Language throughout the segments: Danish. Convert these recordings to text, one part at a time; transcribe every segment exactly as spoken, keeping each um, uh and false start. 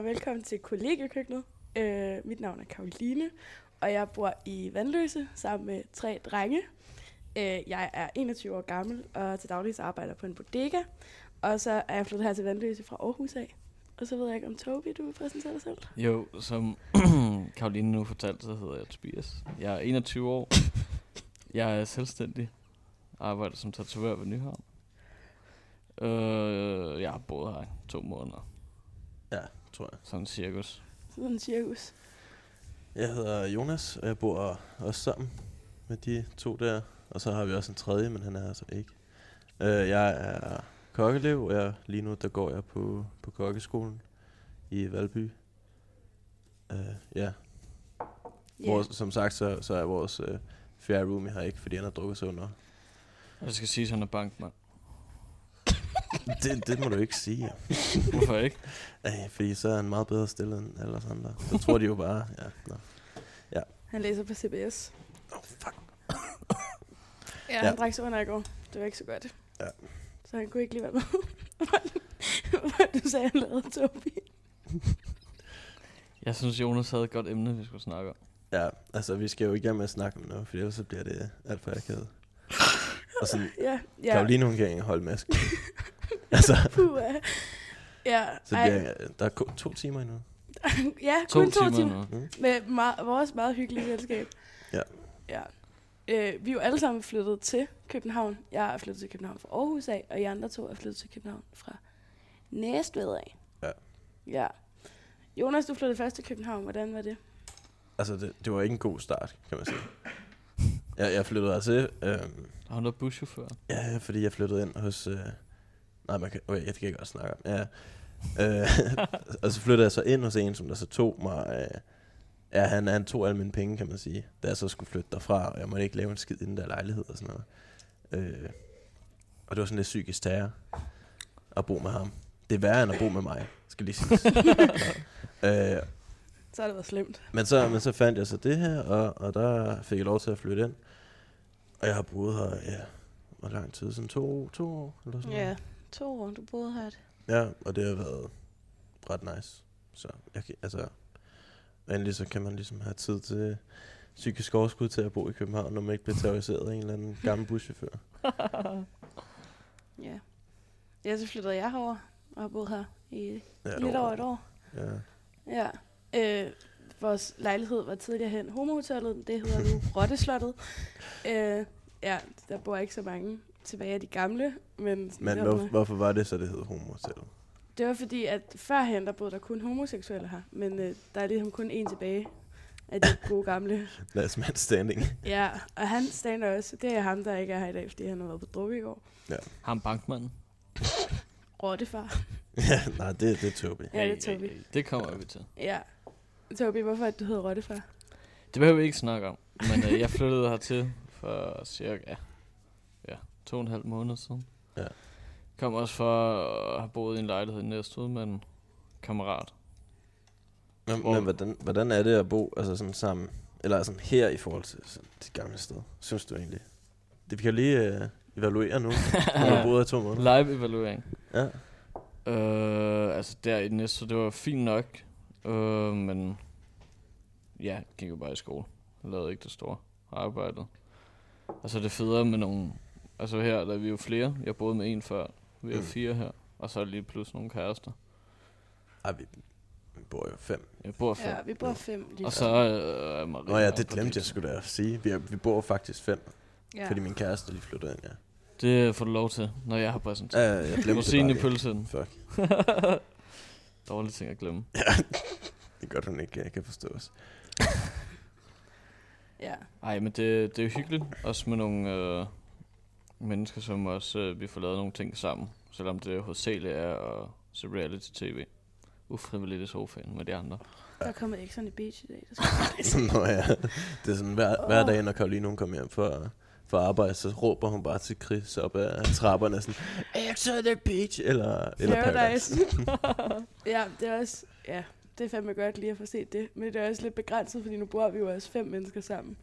velkommen til kollegiekøkkenet. Øh, mit navn er Karoline, og jeg bor i Vandløse sammen med tre drenge. Øh, jeg er enogtyve år gammel, og til daglig arbejder på en bodega. Og så er jeg flyttet her til Vandløse fra Aarhus af. Og så ved jeg ikke, om Toby, du vil præsentere dig selv? Jo, som Karoline nu fortalte, så hedder jeg Tobias. Jeg er enogtyve år. Jeg er selvstændig. Arbejder som tatovør ved Nyhavn. Øh, jeg har boet her i to måneder. Ja, tror jeg. Sådan cirkus. Sådan en cirkus. Jeg hedder Jonas, og jeg bor også sammen med de to der. Og så har vi også en tredje, men han er altså ikke. Uh, jeg er kokkelev, og jeg, lige nu der går jeg på, på kokkeskolen i Valby. Uh, ja. Yeah. Vores, som sagt, så, så er vores uh, fjerde roomie her ikke, fordi han har drukket sig under. Jeg skal sige, at han er bankmand. det, det må du ikke sige. Hvorfor ikke? Ej, fordi så er han meget bedre stillet end alle os andre. Så tror de jo bare, ja, nå. Ja. Han læser på C B S. Oh, fuck. Ja, Ja. han drak sig under i går. Det var ikke så godt. Ja. Så han kunne ikke lige være med. Hvad du sagde, han lavede Toby. Jeg synes, Jonas havde et godt emne, vi skulle snakke om. Ja, altså vi skal jo i gang med at snakke om noget, for ellers så bliver det alt for akavet. Og sådan, Ja, ja. Karoline, hun kan ikke holde masken. altså, Puh, ja. så bliver jeg, der er kun to timer endnu. Ja, To kun to timer timer. nu. Mm. Med meget, vores meget hyggelige selskab. Ja. Ja. Øh, vi er jo alle sammen flyttet til København. Jeg er flyttet til København fra Aarhus af, og I andre to er flyttet til København fra Næstved af. Ja. Ja. Jonas, du flyttede først til København. Hvordan var det? Altså, det, det var ikke en god start, kan man sige. Jeg, jeg flyttede altså, øhm, Har han været buschauffør? ja, fordi jeg flyttede ind hos, øh, nej, man kan, okay, jeg kan ikke også snakke om, ja. Øh, og så flyttede jeg så ind hos en, som der så tog mig, øh, ja, han, han tog alle mine penge, kan man sige, da jeg så skulle flytte derfra, og jeg måtte ikke lave en skid i den der lejlighed og sådan noget. Øh, og det var sådan lidt psykisk terror at bo med ham. Det er værre end at bo med mig, skal lige sige. øh, Så har det været slemt. Men så, men så fandt jeg så det her, og, og der fik jeg lov til at flytte ind. Og jeg har boet her, ja, hvor lang tid? Sådan to, to år? Eller sådan Ja, noget. to år, du boede her. Ja, og det har været ret nice. Så jeg kan, altså, endelig så kan man ligesom have tid til psykisk overskud til at bo i København, når man ikke bliver terroriseret af en eller anden gammel buschauffør. Ja. Ja, så flyttede jeg herover og har boet her i Ja, lidt over et år. Ja. Ja. Øh, vores lejlighed var tidligere hen Homohotellet. Det hedder nu Rotteslottet. Øh, ja, der bor ikke så mange tilbage af de gamle. Men, Men hvor, hvorfor var det så, det hed Homohotellet? det var fordi, at førhen der boede der kun homoseksuelle her. Men øh, der er ligesom kun én tilbage af de gode gamle. Last man standing. Ja, og han stander også. Det er ham, der ikke er her i dag, fordi han har været på druk i går. Ja. Ham bankmanden? Rottefar. Ja, nej, det, det er Toby. Ja, det er Toby. Det kommer vi til. Ja. Toby, hvorfor er det, du hedder Rottefar? Det behøver vi ikke snakke om. Men øh, jeg flyttede hertil for cirka ja, to og en halv måned siden. Ja. Kom også for at have boet i en lejlighed i Næstved med en kammerat. Men, Hvor- men hvordan, hvordan er det at bo altså sådan sammen, eller sådan her i forhold til sådan, de gamle steder, synes du egentlig? Det vi kan lige uh, evaluere nu, når du har boet i to måneder. Live evaluering. Ja. Øh, altså der i Næstved, det var fint nok. Øh, men ja, jeg gik jo bare i skole. Jeg lavede ikke det store arbejde. Og så er det federe med nogle. Altså her, der er vi jo flere. Jeg boede med en før. Vi er Mm. fire her. Og så er der lige plus nogle kærester. Ej, vi, vi bor jo fem. Jeg bor fem. Ja, vi bor fem lige Og før. så øh, er Maria. Nå ja, oppe det på glemte dit. jeg sgu da at sige. Vi, er, vi bor faktisk fem, Ja. fordi min kæreste lige flyttede ind, ja. Det får du lov til, når jeg har præsenteret. Ja, jeg glemte det Rosinen i bare lige. pølsen. Fuck. Dårlige ting at glemme. Ja, det er godt, hun ikke uh, kan forstå os. Ja. Ej, men det, det er jo hyggeligt. Også med nogle øh, mennesker, som også øh, vi får lavet nogle ting sammen. Selvom det hovedsageligt er at se reality-tv. Ufrivilligt i sofaen med de andre. Der er kommet ikke sådan i beach i dag. Det skal Sådan, nå, ja. Det er sådan, hver, hver dag, når Karoline hun kommer hjem for, for arbejde, så råber hun bare til Chris op ad trapperne sådan, X on the beach, eller, eller Paradise. Ja, det er også, ja, det er fandme godt lige at få set det. Men det er også lidt begrænset, fordi nu bor vi jo også fem mennesker sammen.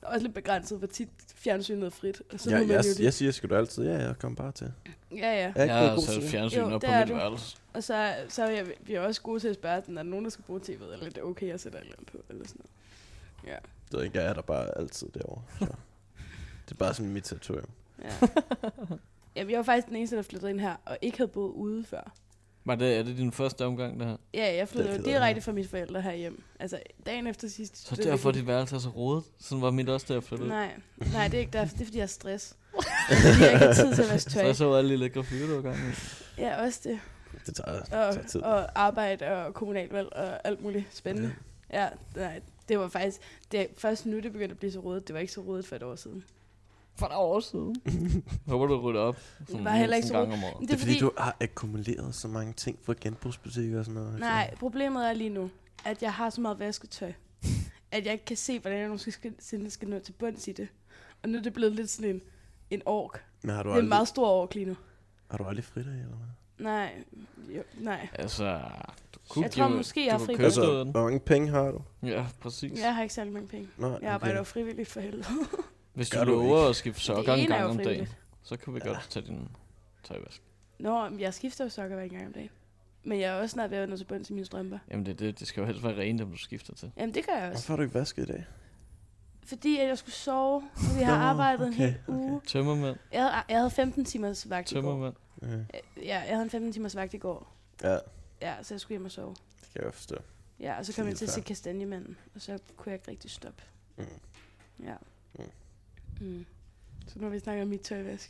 er også lidt begrænset, hvor tit fjernsynet er frit. Og så Ja, må man jeg, jo det. jeg siger sgu da altid, ja, jeg kom bare til. Ja, ja. Jeg er ikke Jeg blevet har god sat til det. fjernsyn Jo, op det på er mit du. værelse. Og så, så er vi, vi er også gode til at spørge, den, er der nogen, der skal bruge tv'et, eller det er okay, jeg sætter et eller andet på, eller sådan noget. Ja. Det ved ikke, jeg er der bare altid derovre. Så. Det er bare sådan mit territorium. Ja. Jamen, jeg var faktisk den eneste, der flyttede ind her, og ikke havde boet ude før. Var det, er det din første omgang, det her? Ja, jeg flyttede Det jo flyttede direkte jeg. fra mine forældre herhjem. Altså, dagen efter sidst. Så det derfor ikke- dit værelse er så rodet? Sådan var mit også, da jeg flyttede. Nej, nej, det er ikke derfor. Det er, fordi jeg har stress. Det er, fordi jeg ikke har tid til at vaske Så tøj. jeg så alle de lækre fyre, du var gang med. Ja, også det. Det tager, Og, tager tid. og arbejde og kommunalvalg og alt muligt spændende. Ja, nej, det var faktisk... Det er først nu, det begyndte at blive så rodet. Det var ikke så rodet for et år siden. For et år siden. Håber du rydder op. Det var heller ikke så gang om året. Men Det er fordi, du har akkumuleret så mange ting fra genbrugsbutikker og sådan noget. Nej, problemet er lige nu, at jeg har så meget vasketøj, at jeg ikke kan se, hvordan jeg nogensinde skal nå til bunds i det. Og nu er det blevet lidt sådan en, en ork. Men har du Det er en aldrig, meget stor ork lige nu. har du aldrig fridag, eller hvad? Nej, jo, nej. Altså, du kunne Jeg tror give- måske, jeg har du fri kunne på købe Altså, den. hvor mange penge har du? Ja, præcis. Jeg har ikke særlig mange penge. Nå, Jeg arbejder jo frivilligt for helvede. Hvis Gør du du lover ikke. at skifte Det sokker en ene er gang jo om dagen, frivilligt. så kan vi Ja. godt tage din tøjvask. Nå, men jeg skifter jo sokker hver gang om dagen. Men jeg er også snart ved at nå til bunds i mine strømper. Jamen det, det, det skal jo helst være rent, dem du skifter til. Jamen, det gør jeg også. Hvorfor har du ikke vasket i dag? Fordi at jeg skulle sove, og vi har Nå, arbejdet en okay, hel uge. Tømmermænd, Jeg havde, jeg havde femten timers vagt i går. tømmermænd. Ja, Ja, jeg havde en femten timers vagt i går. ja, Ja, så jeg skulle hjem og sove. det kan jeg godt forstå. Ja, og så kom Helt jeg til at se fair. Kastanjemanden, og så kunne jeg ikke rigtig stoppe. Mm. Ja. Mm. Mm. Så nu har vi snakket om mit tøjvask.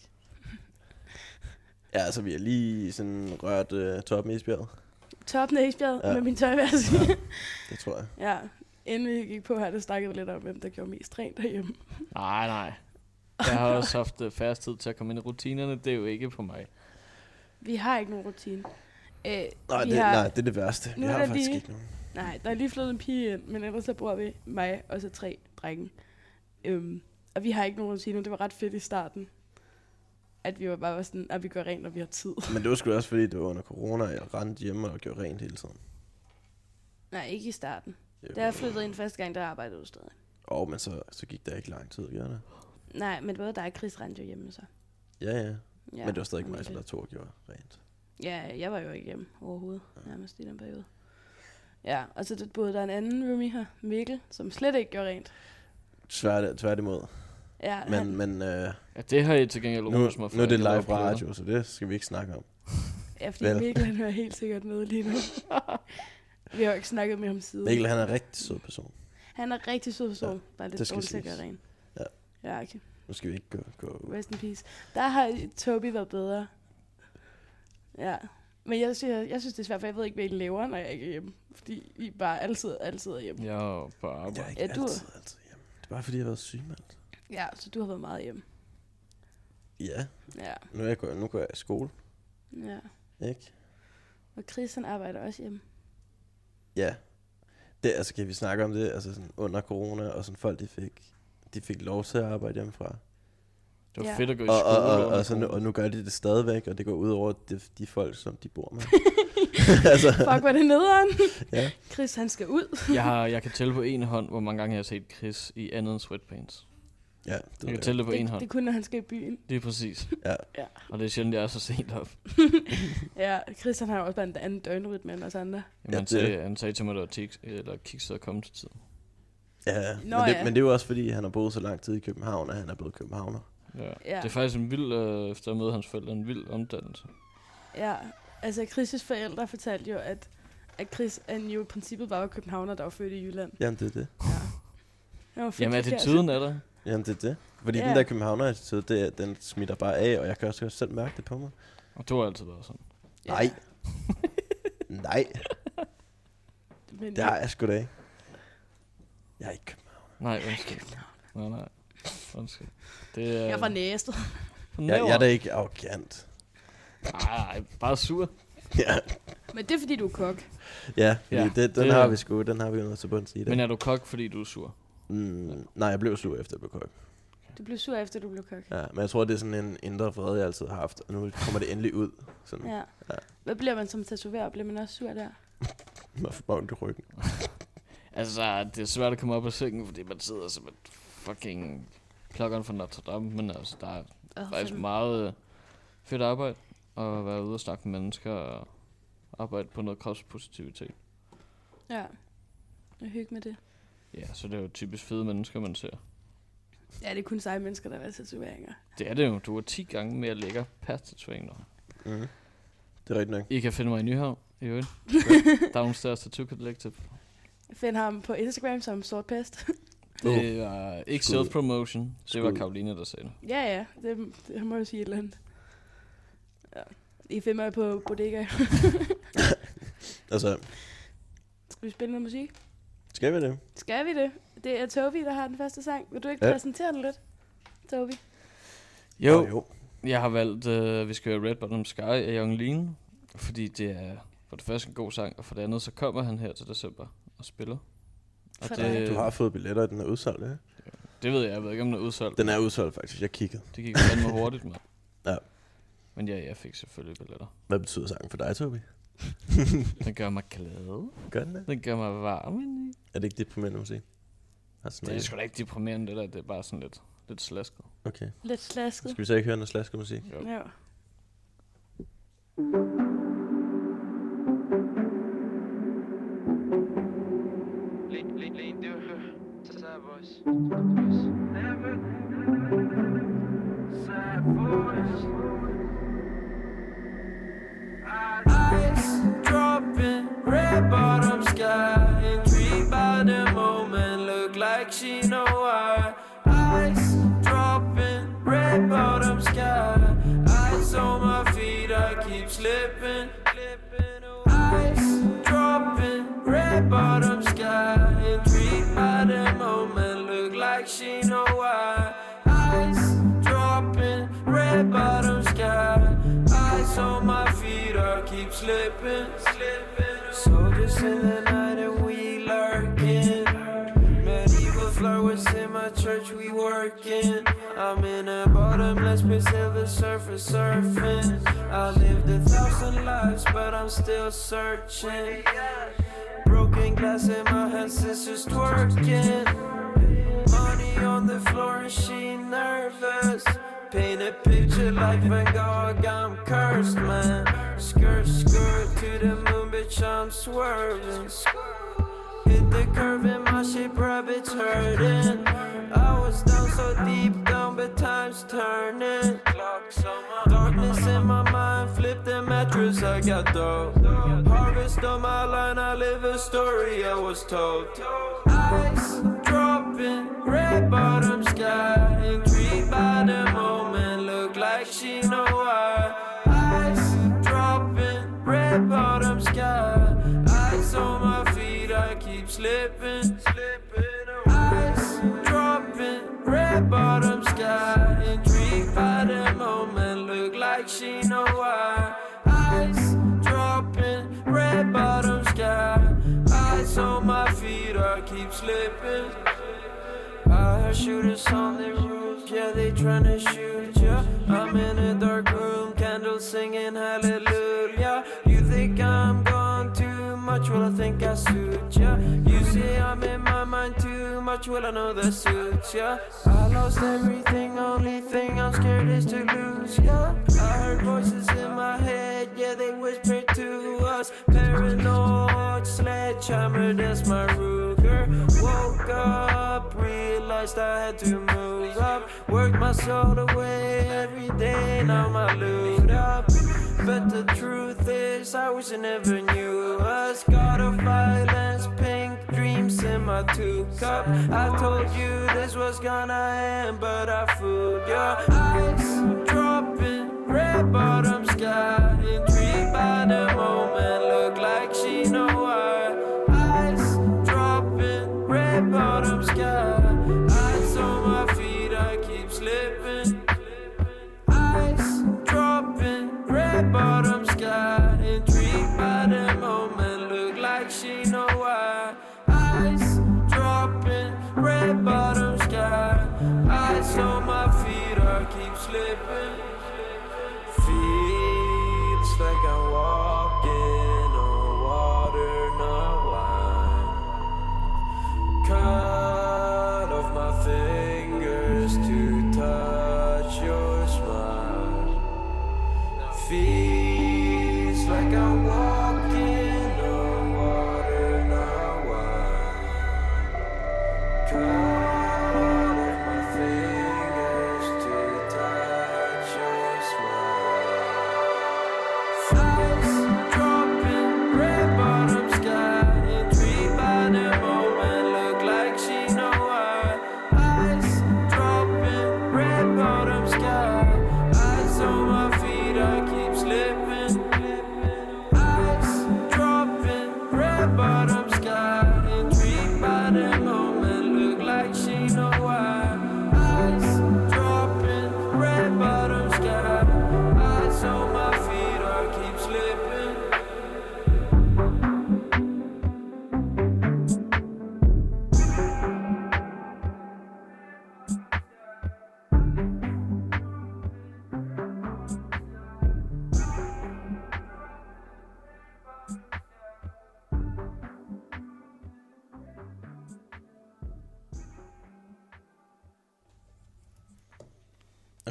Ja, altså vi har lige sådan rørt uh, toppen i isbjerget. Toppen af isbjerget Ja. ja. med min tøjvask. Det tror jeg. Ja, inden vi gik på her, der snakkede vi lidt om, hvem der gjorde mest rent derhjemme. Nej, nej. Jeg har også haft uh, færre tid til at komme ind i rutinerne. Det er jo ikke på mig. Vi har ikke nogen rutine. Øh, Nej, vi det, har, nej, det er det værste. Nu Vi er har der faktisk lige- ikke nogen. Nej, der er lige flyttet en pige ind, men ellers så bor vi mig og så tre drenge. Øhm, og vi har ikke nogen rutine. Det var ret fedt i starten, at vi var bare var sådan, at vi gør rent, når vi har tid. Men det var sgu også fordi, det var under corona, og jeg rendte hjemme og gjorde rent hele tiden. Nej, ikke i starten. Jo. Da jeg flyttede ind første gang, der arbejdede du stadig. Åh, men så, så gik der ikke lang tid, gjorde det? Nej, men både dig og Chris rendte jo hjemme så. Ja, ja. Ja, Men det var stadig og mig, som Mikkel. der tog og gjorde rent. Ja, jeg var jo ikke hjemme overhovedet, nærmest i den periode. Ja, og så boede der en anden roomie her, Mikkel, som slet ikke gjorde rent. Tvært, tværtimod. Ja, Men, han, men øh, Ja, det har I til gengæld nu, rost mig for. nu er det Jeg var live flytter. radio, så det skal vi ikke snakke om. ja, fordi vel. Mikkel, han hører helt sikkert med lige nu. Vi har jo ikke snakket med ham siden. Mikkel, han er en rigtig sød person. Han er rigtig sød person, Ja, bare lidt det skal dårlig til at siges. gøre rent. Ja. Ja, okay. Nu skal vi ikke gå... gå. Rest in peace. Der har Toby været bedre. Ja. Men jeg synes, jeg synes, det er svært, for jeg ved ikke, hvad I laver, når jeg ikke er hjemme. Fordi I bare altid, altid er hjemme. Jeg er jo på arbejde. Jeg er ikke Ja, du- altid, altid hjemme. Det er bare fordi, jeg har været syg, mand. Ja, så du har været meget hjemme. Ja, Ja. nu, er jeg, gå- nu går jeg i skole, Ja. ikke? Og Chris, han arbejder også hjemme. Ja. Det, altså, kan vi snakke om det? Altså sådan under corona, og sådan folk, de fik, de fik lov til at arbejde hjemmefra. Det var Ja. fedt at gå i Og, skole. og, og, under og, så nu, corona. og nu gør de det stadigvæk, og det går ud over de, de folk, som de bor med. altså, Fuck, hvor er det nederen. ja. Chris, han skal ud. jeg, har, jeg kan tælle på en hånd, hvor mange gange jeg har set Chris i andet end sweatpants. Ja, det Jeg ved kan tælle det på en Det, hånd. det er kun, når han skal i byen. Det er præcis. Ja. Ja. Og det er sjældent, jeg er så sent op. Ja, Chris, han har jo også bare en anden døgnrytme end os andre. Jamen, Ja, han, det- sagde, han sagde til mig, at det var tik, eller kiks at komme til tiden. Ja, Nå, men, det, ja. men det er jo også fordi, han har boet så lang tid i København, at han er blevet københavner. Ja. Ja. Det er faktisk en vild, øh, efter at møde hans forældre, en vild omdannelse. Ja, altså Chris' forældre fortalte jo, at, at Chris han jo i princippet bare var københavner, der var født i Jylland. Jamen, det er det. Ja. Det var fedt Jamen, er det forkert. tiden af dig? Jamen, det er det. Fordi Ja. den der københavner-attitude, det, er- den smitter bare af, og jeg kan også selv mærke det på mig. Og du har altid været sådan. Ja. Nej. Nej, Men, det har jeg sgu da ikke. Jeg er ikke københavner. Nej, undskyld. Nej, nej. Undskyld. Det er... Jeg er fra Næstved. Jeg, jeg er da ikke arrogant. Nej, nej, bare sur. Ja, Men det er, fordi du er kok. ja, fordi Ja, det, den det- har vi sgu, den har vi jo noget til bunds i det. Men er du kok, fordi du er sur? Mm, nej, jeg blev sur efter jeg blev kok. Du blev sur efter, du blev kok. Ja, men jeg tror, det er sådan en indre fred, jeg altid har haft, og nu kommer det endelig ud. Sådan, ja. Ja. Ja. Hvad bliver man som tatoverer? Bliver man også sur der? Man får bare ondt i ryggen. Altså, det er svært at komme op af sengen, fordi man sidder som et fucking klokkeren fra Notre Dame, men altså, der er Oh, faktisk fem. meget øh, fedt arbejde at være ude og snakke med mennesker og arbejde på noget kropspositivitet. Ja, jeg hygge med det. Ja, så det er jo typisk fede mennesker, man ser. Ja, det er kun seje mennesker, der vil have tatoveringer. Det er det jo. Du er ti gange mere lækker per tatovering nu. Mm. Det er rigtigt nok. I kan finde mig i Nyhavn, i øvrigt. Downstairs Tattoo Collective. Find ham på Instagram som Sortpest. Det var ikke Skud. self-promotion. Det var Skud. Karoline, der sagde det. Ja, ja, det, det må jeg sige et eller andet. Ja. I finder mig på Bodega. Altså, Skal vi spille noget musik? skal vi det? Skal vi det? Det er Toby, der har den første sang. Vil du ikke Ja. præsentere den lidt, Toby? Jo, Oh, jo. jeg har valgt, uh, vi skal høre Red Bottom Sky af Young Lean. Fordi det er for det første en god sang, og for det andet, så kommer han her til december og spiller. Og For det, dig. Du har fået billetter, og den er udsolgt, ja? det ved jeg, jeg ved ikke, om den er udsolgt. Den er udsolgt, faktisk. Jeg kiggede. Det gik fandme hurtigt, mand. Ja. Men ja, jeg fik selvfølgelig billetter. Hvad betyder sangen for dig, Tobi? Den gør mig glad. Gør den det? Den gør mig varm indeni. Er det ikke deprimerende musik? Altså, Det er sgu da ikke deprimerende, det der. Det er bare sådan lidt, lidt slasket. Okay. Lidt slasket. Skal vi så ikke høre noget slasker musik? Jo. Ja. Ice dropping, red bottom sky. Intrigued by the moment, look like she know why. Ice dropping, red bottom sky. Ice on my feet, I keep slipping. Ice dropping, red bottom sky. Intrigued by the moment, look like she know why. Ice dropping, red bottom sky. Ice on my feet, I keep slipping, slipping. Soldiers in the night and we lurking. Medieval flowers in my church, we working. I'm in a bottomless pit, silver surface surfing. I lived a thousand lives, but I'm still searching. Broken glass in my hands, sisters twerking. Money on the floor and she nervous. Paint a picture like Van Gogh, I'm cursed, man. Skirt, skirt to the moon, bitch, I'm swerving. Hit the curve in my shape, rabbits hurting. I was down so deep down, but time's turning. Darkness in my mind, flip the mattress, I got dope. Harvest on my line, I live a story I was told. Ice dropping, red bottom sky. Intrigued by the moment, look like she know why. Ice dropping, red bottom sky. Ice on my feet, I keep slipping, slipping. Ice dropping, red bottom sky. Intrigued by the moment, look like she know why. Ice dropping, red bottom sky. Ice on my feet, I keep slipping. I heard shooters on the roof, yeah, they tryna shoot ya. I'm in a dark room, candles singing hallelujah. You think I'm gone too much, well I think I suit ya. You say I'm in my mind too much, well I know that suits ya. I lost everything, only thing I'm scared is to lose ya. I heard voices in my head, yeah they whispered to us. Paranoid sledgehammer, that's my Ruger. Woke up, realized I had to move up. Worked my soul away every day, now my loot up. But the truth is, I wish I never knew us. God of violence, pink dreams in my two cup. I told you this was gonna end, but I fooled ya. Ice dropping, red bottom sky. Intrigued by the moment, look like she know why. Ice dropping, red bottom sky. Ice on my feet, I keep slipping. Ice dropping, red bottom sky. Intrigued by the moment, look like she know why. Ice dropping, red bottom sky. Ice on my feet, I keep slipping. Feels like I'm walking on water, not wine. Cut off my face.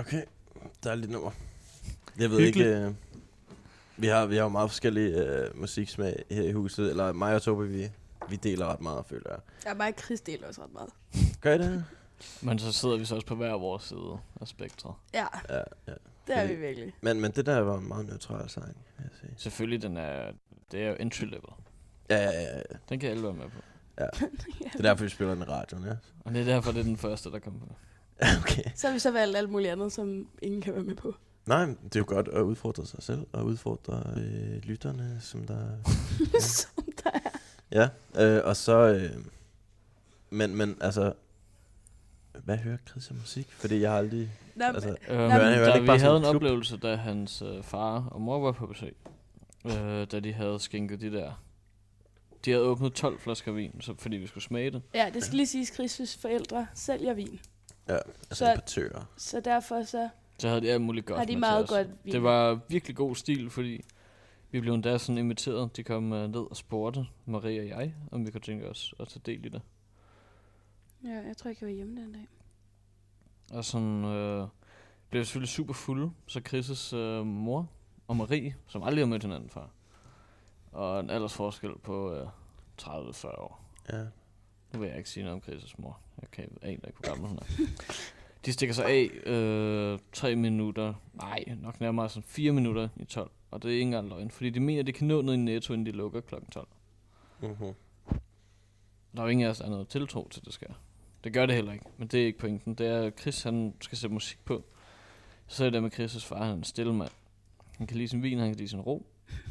Okay, dejligt nummer. Jeg ved Hyggeligt. ikke... Øh, vi har vi har jo meget forskellige øh, musiksmag her i huset. Eller mig og Tobi, vi, vi deler ret meget, føler jeg. Ja, mig og Chris deler også ret meget. Gør I det? Men så sidder vi så også på hver vores side af spektret. Ja, Ja, ja. det er Fordi- vi virkelig. Men, men det der var en meget neutral sang, vil jeg sige. Selvfølgelig, den er, det er jo entry level. Ja, ja, ja, ja. Den kan alle være med på. Det er derfor, vi spiller den i radioen, ja. Og det er derfor, det er den første, der kommer på. Okay. Så har vi så valgt alt muligt andet, som ingen kan være med på. Nej, men det er jo godt at udfordre sig selv, og udfordre øh, lytterne, som der... Ja. Som der er. Ja, øh, og så... Øh, men, men altså... Hvad hører Chris af musik? Fordi jeg har aldrig... Nå, Altså, Øhm, hører han- hører han der, ikke vi bare sådan havde en en klub? oplevelse, da hans øh, far og mor var på besøg. Øh, da de havde skænket de der... De havde åbnet tolv flasker vin, så, fordi vi skulle smage det. ja, det skal lige siges, Chris' forældre sælger vin. ja, altså Så- importører. Så derfor så Så havde de alt muligt godt har de med meget til os. godt vin. Det var virkelig god stil, fordi vi blev endda sådan inviteret. De kom uh, ned og spurgte, Marie og jeg, om vi kunne tænke os at tage del i det. Ja, jeg tror ikke, jeg var hjemme den dag. Og sådan øh, blev selvfølgelig super fulde. Så Chris' øh, mor og Marie, som aldrig har mødt hinanden før. Og en aldersforskel på øh, tredive til fyrre år. Ja. Nu vil jeg ikke sige noget om Chris' mor. Jeg kan aner ikke, hvor gammel hun er. De stikker sig af øh, tre minutter, nej, nok nærmere sådan fire minutter i tolv. Og det er ikke engang løgn, fordi de mener, at de kan nå ned i Netto, inden de lukker klokken tolv. Uh-huh. Der er jo ingen af os, der er noget tiltro til, det sker. Det gør det heller ikke, men det er ikke pointen. Det er, at Chris han skal sætte musik på. Så er det der med Chris' far, han er en stille mand. Han kan lide sin vin, han kan lide sin ro.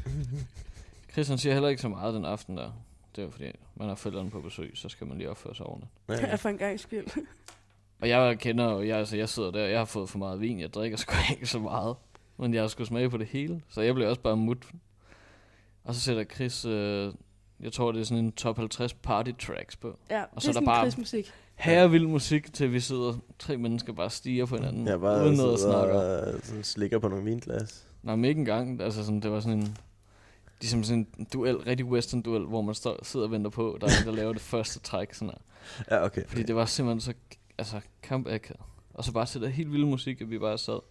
Chris han siger heller ikke så meget den aften der. Det er jo fordi, man har forældrene på besøg, så skal man lige opføre sig ordentligt. Ja, Ja, ja. for en gang skyld. Og jeg kender jo, jeg, altså jeg sidder der, jeg har fået for meget vin, jeg drikker sgu ikke så meget. Men jeg har sgu smage på det hele, så jeg blev også bare mut. Og så sætter Chris, øh, jeg tror det er sådan en top halvtreds party tracks på. Ja, Og det så er er der sådan bare- Chris-musik. Herrevild musik, til vi sidder tre mennesker bare stiger på hinanden, Jeg bare uden noget at sidder snakke om. og sådan slikker på nogle vinglas. Nej, men ikke engang, altså sådan, det var sådan en, ligesom sådan en duel, rigtig western duel, hvor man står, sidder og venter på, der er en, der laver det første træk, sådan her. Ja, okay. Fordi det var simpelthen så, altså, kampakavet. Og så bare til der helt vilde musik, at vi bare sad.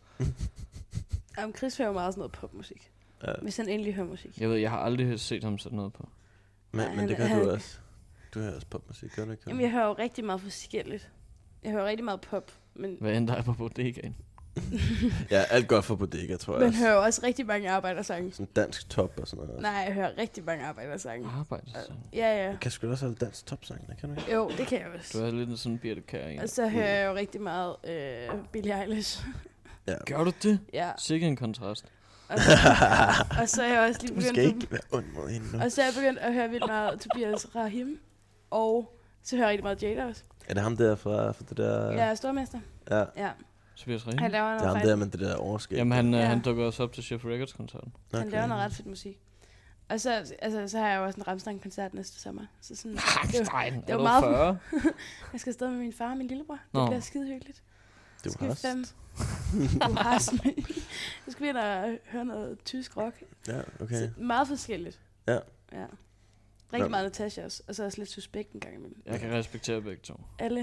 Jamen, Chris hører jo meget sådan noget popmusik. Ja. Hvis han endelig hører musik. Jeg ved, jeg har aldrig set ham sætte noget på. Men, Nej, men han- det gør han- du også. Du hører også popmusik, gør du ikke? Jamen, jeg hører jo rigtig meget forskelligt. Jeg hører rigtig meget pop, men Hvad end der er på bodegaen. Ja, alt godt for bodega, tror jeg man også. hører jo også rigtig mange arbejdersange. Sådan dansk top og sådan noget. Nej, jeg hører rigtig mange arbejdersange. Arbejde. Ja, ja. Du kan sgu da også have dansk top-sang, kan du ikke? Jo, det kan jeg Du også. er lidt sådan en Birte Kjær en. Og så hører jeg jo rigtig meget øh, Billie Eilish. Ja. Gør du det? Ja. Sikke en kontrast. Og så, og så er jeg også lige Du skal begyndt ikke være ond mod hende nu. Og så er jeg begyndt at høre vildt meget Tobias Rahim. Og så hører jeg rigtig meget Jada også. Er det ham der fra, fra det der... Jeg er stormester. Ja. Ja. Tobias Han Rahim. laver Det er noget, ham fejl. der med det der overskæg. Jamen, han, Ja. ja. han dukker også op til Chef Records-koncerten. Han laver noget ret fedt musik. Og så, altså, så har jeg jo også en Rammstein-koncert næste sommer. Så sådan, det, var- Rammstein, det er var du meget- fyrre? jeg skal afsted med min far og min lillebror. Det Nå. bliver skide hyggeligt. Du Skal vi har fem- Du har sådan. Så skal vi ind og høre noget tysk rock. Ja, okay. Så meget forskelligt. Ja. Ja. Rigtig Nå. meget Natasha også. Og så også lidt Suspekt en gang imellem. Jeg kan respektere begge to. Alle.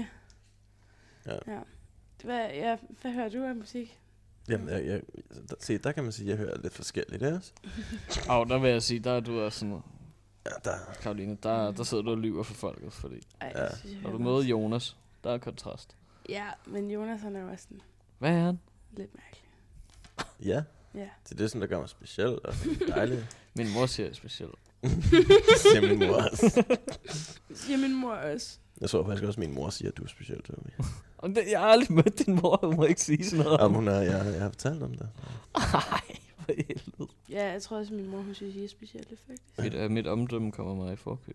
Ja. ja. Hvad, ja, hvad hører du af musik? Jamen, jeg, jeg, der, se, der kan man sige, at jeg hører lidt forskelligt, ikke også? Og der vil jeg sige, der er du også sådan, Ja, der... Karoline, der, der sidder du og lyver for folket, fordi Ej, Ja. jeg synes, jeg når hører du meget. møder Jonas, der er kontrast. Ja, men Jonas han er jo også sådan Hvad er han? lidt mærkelig. Ja, Ja. det er det, som der gør mig speciel og dejligt. Min mor siger specielt. Siger min mor også. Det siger min mor også. Jeg tror faktisk også, at min mor siger, at du er speciel, Tobi. Og det, jeg har aldrig mødt din mor, hun må ikke sige sådan noget. Om hun er, jeg, jeg har fortalt om det. Ej, for helvede. Ja, jeg tror også, at min mor hun synes, I er specielle, faktisk. Mit, uh, mit omdømme kommer mig i forkøb.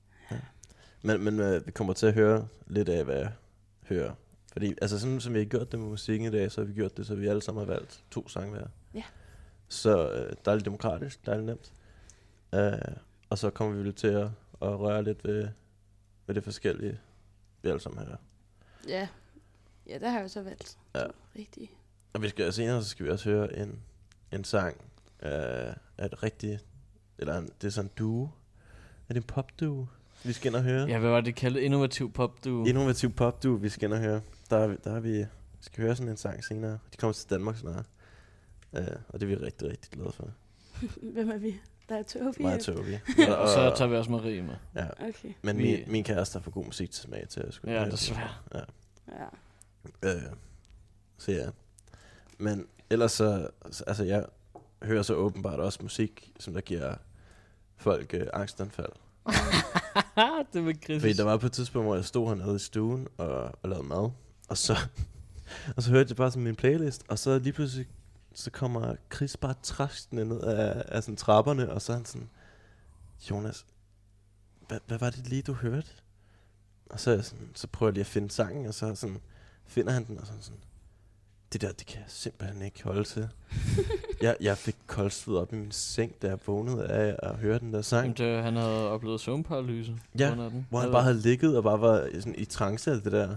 Men, men øh, vi kommer til at høre lidt af, hvad jeg hører. Fordi, altså sådan som vi har gjort det med musikken i dag, så har vi gjort det, så vi alle sammen har valgt to sange hver. Ja. Så øh, dejligt demokratisk, dejligt nemt. Uh, og så kommer vi vel til at, at røre lidt ved, ved det forskellige, vi alle sammen hører. Ja. Ja, der har jeg jo så valgt. Ja. To rigtige. Og vi skal senere, så skal vi også høre en, en sang af uh, et rigtigt, eller en, det er sådan en duo. Er det en popduo, vi skal ind og høre? Ja, hvad var det kaldet? Innovativ pop, du. Innovativ popduo, vi skal ind og høre. Der er, vi- der er vi skal høre sådan en sang senere. De kommer til Danmark snart. Uh, og det er vi rigtig, rigtig glade for. Hvem er vi? Der er Tobi. Meget Tobi. Og, og så tager vi også Marie med. Ja. Okay. Men Vi- min, min kæreste har for god musik til smag til at skulle Ja, høre desværre. det. Ja. Ja. Øh, så ja. Men ellers så, altså jeg hører så åbenbart også musik, som der giver folk øh, angstanfald. Det var grisk. Fordi der var på et tidspunkt, hvor jeg stod hernede i stuen og, og lavede mad, og så, og så hørte jeg bare sådan min playlist, og så lige pludselig, så kommer Chris bare traskende ned af, af sådan trapperne, og så er han sådan, Jonas, hvad, hvad var det lige, du hørte? Og så, er jeg sådan, så prøver jeg lige at finde sangen, og så sådan, finder han den, og så sådan, det der, det kan jeg simpelthen ikke holde til. jeg, jeg fik koldsved op i min seng, da jeg vågnede af at høre den der sang. Jamen, det, han havde oplevet søvnparalyse. Ja, under den. hvor han Eller- bare havde ligget og bare var sådan i trance af det der.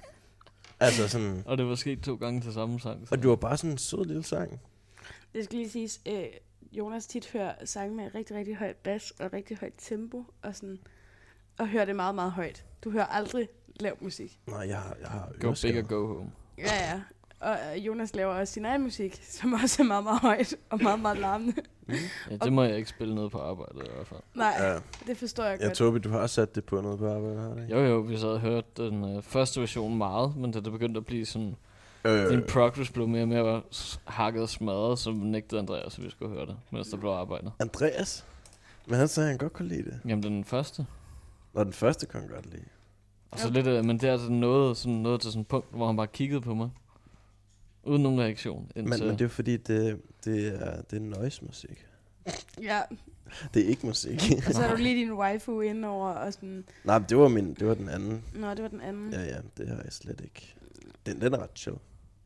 Altså sådan, Og det var sket to gange til samme sang. og det var bare sådan en sød lille sang. Det skal lige siges, øh, Jonas tit hører sange med rigtig, rigtig højt bas og rigtig højt tempo, og, sådan, og hører det meget, meget højt. Du hører aldrig lav musik. Nej, jeg har, jeg har Go øreskader. big og go home. Ja, ja. Og øh, Jonas laver også sin egen musik, som også er meget, meget højt og meget, meget larmende. Ja, det må jeg ikke spille ned på arbejdet i hvert fald. Nej, Ja, det forstår jeg jeg godt. Tobi, du har sat det på noget på arbejde, har du ikke? Jo jo, vi sad og hørte den øh, første version meget, men da det begyndte at blive sådan, Øh, din progress blev mere og mere s- hakket og smadret, så nægtede Andreas, at vi skulle høre det, mens der blev arbejdet. Andreas? Men han sagde, at han godt kunne lide det. Jamen den første. Og den første kunne han godt lide. Og så Okay. lidt, øh, men det er altså noget, sådan noget til sådan et punkt, hvor han bare kiggede på mig. Uden nogen reaktion. Men, Indtil, men det er jo fordi, det, det er, det er noise musik. Ja, Det er ikke musik. og så har du lige din waifu indover, og sådan, Nej, men det var, min, det var den anden. nå, det var den anden. Ja, ja, det har jeg slet ikke. Den, den er ret chill.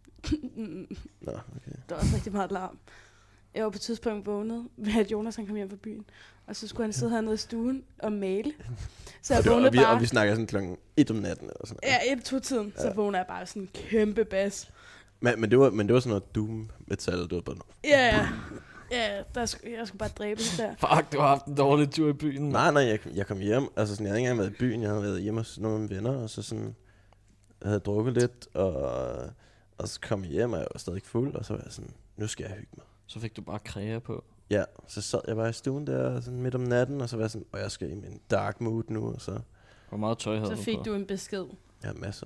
Mm, Nå, okay. Der var også rigtig meget larm. Jeg var på et tidspunkt vågnet ved, at Jonas han kom hjem fra byen. Og så skulle han sidde hernede i stuen og male. Så Og, jeg det var, og, vågnede vi, bare... og vi snakker sådan klokken et om natten eller sådan noget. Ja, et-to-tiden. Så Ja. vågner jeg bare sådan en kæmpe bas. Men, men, det var, men det var sådan noget doom metal, det var bare noget. Ja, ja. Ja, der skulle, jeg skulle bare dræbes der. Fuck, du har haft en dårlig tur i byen. Nej, nej, jeg, jeg kom hjem, altså sådan, jeg havde ikke engang været i byen, jeg havde været hjemme hos nogle af mine venner, og så sådan, jeg havde drukket lidt, og, og så kom jeg hjem, og jeg var stadig fuld, og så var jeg sådan, nu skal jeg hygge mig. Så fik du bare kræger på. Ja, så sad jeg bare i stuen der sådan midt om natten, og så var jeg sådan, og jeg skal i min dark mood nu, og så, Hvor meget tøj havde Så du fik på? du en besked. ja, masser.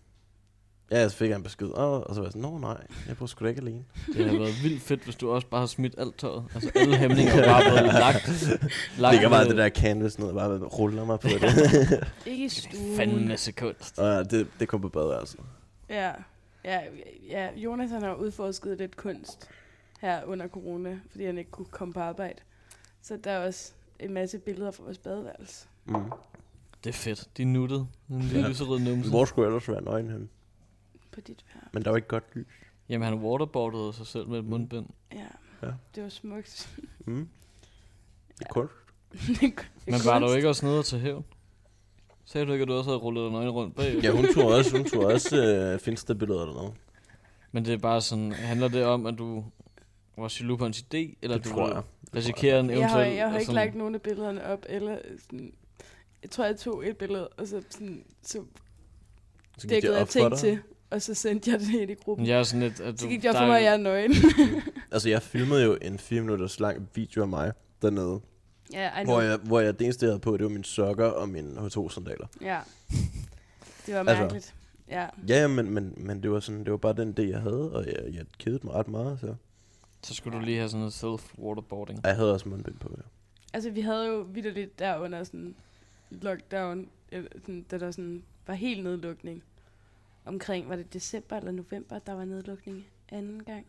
Ja, så fik jeg en besked, og, og så var jeg sådan, nå nej, jeg bor sgu da ikke alene. Det har været vildt fedt, hvis du også bare har smidt alt tøjet. Altså alle hæmninger var bare blevet lagt. lagt Ligger bare med- det der canvas ned, og bare ruller mig på det. Ikke i stuen. Fanden masse kunst. og det, det kom på badet, altså. Ja. Ja, ja, Jonas han har udforsket lidt kunst her under corona, fordi han ikke kunne komme på arbejde. Så der er også en masse billeder fra vores badeværelse. Mm. Det er fedt. De er nuttede. En lille Ja. lyserød numse. Hvor skulle jeg ellers være nøgen hen? På dit værelse. Men der var ikke godt lys. Jamen han waterboardede sig selv med et mundbind. Ja, Ja. det var smukt. Mm. Det er kunst. Men var du ikke også nede til hævn? Sagde du ikke, at du også havde rullet dig nøgen rundt bag? Ja, hun tog også, hun tog også øh, Finsta-billeder eller noget. Men det er bare sådan, handler det om, at du var jaloux på hans idé, eller Det du tror jeg. risikerer en Jeg eventuel... har, jeg har ikke sådan- lagt nogen af billederne op, eller sådan, jeg tror, jeg tog et billede, og så, sådan, så Så gik dækkede det jeg op for ting dig. til, og så sendte jeg det ind i gruppen. Jeg er sådan lidt, at Så du, gik det op der for er- mig, at jeg er nøgen. Altså, jeg filmede jo en fire minutters lang video af mig dernede. Ja, I know. Hvor jeg, hvor jeg det eneste, jeg havde på, det var mine sokker og mine H to sandaler. Ja. Det var Altså. mærkeligt. Ja. Ja, ja, men, men, men det var sådan, det var bare den idé, jeg havde, og jeg, jeg kedede mig ret meget, så. Så skulle du lige have sådan noget self-waterboarding. Og jeg havde også mundbind på, ja. Altså, vi havde jo vitterligt der under sådan lockdown, eller sådan, da der sådan var helt nedlukning. Omkring, var det december eller november, der var nedlukning anden gang.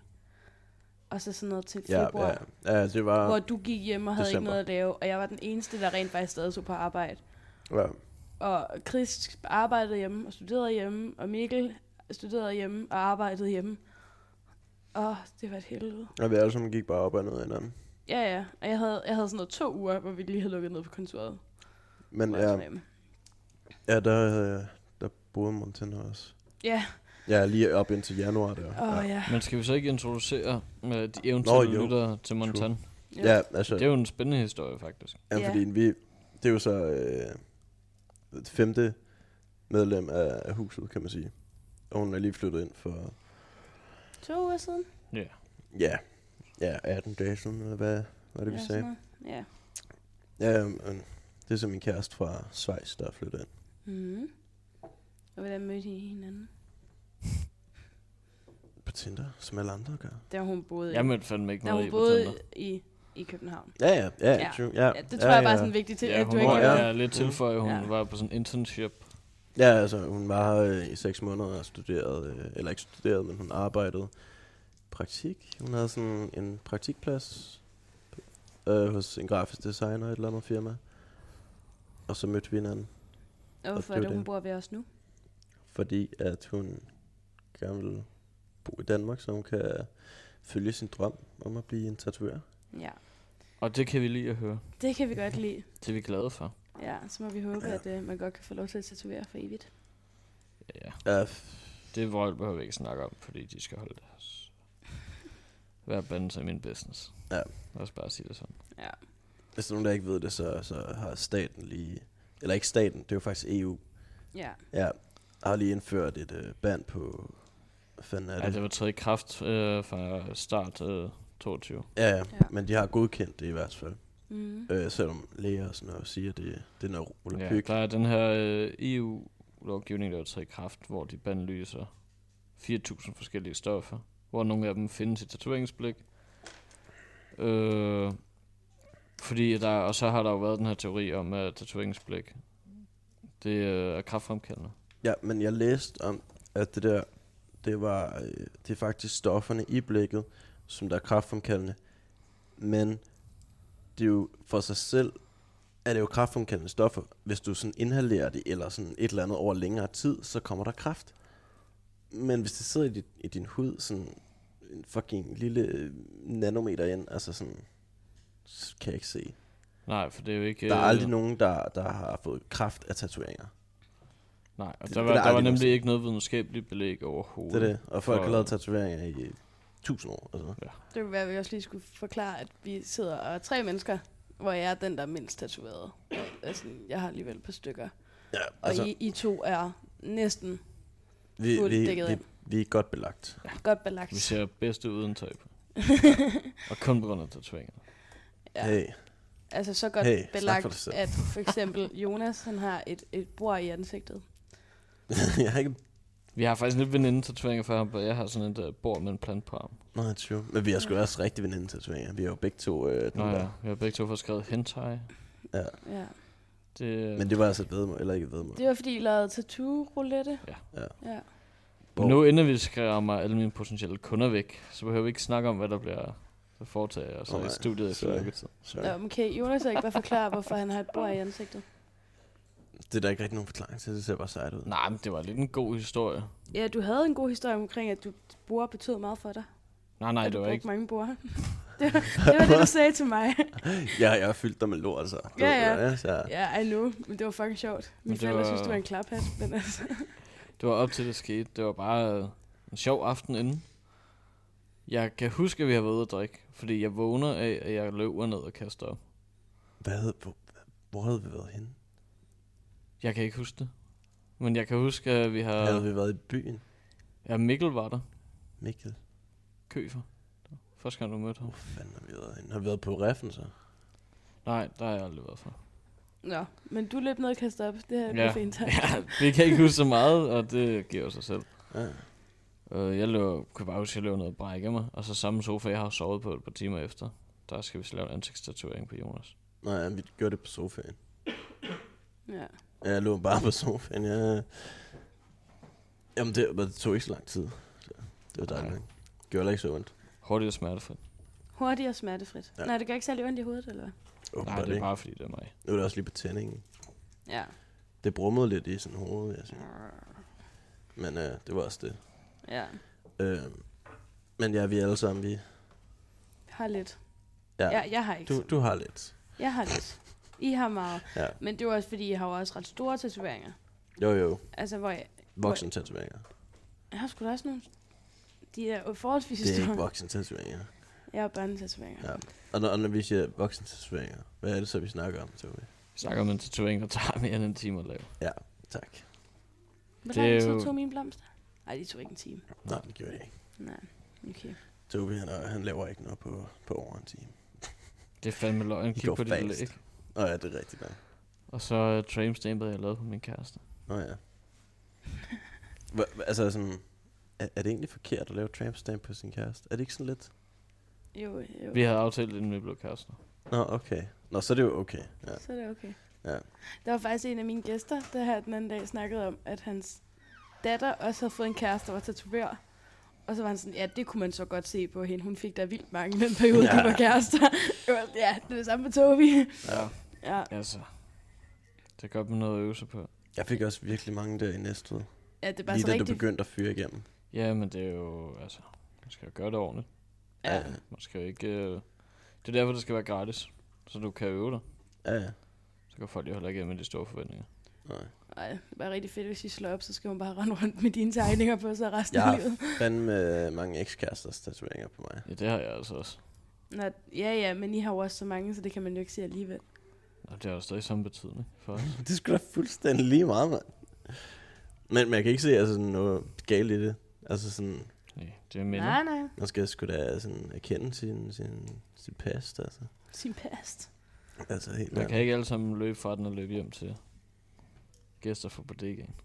Og så sådan noget til Ja, februar, ja, ja, det var... hvor du gik hjem og havde December. ikke noget at lave, og jeg var den eneste, der rent faktisk stadig så på arbejde. Ja. Og Chris arbejdede hjemme og studerede hjemme, og Mikkel studerede hjemme og arbejdede hjemme. Åh, det var et helvede. Og vi alle sammen gik bare op og ned hinanden. Ja, ja. Og jeg havde, jeg havde sådan noget to uger, hvor vi lige havde lukket ned på kontoret. Men Hvor jeg ja, sådan, ja der, øh, der boede Montana også. Ja, Ja, lige op indtil januar der. åh oh, ja. Men skal vi så ikke introducere med de eventuelle Nå, jo. lyttere til Montan? Ja, altså... Det er jo en spændende historie, faktisk. Ja, Ja. fordi vi, det er jo så øh, det femte medlem af, af huset, kan man sige. Og hun er lige flyttet ind for, To uger siden? Ja. ja, ja atten dage siden, eller hvad var det, vi Ja, sagde? sådan noget. Ja. Ja, men det er så min kæreste fra Schweiz, der er flyttet ind. Mm. Og hvordan mødte I hinanden? På Tinder, som alle andre gør. Der hun boede i. Jeg mødte fandme ikke Der noget hun i på boede Tinder. i, i København. Ja, ja, ja, Ja. true, ja. Ja, det tror jeg bare er sådan vigtigt til, Ja, at hun du ikke var ja. ja, lidt tilføjet. Hun Ja. var på sådan en internship. Ja, altså hun var her øh, i seks måneder og studerede, øh, eller ikke studerede, men hun arbejdede praktik. Hun havde sådan en praktikplads øh, hos en grafisk designer i et eller andet firma. Og så mødte vi hinanden, Og hvorfor det er var det, hun det. bor ved os nu? fordi at hun gerne ville bo i Danmark, så hun kan følge sin drøm om at blive en tatovør. Ja, Og det kan vi lige at høre. det kan vi godt lide. Det er vi glade for. Ja, så må vi håbe, Ja. at uh, man godt kan få lov til at tatovere for evigt. Ja, Ja, f- det vrøvl behøver vi ikke snakke om, fordi de skal holde deres hver bande sig i min business. Ja. Lad os bare sige det sådan. Ja. hvis der er nogen, der ikke ved det, så, så har staten lige... Eller ikke staten, det er jo faktisk E U. Ja. Ja, har lige indført et øh, ban på... Hvad fanden er Ja, det? det var træet i kraft øh, fra start øh, toogtyve. Ja, ja, Ja. men de har godkendt det i hvert fald. Mm. Øh, selvom læger og sådan noget siger, at det, det er noget Ja, volapyk. der er den her øh, E U-lovgivning, der er træet i kraft, hvor de bandlyser fire tusind forskellige stoffer, hvor nogle af dem findes i tatoveringsblik. Øh, fordi der, og så har der jo været den her teori om, at tatoveringsblik, det øh, er kræftfremkaldende. Ja, men jeg læste om, at det der, det var, øh, det er faktisk stofferne i blikket, som der er kræftfremkaldende. Men det er jo for sig selv, er det jo kræftfremkaldende stoffer. Hvis du sådan inhalerer det, eller sådan et eller andet over længere tid, så kommer der kræft. Men hvis det sidder i, dit, i din hud, sådan en fucking lille øh, nanometer ind, altså sådan, så kan jeg ikke se. Nej, for det er jo ikke... Der er øh, aldrig nogen, der, der har fået kræft af tatoveringer. Nej, og Det- der det var, er der der var aldrig nemlig nogensinde. ikke noget videnskabeligt belæg overhovedet. Det er det. Og folk For- har lavet tatoveringer i tusind år. Altså. Det kunne være, at vi også lige skulle forklare, at vi sidder og er tre mennesker, hvor jeg er den, der er mindst tatoveret. Altså, jeg har alligevel et par stykker. Ja, Og altså, I, I to er næsten vi, fuldt vi, dækket vi, ind. vi er godt belagt. godt belagt. Vi ser bedst ud uden tøj på. Og kun på grund af tatoveringer. Ja. Hey. Altså så godt Hey, snak for dig belagt, selv. at for eksempel Jonas, han har et, et bord i ansigtet. Jeg har ikke Vi har faktisk lidt veninde-tatoveringer for ham, og jeg har sådan et uh, bord med en plant på ham. noget true. Men vi har sgu også rigtig veninde-tatoveringer. Vi har jo begge to øh, den Nå ja, der. vi har begge to fået skrevet hentai. Ja. Ja. Det, Men det var altså et vedmål, eller ikke et vedmål. Det var fordi, I lavede tattoo-roulette. Ja. Ja. Men nu inden vi skræver mig alle mine potentielle kunder væk, så behøver vi ikke snakke om, hvad der bliver foretaget og så Åh, i nej. studiet efter Sorry. lukketid. Sorry. Nå, men kan Jonas så ikke bare forklare, hvorfor han har et bord i ansigtet? Det er der ikke rigtig nogen forklaring til. Det ser bare sejt ud. Nej, men det var lidt en god historie. Ja, du havde en god historie omkring, at du bord betød meget for dig. Nej, nej, at det du var brugte ikke... mange bord. det, var, det var det, du sagde til mig. Ja, jeg har fyldt dig med lort, så. Ja, ja. ja. Så, Ja, I know, men det var fucking sjovt. Men Mine det forældre var- synes, det var en klaphat, men altså... Det var op til det skete. Det var bare øh, en sjov aften inden. Jeg kan huske, at vi har været ude at drikke, fordi jeg vågner af, at jeg løber ned og kaster op. Hvad havde, hvor, hvor havde vi været henne? Jeg kan ikke huske det. Men jeg kan huske, at vi har... Havde vi været i byen? Ja, Mikkel var der. Mikkel? Køfer. Første gang, du mødte ham. Hvor fanden har vi været henne? Har vi været på Reffen, så? Nej, der har jeg aldrig været for. Nå, men du løb ned og kastede op. Det her er Ja. fint, tak. Ja, vi kan ikke huske så meget, og det giver sig selv. Ja. Uh, jeg løb, kunne bare huske, at jeg løb ned og brække mig. Og så samme sofa, jeg har sovet på et par timer efter. Der skal vi så lave en ansigtstatovering på Jonas. Nej, ja, vi gjorde det på sofaen. Ja. Ja, jeg lå bare på sofaen. Jeg... Jamen, det, men det tog ikke så lang tid. Så det var dejligt. Nej. Det gjorde heller ikke så ondt. Hurtigt og smertefrit. Hurtigt og smertefrit. Ja. Ja. Nej, det gør ikke særlig ondt i hovedet, eller hvad? Åbenbart Nej, det er ikke. bare fordi, det er mig. Nu er det også lige på tændingen. Ja. Det brummede lidt i sådan hovedet, vil jeg sige. Men øh, det var også det. Ja. Øh, men ja, vi er alle sammen, vi... Har lidt. Ja, Ja, jeg har ikke. du, du har lidt. Jeg har lidt. I har meget. Ja. Men det var også fordi, I har jo også ret store tatoveringer. Jo, jo. Altså, hvor jeg... Voksen tatoveringer. Jeg har sgu da også nogle... De er jo forholdsvis Det er store. ikke voksen tatoveringer. Jeg har børnetatoveringer. Ja. Og når, og når vi siger voksen tatoveringer, hvad er det så, vi snakker om, Tobi? Vi snakker om en tatovering, der tager mere end en time at lave. Ja, tak. Hvor Det er lang tid jo- tog mine blomster? Ej, de tog ikke en time. Nej, det gjorde jeg ikke. Nej, okay. Tobi, han, han laver ikke noget på, på over en time. Det er fandme løgn. Kig går på dit fast. læg. Åh oh, ja, det er rigtigt, ja. Og så uh, tramstampet, jeg lavede på min kæreste. Åh oh, ja. Hva, altså sådan, er, er det egentlig forkert at lave tramp stamp på sin kæreste? Er det ikke sådan lidt? Jo, jo. Vi havde aftalt, inden vi blev kærester. Nå, okay. Nå, så er det jo okay. Ja. Så er det okay. Ja. Der var faktisk en af mine gæster, der her den anden dag snakkede om, at hans datter også havde fået en kæreste, der var tatovør. Og så var han sådan, ja, det kunne man så godt se på hende. Hun fik da vildt mange i den periode, ja. De var kærester. Ja, det er det samme med Tobi. Ja. Ja. Altså, det er godt med noget at øve sig på. Jeg fik også virkelig mange der i Næstved. Ja, det er bare Lige så da rigtig... du begyndte at fyre igennem. Ja, men det er jo, altså, man skal jo gøre det ordentligt. Ja. Man skal jo ikke, øh, det er derfor, det skal være gratis. Så du kan øve dig. Ja, ja. Så kan folk jo heller ikke med de store forventninger. Nej. Ej, det er bare rigtig fedt, hvis I slår op, så skal man bare rende rundt med dine tegninger på sig resten Jeg af har livet. fandme mange ekskæresters tatoveringer på mig. Ja, det har jeg altså også. Nå, ja, ja, men I har jo også så mange, så det kan man jo ikke sige alligevel. Og det har jo stadig samme betydning for os. Det skulle da fuldstændig lige meget, mand. Men, men jeg kan ikke se altså, sådan noget galt i det. Altså sådan, Nej, det er minder. Nej, nej. man skal sgu da sådan erkende sin, sin, sin past, altså. Sin past. Altså helt Man vildt. kan ikke alle sammen løbe fra den og løbe hjem til gæster fra bodegaen.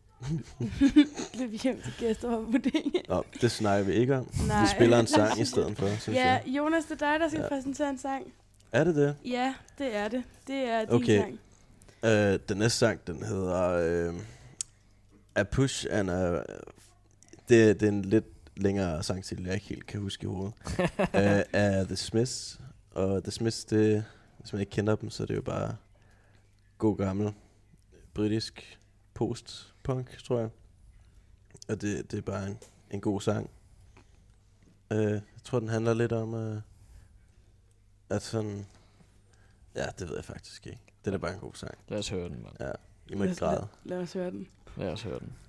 Løb hjem til gæster på bodegaen. Nå, det snakker vi ikke om. Nej. Vi spiller en sang i stedet for, synes Ja, jeg. Jonas, det er dig, der skal Ja. ja. præsentere en sang. Er det det? Ja, det er det. Det er din Okay. sang. Uh, den næste sang, den hedder uh, A Push and a... Det, det er en lidt længere sangtitel, jeg ikke helt kan huske i hovedet. uh, af The Smiths. Og The Smiths, det, hvis man ikke kender dem, så er det jo bare god gammel britisk post-punk, tror jeg. Og det, det er bare en, en god sang. Uh, jeg tror, den handler lidt om, uh, at sådan... Ja, det ved jeg faktisk ikke. Det er da bare en god sang. Lad os høre den, mand. Ja, I må ikke græde. Lad os høre den. Lad os høre den.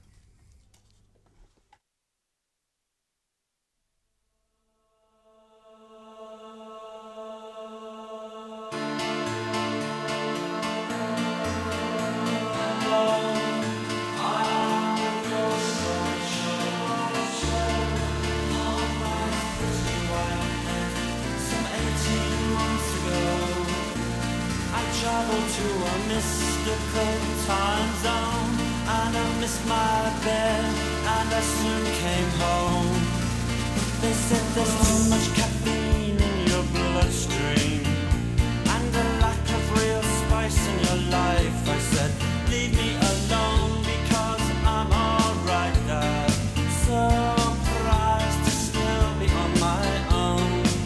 Travel to a mystical time zone, and I missed my bed, and I soon came home. They said there's too much caffeine in your bloodstream, and a lack of real spice in your life. I said, leave me alone, because I'm alright, Dad. Surprised to still be on my own.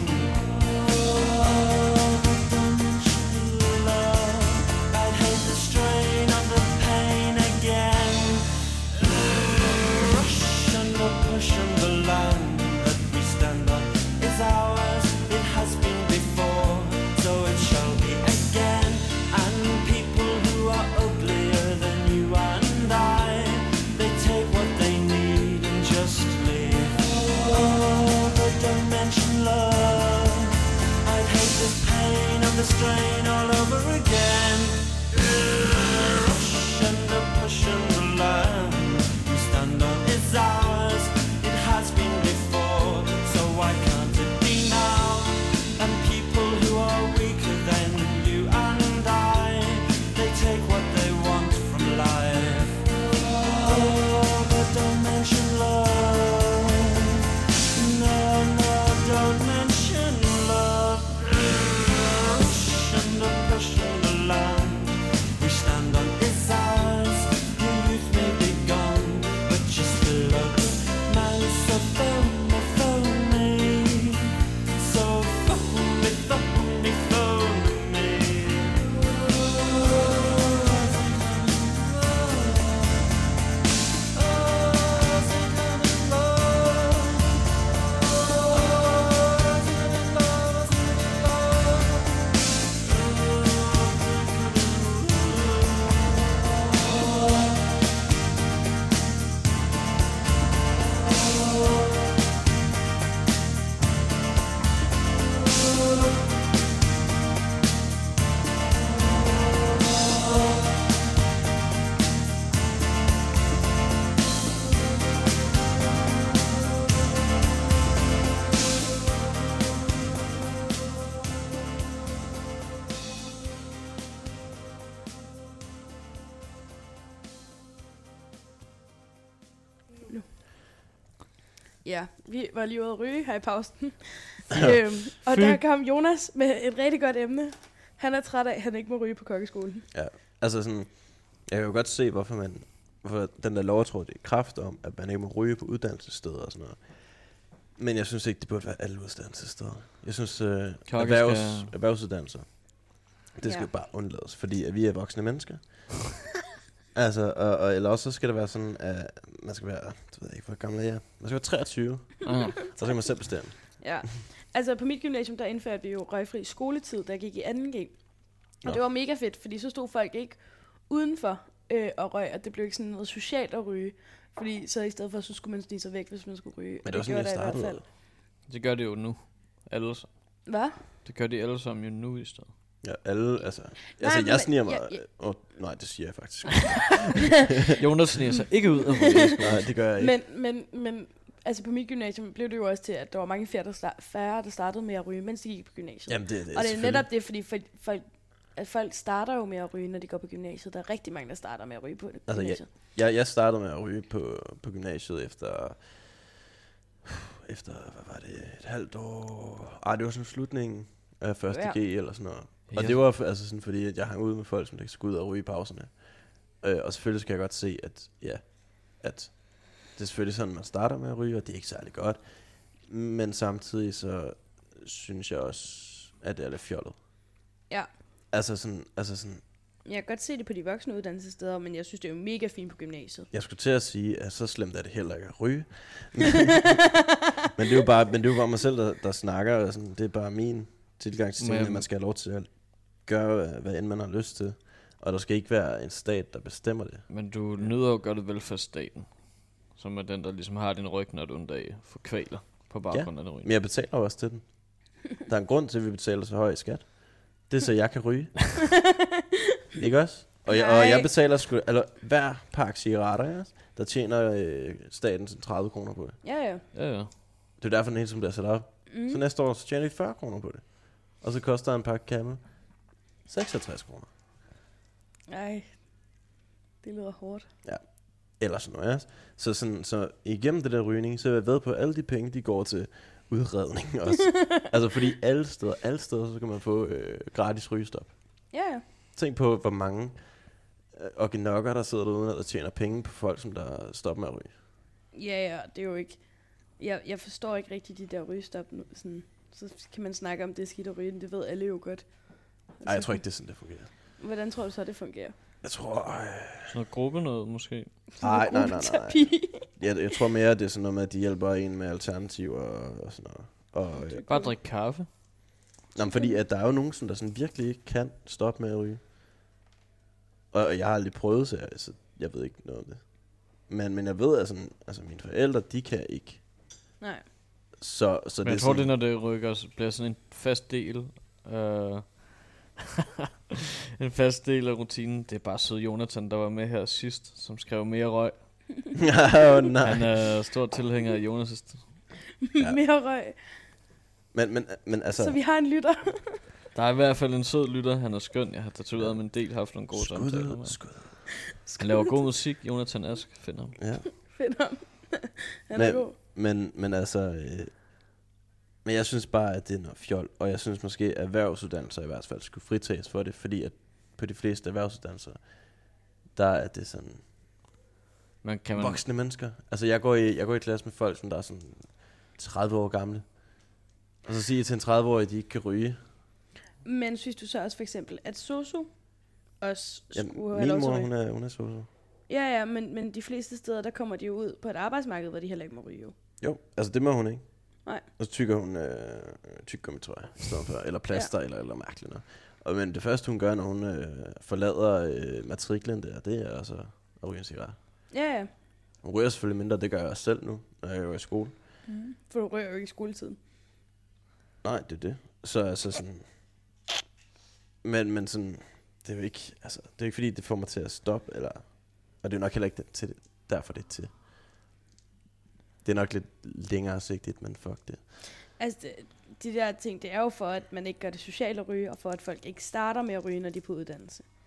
Pushing the land that we stand on is ours. It has been before, so it shall be again. And people who are uglier than Ja, vi var lige ude at ryge her i pausen. øhm, og der kom Jonas med et rigtig godt emne. Han er træt af, at han ikke må ryge på kokkeskolen. Ja, altså sådan, jeg kan jo godt se, hvorfor man, hvorfor den der lov tror, det er kraft om, at man ikke må ryge på uddannelsessteder og sådan noget. Men jeg synes ikke, det burde være alle uddannelsessteder. Jeg synes, øh, erhvervs, skal... erhvervsuddannelser, det skal Ja. bare undlades, fordi at vi er voksne mennesker. altså, og, og, eller også så skal det være sådan, at man skal være, det ved jeg ikke, hvor gammel er jeg? Man skal være treogtyve, Ah, så kan man selv bestemme. Ja. Altså på mit gymnasium, der indførte vi jo røgfri skoletid, der gik i anden G. Og Nå. det var mega fedt, fordi så stod folk ikke udenfor øh, og røg, og det blev ikke sådan noget socialt at ryge. Fordi så i stedet for, så skulle man snige sig væk, hvis man skulle ryge. Men det var sådan, jeg startede. det gør det jo nu. Alle sammen. Hvad? Det gør de alle sammen jo nu i stedet. Ja, alle, altså, altså men- jeg sniger mig, ja, ja. Åh, nej, det siger jeg faktisk. Jonas sniger sig ikke ud af ryge. Nej, det gør jeg ikke. Men, men, men altså på mit gymnasium blev det jo også til, at der var mange færre, der, start, færre, der startede med at ryge, mens de gik på gymnasiet. Jamen, det, det og det er selvfølgelig. netop det, fordi for, for, at folk starter jo med at ryge, når de går på gymnasiet. Der er rigtig mange, der starter med at ryge på Altså, gymnasiet. Jeg, jeg startede med at ryge på, på gymnasiet efter, efter, hvad var det, et halvt år. Ej, det var sådan slutningen af første Ja. G eller sådan noget. Og Ja. det var for, altså sådan fordi, at jeg hang ud med folk, som der skulle ud og ryge i pauserne. Øh, og selvfølgelig skal jeg godt se, at ja, at det er selvfølgelig sådan, man starter med at ryge, og det er ikke særlig godt. Men samtidig så synes jeg også, at det er lidt fjollet. Ja. Altså sådan, altså sådan, Jeg kan godt se det på de voksne uddannelsessteder, men jeg synes, det er jo mega fint på gymnasiet. jeg skulle til at sige, at så slemt er det heller ikke at ryge. men, det er jo bare, men det er jo bare mig selv, der, der snakker. Og sådan, det er bare min tilgang til tingene, Men- at man skal have lov til at gøre, hvad end man har lyst til. Og der skal ikke være en stat, der bestemmer det. Men du nyder jo godt velfærdsstaten, som er den, der ligesom har din ryg, når du en dag får kvaler på baggrund af den ryg. Men jeg betaler jo også til den. Der er en grund til, at vi betaler så høj skat. Det er så, jeg kan ryge. Ikke også? Og jeg, og Nej. jeg betaler sgu, eller hver pakke cigaretter, yes, der tjener øh, staten sådan tredive kroner på det. Ja, ja. Ja, ja. Det er derfor, den hele tiden bliver sat op. Mm. Mm. Så næste år, så tjener vi fyrre kroner på det. Og så koster en pakke Camel seksogtres kroner. Ej, det lyder hårdt. Eller sådan noget, yes. Så, sådan, så igennem det der rygning, så er jeg ved på, at alle de penge, de går til udredning også. Altså fordi alle steder, alle steder, så kan man få øh, gratis rygestop. Ja, ja. Tænk på, hvor mange øh, organokker, der sidder derude, der tjener penge på folk, som der stopper med at ryge. Ja, ja, det er jo ikke... Jeg, jeg forstår ikke rigtig de der rygestop nu. Sådan, så kan man snakke om, det er skidt at ryge, det ved alle jo godt. Nej, jeg tror ikke, det er sådan, det fungerer. Hvordan tror du så, det fungerer? Jeg tror... Øh, Sådan noget gruppe noget, måske. nej, nej, nej, nej. Gruppeterapi. Jeg, jeg tror mere, det er sådan noget med, at de hjælper en med alternativer og, og sådan noget. Og, øh, Bare drikke kaffe. Nå, men fordi at der er jo nogen, som der sådan virkelig ikke kan stoppe med at ryge. Og, og jeg har aldrig prøvet, så jeg, så jeg ved ikke noget om det. Men, men jeg ved, at sådan, altså mine forældre, de kan ikke. Nej. Så, så Men det jeg er tror, sådan, det når det rykker, så bliver sådan en fast del. Øh, en fast del af rutinen. Det er bare sød Jonathan, der var med her sidst, som skrev mere røg. Åh, nej. Han er stor tilhænger af Jonas'. Ja. Mere røg. Men, men, men altså... Så vi har en lytter. Der er i hvert fald en sød lytter. Han er skøn. Jeg har tatoveret med en del, haft nogle gode samtaler skud, med. skud. Han laver god musik. Jonathan Ask, finder ham. Ja. Find ham. Han er Men- god. Men, men altså... Øh, men jeg synes bare, at det er noget fjol. Og jeg synes måske, at erhvervsuddannelser i hvert fald skulle fritages for det. Fordi at på de fleste erhvervsuddannelser, der er det sådan... Men kan man... Voksne mennesker. Altså, jeg går, i, jeg går i klasse med folk, som der er sådan tredive år gamle. Og så siger jeg til en tredive-årig, at de ikke kan ryge. Men synes du så også for eksempel, at sosu også Jamen, skulle have min lov til mor, at hun ryge? er, hun er sosu. Ja, ja, men, men de fleste steder, der kommer de jo ud på et arbejdsmarked, hvor de heller ikke må ryge. Jo. Jo, altså det må hun ikke. Nej. Og så tykker hun øh, tyggegummi, tror jeg, i stedet for. Eller plaster, ja. eller, eller mærkeligt noget. Og, men det første, hun gør, når hun øh, forlader øh, matriklen der, det er altså at ryge en cigaret. Ja, ja. Hun ryger selvfølgelig mindre, det gør jeg også selv nu, når jeg er i skole. Mm. For du ryger jo ikke i skoletiden. Nej, det er det. Så altså sådan... Men, men sådan... Det er jo ikke... Altså, det er ikke fordi, det får mig til at stoppe, eller... Og det er nok heller ikke det, til, derfor det er til. Det er nok lidt længere sigtigt, men fuck det. Altså, det, de der ting, det er jo for, at man ikke gør det socialt at ryge, og for at folk ikke starter med at ryge, når de er på uddannelse.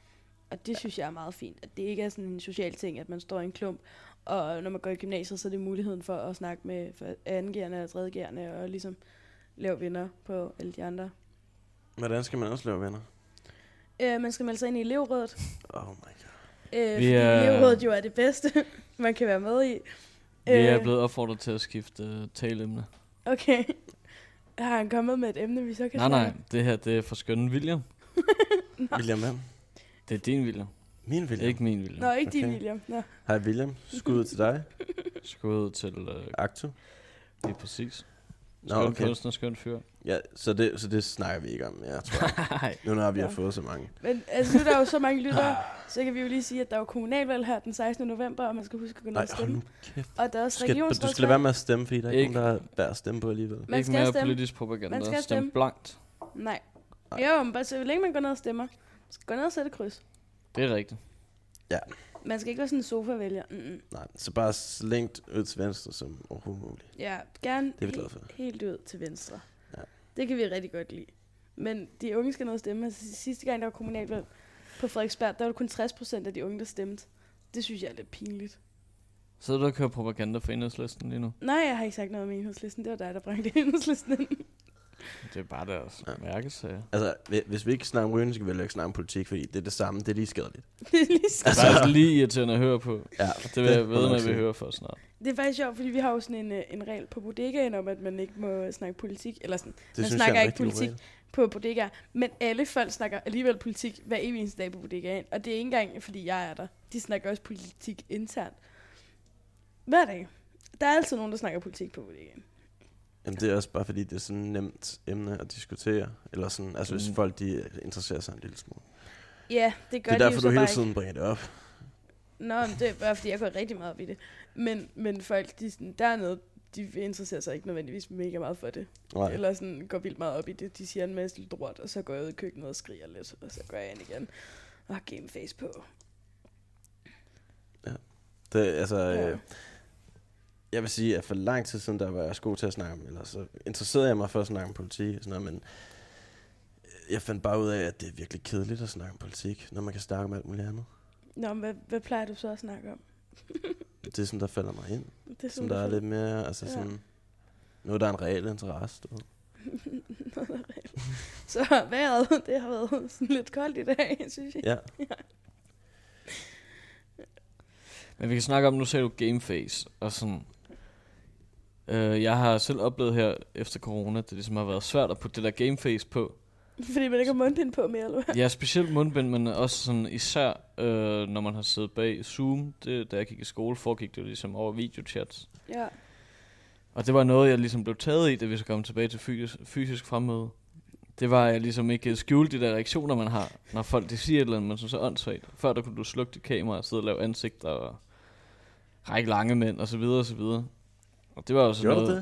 Og det synes jeg er meget fint. At det ikke er sådan en social ting, at man står i en klump. Og når man går i gymnasiet, så er det muligheden for at snakke med andengerende og tredjegerne. Og ligesom lave venner på alle de andre. Hvordan skal man også lave venner? Øh, man skal melde sig ind i elevrådet. Oh my god. Øh, fordi er... elevrådet jo er det bedste, man kan være med i. Vi øh. er blevet opfordret til at skifte uh, taleemne. Okay. Har han kommet med et emne, vi så kan Nej, nej. Det her, det er for skønne William. William hvem? Det er din William. Min William? Ikke min William. Nå, ikke okay. din William. Nå. Hej William. Skud til dig. Skud til... Uh, Aktu. Det er præcis. Nå, skøn okay. kunstner, skøn fyr. Ja, så det, så det snakker vi ikke om, jeg tror. Nu når vi har fået så mange. Men altså, nu er der jo så mange lyttere, så kan vi jo lige sige, at der er jo kommunalvalg her den sekstende november, og man skal huske at gå ned og stemme. Og der er også regionsrådsvalg. Du skal lade være med at stemme, fordi der er ikke nogen, der er værd at stemme på alligevel. Man ikke mere stemme. Politisk propaganda. Man skal stemme blankt. Nej. Nej. Jo, men bare så længe man går ned og stemmer. Man skal gå ned og sætte kryds. Det er rigtigt. Ja. Man skal ikke være sådan en sofa-vælger. Mm-mm. Nej, så bare så længt ud til venstre som overhovedet muligt. Ja, gerne det er vi glade for. Helt ud til venstre. Ja. Det kan vi rigtig godt lide. Men de unge skal ned og stemme. Altså, sidste gang, der var kommunalvalg på Frederiksberg, der var det kun tres procent af de unge, der stemte. Det synes jeg er lidt pinligt. Sidder du og kører propaganda for Enhedslisten lige nu? Nej, jeg har ikke sagt noget om Enhedslisten. Det var dig, der bragte Enhedslisten ind. Det er bare deres ja. mærkesager. Altså, hvis vi ikke snakker om rygning, skal vi heller ikke snakke om politik, fordi det er det samme. Det er lige skadeligt. Det er lige skadeligt. Altså, det er lige irriterende at høre på. Ja, det vil jeg ved, når vi hører for snart. Det er faktisk sjovt, fordi vi har jo sådan en, en regel på bodegaen om, at man ikke må snakke politik. Eller sådan, det man snakker ikke politik på bodegaer. Men alle folk snakker alligevel politik hver evig eneste dag på bodegaen. Og det er ikke engang, fordi jeg er der. De snakker også politik internt. Hver dag. Der er altid nogen, der snakker politik på bodegaen. Jamen det er også bare fordi, det er sådan et nemt emne at diskutere. Eller sådan, altså hvis mm. folk de interesserer sig en lille smule. Ja, det gør de det er jo derfor, så du hele bare tiden ikke. bringer det op. Nå, men det er bare fordi, jeg går rigtig meget op i det. Men, men folk, de sådan, dernede, de interesserer sig ikke nødvendigvis mega meget for det. Nej. Eller sådan går vildt meget op i det. De siger en masse lort, og så går jeg ud i køkkenet og skriger lidt. Og så går jeg ind igen og har gameface på. Ja, det altså... Ja. Øh, Jeg vil sige, at for lang tid siden, der var jeg god til at snakke om, eller så interesserede jeg mig for at snakke om politik og sådan noget, men jeg fandt bare ud af, at det er virkelig kedeligt at snakke om politik, når man kan snakke om alt muligt andet. Nå, men hvad, hvad plejer du så at snakke om? Det er sådan, der falder mig ind. Det er som der, der er lidt mere, altså ja. Sådan, noget, der er en reel interesse. Du. Noget, der er reelt. Så vejret, det har været sådan lidt koldt i dag, synes jeg. Ja. Ja. Men vi kan snakke om, nu sagde du gameface, og sådan... Øh, jeg har selv oplevet her efter corona, det ligesom har været svært at putte det der gameface på. Fordi man ikke har mundbind på mere, eller hvad? Ja, specielt mundbind, men også sådan især, øh, når man har siddet bag Zoom. Det, da jeg gik i skole, foregik det jo ligesom over videochats. Ja. Og det var noget, jeg ligesom blev taget i, da vi så kom tilbage til fysisk, fysisk fremmøde. Det var, at jeg ligesom ikke skjulte de der reaktioner, man har, når folk de siger et eller andet, man synes er åndssvagt. Før der kunne du slukke dit kamera og sidde og lave ansigter og række lange mænd og så videre og så videre. Og det var jo sådan Gjorde noget... det?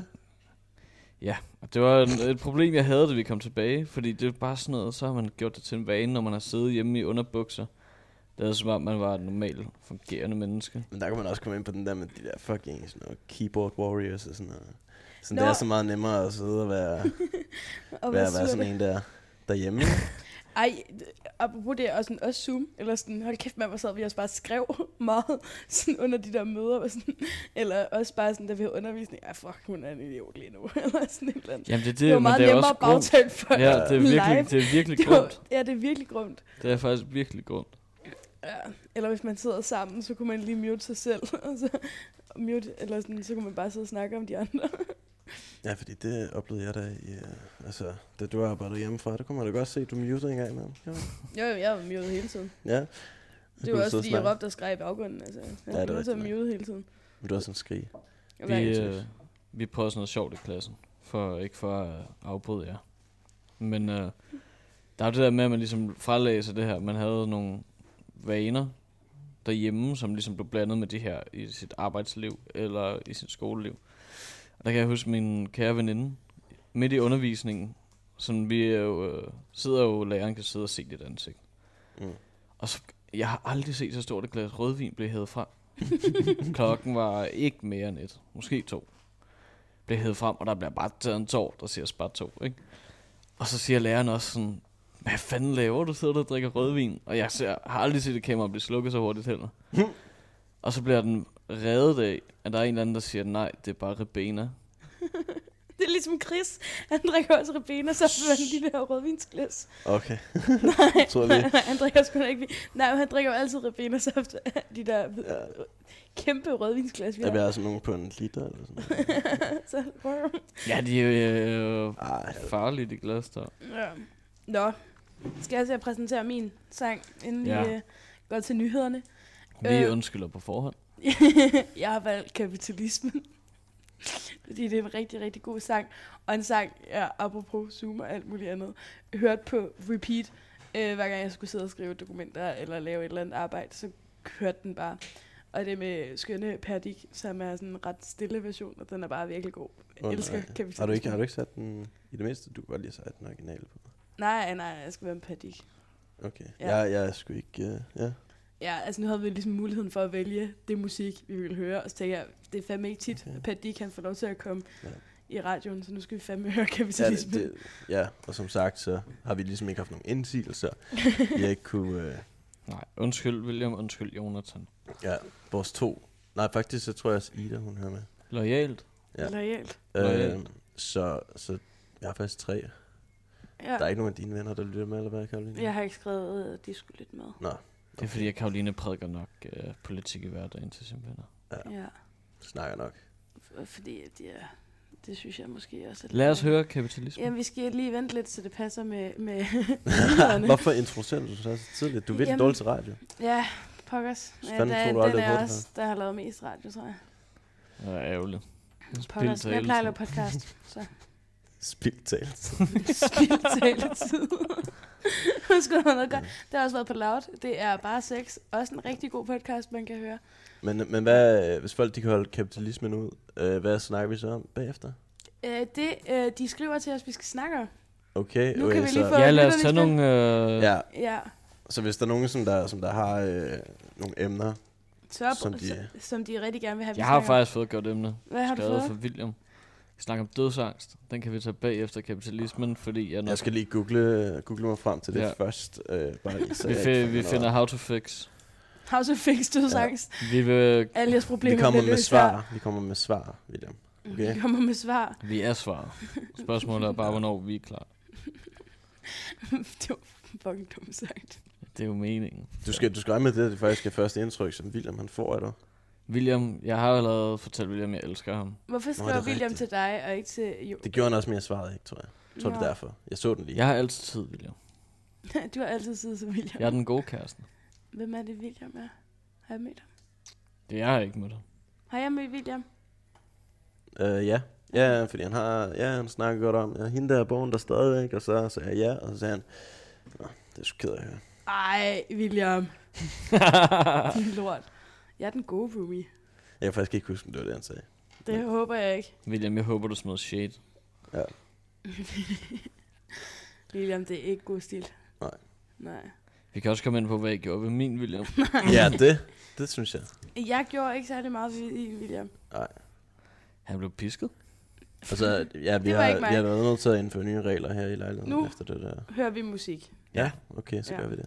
Ja, og det var et, et problem, jeg havde, da vi kom tilbage. Fordi det er bare sådan noget, så har man gjort det til en vane, når man har siddet hjemme i underbukser. Det er som om, man var et normalt fungerende menneske. Men der kan man også komme ind på den der med de der fucking sådan noget keyboard warriors og sådan noget. Så Nå. det er så meget nemmere at sidde og være, og være, være sådan en der derhjemme. Ej, apropos det, og sådan også Zoom, eller sådan, hold kæft, man var sad, vi også bare skrev meget sådan under de der møder, og sådan, eller også bare sådan, da vi havde undervisning, ej fuck, hun er en idiot lige nu, eller sådan et eller andet. Jamen det, det, det var meget men det er nemmere også bagtalt for ja, det er virkelig, live. det er virkelig Det var, grumt. ja, det er virkelig grumt. Det er faktisk virkelig grumt. Ja, eller hvis man sidder sammen, så kunne man lige mute sig selv, og så mute, eller sådan, så kunne man bare sidde og snakke om de andre. Ja, fordi det oplevede jeg da i, uh, altså, da du arbejdede hjemmefra, der kunne man da godt se, at du mutede en gang imellem. Ja. Jo, jeg var muted hele tiden. Ja. Det var også fordi, jeg råbte og skreg i baggrunden. Altså, jeg ja, det var så muted hele tiden. Men du har sådan en skrig. Vi, øh, vi prøvede sådan noget sjovt i klassen, for ikke for at afbryde jer. Men øh, der er jo det der med, at man ligesom fralæser det her. Man havde nogle vaner derhjemme, som ligesom blev blandet med de her i sit arbejdsliv eller i sit skoleliv. Og der kan jeg huske min kære veninde, midt i undervisningen, sådan vi er jo, øh, sidder jo, læreren kan sidde og se dit ansigt. Mm. Og så, jeg har aldrig set så stort et glas rødvin blive hævet frem. Klokken var ikke mere end et, måske to. Blev hævet frem, og der bliver bare taget en tår, der siger bare to, ikke? Og så siger læreren også sådan, hvad fanden laver du? Sidder der og drikker rødvin? Og jeg ser, har aldrig set et kamera blive slukket så hurtigt heller. Hmm. Og så bliver den reddet af, at der er en eller anden, der siger, nej, det er bare Ribena. Det er ligesom Chris. Han drikker også Ribena, så får han de der rødvinsglas. Okay. Nej, Tror jeg nej, han drikker sgu da ikke vin. Nej, men han drikker jo altid Ribena saft. De der Ja. kæmpe rødvinsglas, vi Der har. er altså nogen på en liter eller sådan noget. Så, wow. Ja, de er jo øh, Ej, farlige, de glas der. Ja. Nå, skal jeg så præsentere min sang, inden ja. vi Ja. uh, går til nyhederne? Vi Øh. undskylder på forhånd. Jeg har valgt kapitalismen. Fordi det er en rigtig, rigtig god sang. Og en sang, jeg apropos Zoom og alt muligt andet, hørte på repeat, øh, hver gang jeg skulle sidde og skrive dokumenter eller lave et eller andet arbejde, så hørte den bare. Og det er med skønne Perdik, som er sådan en ret stille version, og den er bare virkelig god. Jeg oh, elsker kapitalismen. Har du, ikke, har du ikke sat den i det mindste? Du kan godt lige have sat den originale på. Nej, nej, jeg skal være med Perdik. Okay. Ja. Ja, jeg er sgu ikke... Uh, ja. Ja, altså nu havde vi ligesom muligheden for at vælge det musik, vi ville høre, og så tænkte jeg, det er fandme ikke tit, Okay. at Pat kan få lov til at komme Ja. i radioen, så nu skal vi fandme høre Ja, kapitalismen. det, det, ja, og som sagt, så har vi ligesom ikke haft nogen indsigelser. Vi har ikke kunne... Uh, Nej, undskyld William, undskyld Jonathan. ja, vores to... Nej, faktisk, så tror jeg også Ida, hun hører med. Loyalt. Ja. Loyalt. Loyalt. Uh, så, så jeg har faktisk tre. Ja. Der er ikke nogen af dine venner, der lytter med, eller hvad, Karoline? Jeg har ikke skrevet, at de skulle lidt med. Nå, Det er fordi, at Karoline prædiker nok øh, politik i hverdagen til sine venner. Ja, snakker nok. f- fordi det, er, det synes jeg måske også er Lad os lidt- høre kapitalismen. Jamen, vi skal lige vente lidt, så det passer med, med nyhederne. Hvorfor introducerer du så tidligt? Du er virkelig Jamen, dårlig til radio. Ja, pokkers. Ja, Fanden der, tror du den aldrig er på det også, der har lavet mest radio, tror jeg. Det er ærgerligt. Pokkers. Jeg plejer at lave podcast, så Spildt talt. spildt taletid. Nu skulle der være noget godt. Det har også været på Loud. Det er bare sex. Også en rigtig god podcast, man kan høre. Men, men hvad, hvis folk de kan holde kapitalismen ud, øh, hvad snakker vi så om bagefter? Øh, det, øh, de skriver til os, vi skal snakke om. Okay, Nu okay kan vi lige så, få- Ja, lad os lytterne tage spil. nogle... Øh, ja, Ja, så hvis der er nogen, som der, som der har øh, nogle emner, så, Som som, de- de, som de rigtig gerne vil have, vi Jeg har snakker om. faktisk fået et godt emne. Hvad har du Skrevet fået? for William. Vi snakker om dødsangst. Den kan vi tage bagefter kapitalismen, fordi jeg nok... jeg skal lige google, google mig frem til det Ja. først. Øh, bare lige, så vi, jeg fi- ikke vi får finder noget. how to fix. Har så fix dødsangst. Vi, vil, Alle jeres problemer Vi kommer bliver med løst svar. Vi kommer med svar, William. her. Okay. Vi kommer med svar. vi er svar. Spørgsmålet er bare, hvornår vi er klar. Det var fucking dumt sagt. Det er jo meningen. Du skal, du skal regne med det, at det faktisk er første indtryk, som William han får af dig. William, jeg har allerede fortalt William, at jeg elsker ham. Hvorfor Nå, skriver det er William rigtigt. til dig, og ikke til jo? Det gjorde han også, men jeg svarede ikke, tror jeg. Jeg tror, det Nå. er derfor. Jeg så den lige. Jeg har altid tid, William. Du har altid siddet som William. Jeg er den gode kæreste. Hvem er det, William er? Har jeg mødt ham? Det er jeg ikke med dig. Har jeg mødt William? Øh, ja. Ja, fordi han har, ja, han snakker godt om, ja, hende der er bogen der stadigvæk, og så sagde jeg ja, og så sagde han, nå, det er sgu ked af at høre. Ej, William. Din lort. Jeg er den gode roomie. Jeg kan faktisk ikke huske, om det var det, han sagde. Det håber jeg ikke. William, jeg håber, du smider shade. Ja. William, det er ikke god stil. Nej. Nej. Vi kan også komme ind på, hvad jeg gjorde ved min William. Ja, det, det synes jeg. Jeg gjorde ikke særlig meget ved i William. Nej. Han blev pisket. Altså, ja, vi Det var har, ikke mig. vi har været nødt til at indføre nye regler her i lejligheden Nu. efter det der. Hører vi musik? Ja, okay, så Ja. gør vi det.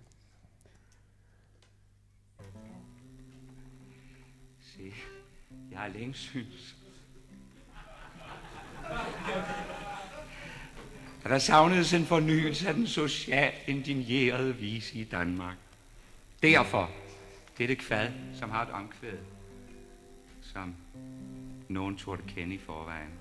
Se, jeg har længe synes, at der savnedes en fornyelse af den socialt indignerede vise i Danmark. Derfor dette kvad, som har et omkvæd, som nogen turde kende i forvejen.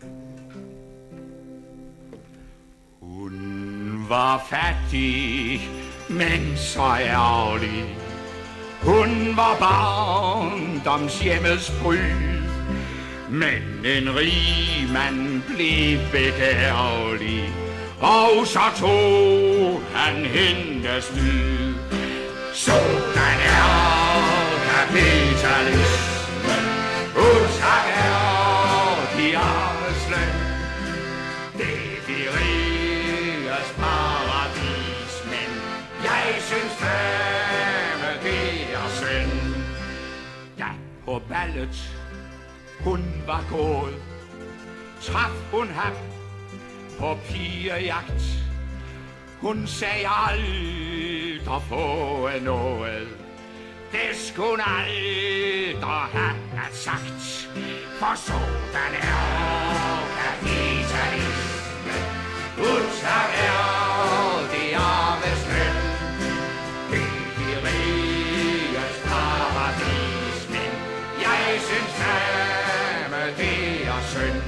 Hun var fattig, men så ærgerlig. Hun var barndomshjemmets bryd, men en rig mand blev begærlig, og så tog han hendes lyd. Sådan er kapitalismen, utak er de armes løn. Det er de riges paradis, men jeg synes fandme det er synd. Da på ballet hun var gået, traf hun ham på pigejagt. Hun sagde aldrig få noget. Det skulle hun aldrig have sagt. For sådan er kapitalisme. Udslag er det armes løn. Det er de riges paradis. Men jeg synes fandme det er synd.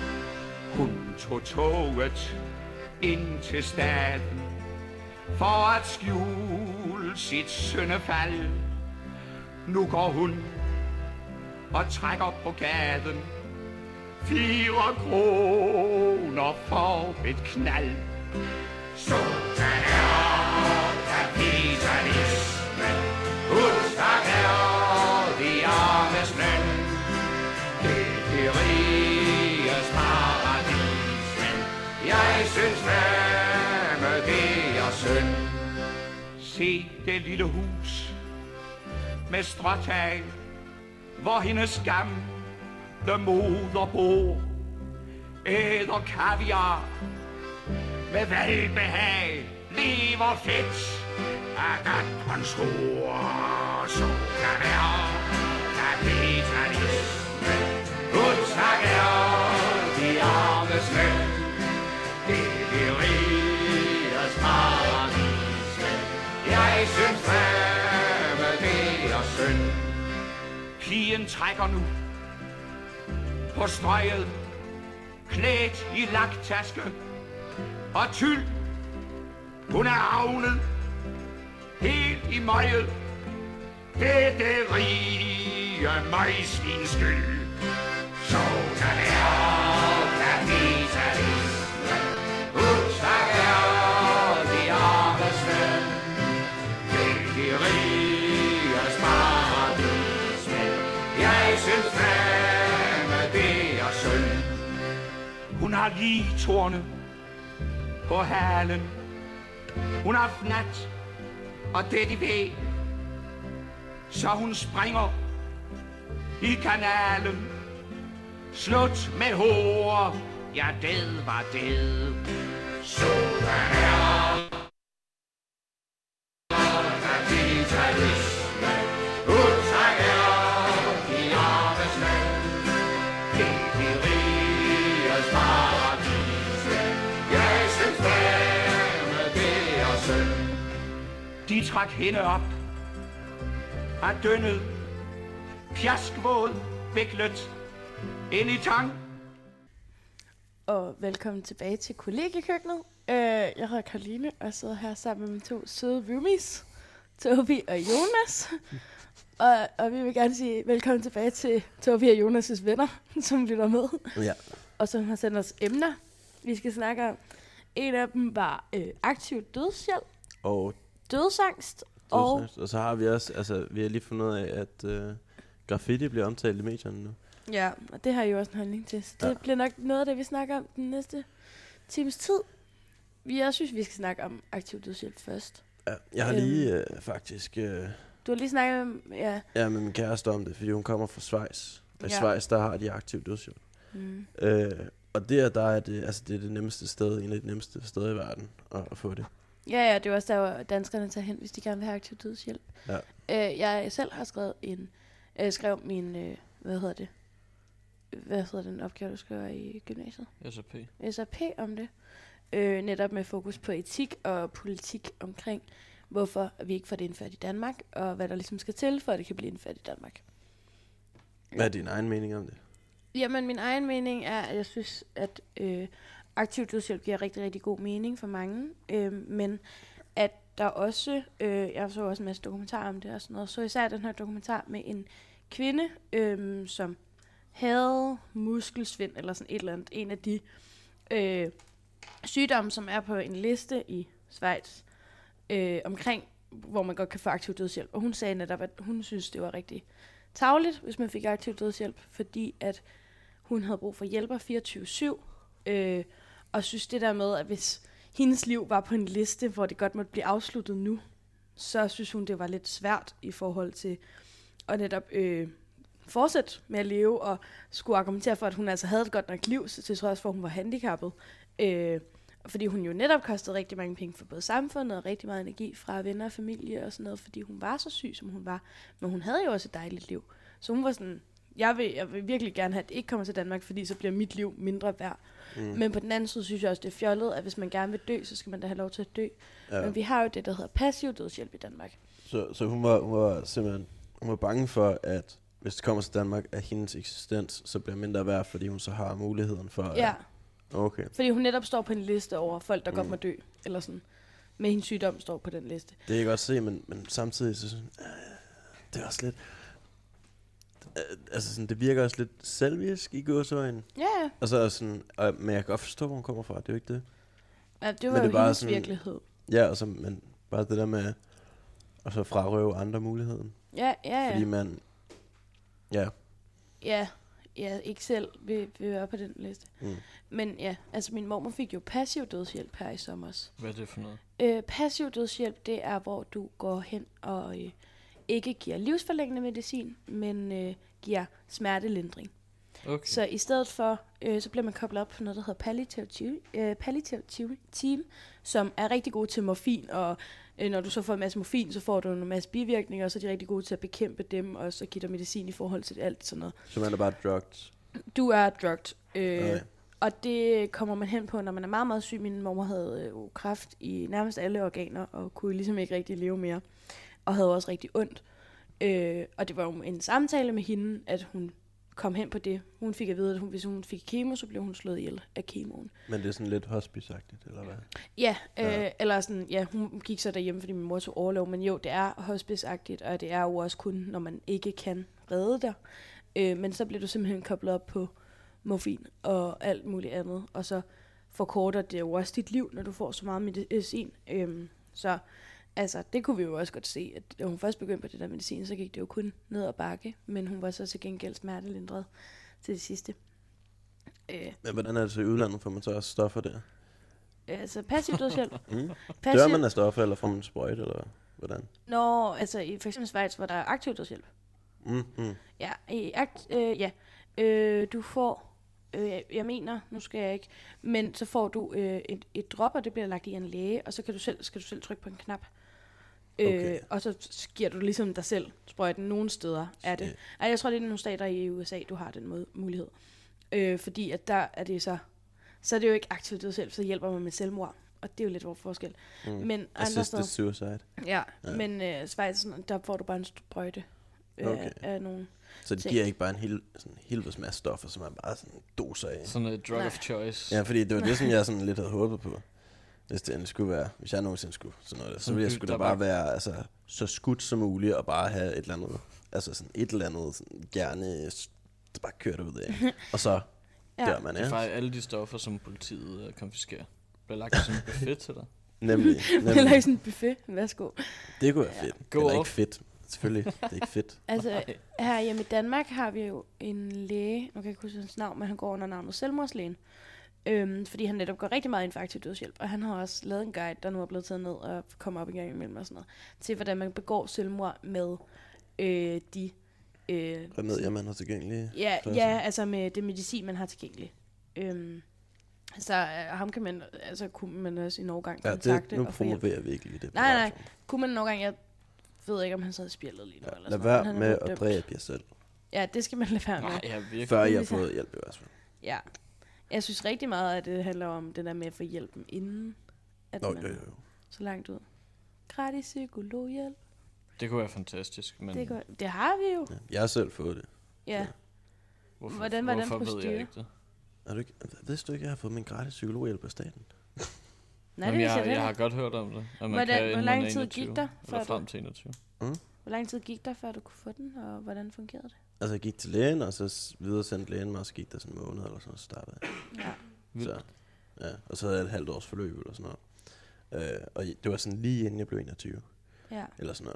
Hun tog toget ind til staden for at skjule sit syndefald. Nu går hun og trækker på gaden fire kroner for et knald. Sådan er kapitalisme. Udslag er de armes løn. Det er de riges paradis. Men jeg synes fandme det er synd. Se det lille hus med stråtag, hvor hendes gamle moder bor. Æder kaviar med velbehag, lever fedt af datterens hår. Så kan være kapitalisme. Udslag er de armes løn. Det er de riges paradis. Jeg synes fandme det er synd. Pigen trækker nu på strøget, klædt i laktaske og tyld. Hun er havnet helt i møget. Det er det rige møgsvins skyld. Sådan er kapitalisme. Udslag er de armes løn. Det er de riges paradis. Jeg synes fandme det er synd. Hun har ligtorne på halen. Hun har fnat, og det de ved. Så hun springer i kanalen. Slut med hår, ja det var det. Sådan er kapitalisme. Udslag er de armes løn. Det er de riges paradis. Jeg synes fandme det er synd. De trak hende op af dønnet, pjaskvåd, viklet ind i tang. Og velkommen tilbage til kollegiekøkkenet. Uh, jeg hedder Karoline, og jeg sidder her sammen med mine to søde roomies, Toby og Jonas. og, og vi vil gerne sige velkommen tilbage til Toby og Jonas' venner, som lytter med. Ja. Og som har sendt os emner, vi skal snakke om. En af dem var øh, aktiv dødshjælp, Og, dødsangst, og og, og så har vi også, altså vi har lige fundet ud af, at øh, graffiti bliver omtalt i medierne nu. ja, og det har jeg jo også en holdning til. Så det Ja. bliver nok noget af det, vi snakker om den næste times tid. Vi, jeg synes, vi skal snakke om aktiv dødshjælp først. Ja, jeg har lige øh, faktisk, øh, Du har lige snakket om, ja. ja, med min kæreste om det, fordi hun kommer fra Schweiz. Og i Ja. Schweiz, der har de aktiv dødshjælp. Mm. Øh, og der, der er det, altså det er det nemmeste sted, en af de nemmeste steder i verden at, at få det. Ja, ja, det er også der, hvor danskerne tager hen, hvis de gerne vil have aktiv dødshjælp. Ja. Øh, jeg selv har skrevet en, øh, skrev min, øh, hvad hedder det? Hvad hedder den opgave, du skriver i gymnasiet? S A P. S A P om det. Øh, netop med fokus på etik og politik omkring, hvorfor vi ikke får det indført i Danmark, og hvad der ligesom skal til, for at det kan blive indført i Danmark. Hvad er din egen mening om det? Jamen, min egen mening er, at jeg synes, at øh, aktiv dødshjælp giver rigtig, rigtig god mening for mange, øh, men at der også, øh, jeg så også en masse dokumentarer om det og sådan noget, så især den her dokumentar med en kvinde, øh, som havde muskelsvind eller sådan et eller andet, en af de øh, sygdomme, som er på en liste i Schweiz, øh, omkring, hvor man godt kan få aktiv dødshjælp. Og hun sagde netop, at hun synes, det var rigtig tarveligt, hvis man fik aktiv dødshjælp, fordi at hun havde brug for hjælper fireogtyve syv, øh, og synes det der med, at hvis hendes liv var på en liste, hvor det godt måtte blive afsluttet nu, så synes hun, det var lidt svært i forhold til at netop øh, fortsætte med at leve, og skulle argumentere for, at hun altså havde et godt nok liv, til trods for, at hun var handicappet. Øh, fordi hun jo netop kostede rigtig mange penge for både samfundet og rigtig meget energi fra venner og familie og sådan noget, fordi hun var så syg, som hun var. Men hun havde jo også et dejligt liv. Så hun var sådan, jeg vil, jeg vil virkelig gerne have, at det ikke kommer til Danmark, fordi så bliver mit liv mindre værd. Mm. Men på den anden side synes jeg også, det er fjollet, at hvis man gerne vil dø, så skal man da have lov til at dø. Ja. Men vi har jo det, der hedder passiv dødshjælp i Danmark. Så, så hun, var, hun var simpelthen hun var bange for, at hvis det kommer til Danmark, at hendes eksistens så bliver mindre værd, fordi hun så har muligheden for... Ja. At, okay. Fordi hun netop står på en liste over folk, der mm. godt må dø. Eller sådan. Med hendes sygdom står på den liste. Det kan jeg godt se, men, men samtidig så sådan, øh, det er også lidt... Øh, altså sådan, det virker også lidt selvisk i gåseøjne. Ja, ja. Og så sådan, øh, men jeg kan godt forstå, hvor hun kommer fra. Det er jo ikke det. Ja, det var men jo det hendes sådan, virkelighed. Ja, og så, men bare det der med at så frarøve andre muligheden. Ja, ja, ja. Fordi man... Ja. Ja, ja, ikke selv vil, vil være på den liste. Mm. Men ja, altså min mormor fik jo passiv dødshjælp her i sommer. Hvad er det for noget? Øh, passiv dødshjælp, det er, hvor du går hen og øh, ikke giver livsforlængende medicin, men øh, giver smertelindring. Okay. Så i stedet for, øh, så bliver man koblet op på noget, der hedder palliative team, øh, palliative team, som er rigtig gode til morfin, og øh, når du så får en masse morfin, så får du en masse bivirkninger, og så er de rigtig gode til at bekæmpe dem, og så give dig medicin i forhold til alt sådan noget. Så man er bare drugged? Du er drugged. Øh, okay. Og det kommer man hen på, når man er meget, meget syg. Min mor havde jo kræft i nærmest alle organer, og kunne ligesom ikke rigtig leve mere, og havde også rigtig ondt. Øh, og det var jo en samtale med hende, at hun kom hen på det. Hun fik at vide, at hun, hvis hun fik kemo, så blev hun slået ihjel af kemoen. Men det er sådan lidt hospice-agtigt, eller hvad? Ja, øh, ja. eller sådan, ja, hun gik så derhjemme, fordi min mor tog overlov. Men jo, det er hospice-agtigt, og det er jo også kun, når man ikke kan redde dig. Øh, men så bliver du simpelthen koblet op på morfin og alt muligt andet. Og så forkorter det jo også dit liv, når du får så meget medicin. Øh, så altså, det kunne vi jo også godt se, at da hun først begyndte på det der medicin, så gik det jo kun ned ad bakke, men hun var så til gengæld smertelindret til det sidste. Øh. Men hvordan er det så i udlandet, får man så også stoffer der? Altså, passiv dødshjælp. mm. Passiv... Dør man af stoffer, eller får man sprøjt, eller hvordan? Nå, altså i for eksempel Schweiz, hvor der er aktiv dødshjælp. Mm, mm. Ja, i akt, øh, ja. Øh, du får, øh, jeg, jeg mener, nu skal jeg ikke, men så får du øh, et, et drop, og det bliver lagt i en læge, og så kan du selv, skal du selv trykke på en knap. Okay. Øh, og så giver du ligesom dig selv sprøjten. Nogle steder er det. Ej, jeg tror, det er nogle stater i U S A, du har den måde, mulighed. Øh, fordi at der er det så, så er det jo ikke aktivt dødshjælp, så hjælper man med selvmord. Og det er jo lidt vores forskel. Mm. Men assisted suicide. Ja, ja. Men øh, Schweiz, der får du bare en sprøjte øh, okay. af nogle. Så det giver ikke bare en hel, sådan helvedes masse stoffer, som man bare sådan doser af. Sådan et drug Nej. of choice. Ja, fordi det var det, som jeg sådan lidt havde håbet på. Hvis det endelig skulle være, hvis jeg nogensinde skulle sådan noget der, så ville jeg skulle da bare være altså, så skudt som muligt, og bare have et eller andet, altså sådan et eller andet, sådan, gerne, det bare kører det ud af. Og så ja. dør man, ja. Det er faktisk alle de stoffer, som politiet uh, konfiskerer. Bliver lagt i sådan en buffet til dig. Nemlig. nemlig. Bliver lagt i sådan en buffet, værsgo. Det kunne være ja. fedt. Go Eller off. Ikke fedt. Selvfølgelig, det er ikke fedt. Altså, her hjemme i Danmark har vi jo en læge, nu kan jeg ikke huske hans navn, men han går under navnet Selvmordslægen. Øhm, fordi han netop går rigtig meget ind for aktiv dødshjælp, og han har også lavet en guide, der nu er blevet taget ned og kommer op en gang imellem og sådan noget, til hvordan man begår selvmord med øh, de øh, remedier, man har tilgængelige. Ja, ja, altså med det medicin, man har tilgængeligt. Øhm, så øh, ham kan man, altså kunne man også i nogle gange kontakte. Ja, det, nu promoverer vi ikke lige det. Nej, nej, kunne man nogle gange, jeg ved ikke, om han så havde spjældet lige nu. Ja, eller lad sådan være med at dræbe jer selv. Ja, det skal man lade være med. Nej, jeg virkelig. Før jeg har fået hjælp i hvert fald. Ja. Jeg synes rigtig meget, at det handler om det der med at få hjælpen inden, at Nå, man jo, jo. så langt ud. Gratis psykologhjælp. Det kunne være fantastisk, men... Det, kunne, det har vi jo. Ja, jeg har selv fået det. Ja. Hvorfor, Hvordan var den hvorfor procedure? ved jeg ikke det? Er du ikke, vidste du ikke, at jeg har fået min gratis psykologhjælp af staten? Nej, Jamen, det jeg, jeg, jeg har godt hørt om det. At man hvordan, kan hvor lang tid gik der? Eller frem til enogtyve. Mm? Hvor lang tid gik der, før du kunne få den, og hvordan fungerede det? Altså, jeg gik til lægen, og så videre sendte lægen mig, og så gik der sådan en måned, eller sådan, så startede jeg. Ja. Så, ja, og så havde jeg et halvt års forløb, eller sådan noget. Øh, og det var sådan lige inden jeg blev enogtyve. Ja. Eller sådan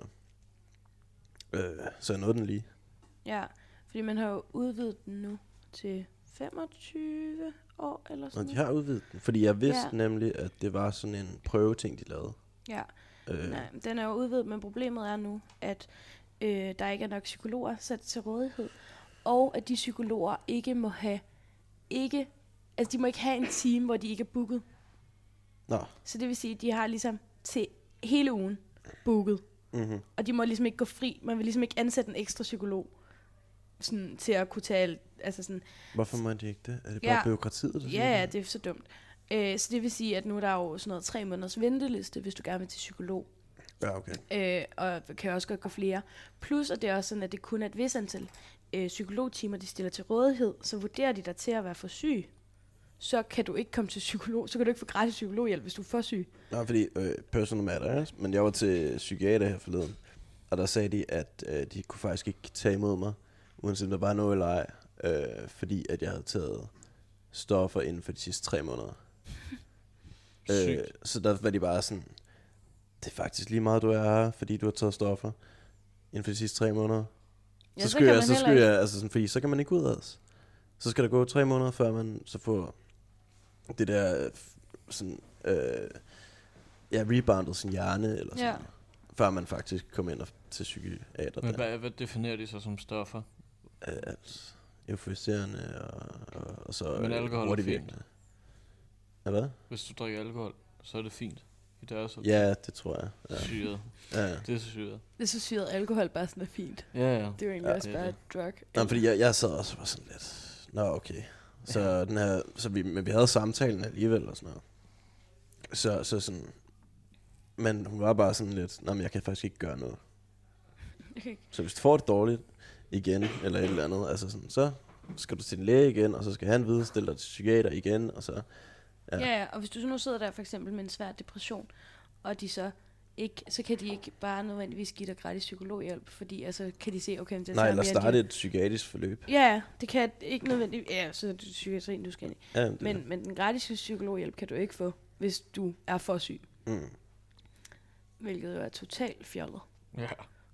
noget. Øh, så jeg nåede den lige. Ja, fordi man har jo udvidet den nu til femogtyve år, eller sådan noget. Og de har udvidet den, fordi jeg vidste ja. nemlig, at det var sådan en prøveting, de lavede. Ja, øh. nej, den er jo udvidet, men problemet er nu, at øh, der ikke er nok psykologer sat til rådighed, og at de psykologer ikke må have, ikke, altså de må ikke have en team, hvor de ikke er booket. Nå. Så det vil sige, at de har ligesom til hele ugen booket. Mm-hmm. Og de må ligesom ikke gå fri. Man vil ligesom ikke ansætte en ekstra psykolog sådan, til at kunne tage alt. Altså sådan, Hvorfor må de ikke det? Er det bare Ja. bureaukratiet? Der siger ja, ja, det? det er så dumt. Øh, så det vil sige, at nu er der jo sådan noget tre måneders venteliste, hvis du gerne vil til psykolog. Ja, okay. Øh, og kan også godt gå flere. Plus, at det er også sådan, at det kun er et vis antal øh, psykologtimer, de stiller til rådighed. Så vurderer de dig til at være for syg, så kan du ikke komme til psykolog. Så kan du ikke få gratis psykologhjælp, hvis du er for syg. Nå, fordi øh, personal matter, ikke? Men jeg var til psykiater her forleden, og der sagde de, at øh, de kunne faktisk ikke tage imod mig, uanset om der var noget eller ej, øh, fordi at jeg havde taget stoffer inden for de sidste tre måneder. øh, så der var de bare sådan, det er faktisk lige meget, du er her, fordi du har taget stoffer inden for de sidste tre måneder. Ja, så så skulle kan jeg, man så heller skulle ikke. jeg, altså sådan, fordi så kan man ikke udredes. Så skal der gå tre måneder, før man så får det der, øh, sådan, øh, ja, reboundet sin hjerne, eller sådan, Ja. før man faktisk kommer ind og, til psykiater. Men der. hvad, hvad definerer de så som stoffer? Øh, altså, euforiserende, og, og, og så Men alkohol er hurtigt fint. virkende. Ja, hvad? Hvis du drikker alkohol, så er det fint. I deres optik. Ja, det tror jeg. Ja. Syret. Ja. Det er så syret. Det er så syret, at alkohol bare sådan er fint. Ja, ja. Det er jo egentlig Ja, også det er bare det. et drug. Nå, fordi jeg, jeg sad også og var sådan lidt, nå okay. Så, ja. den her, så vi, men vi havde samtalen alligevel og sådan noget. Så, så sådan, men hun var bare sådan lidt, nå, men jeg kan faktisk ikke gøre noget. Okay. Så hvis du får det dårligt igen, eller et eller andet, altså sådan, så skal du til din læge igen, og så skal han videre stille dig til psykiater igen, og så... Ja. ja, ja, og hvis du så nu sidder der for eksempel med en svær depression, og de så ikke, så kan de ikke bare nødvendigvis give dig gratis psykologhjælp, fordi altså kan de se, okay, det er Nej, eller mere end starte de- et psykiatrisk forløb. Ja, det kan ikke nødvendigvis, ja, så er det psykiatrien, du skal ind i. Ja, det, Men, men den gratis psykologhjælp kan du ikke få, hvis du er for syg, mm. hvilket jo er totalt fjollet. Ja.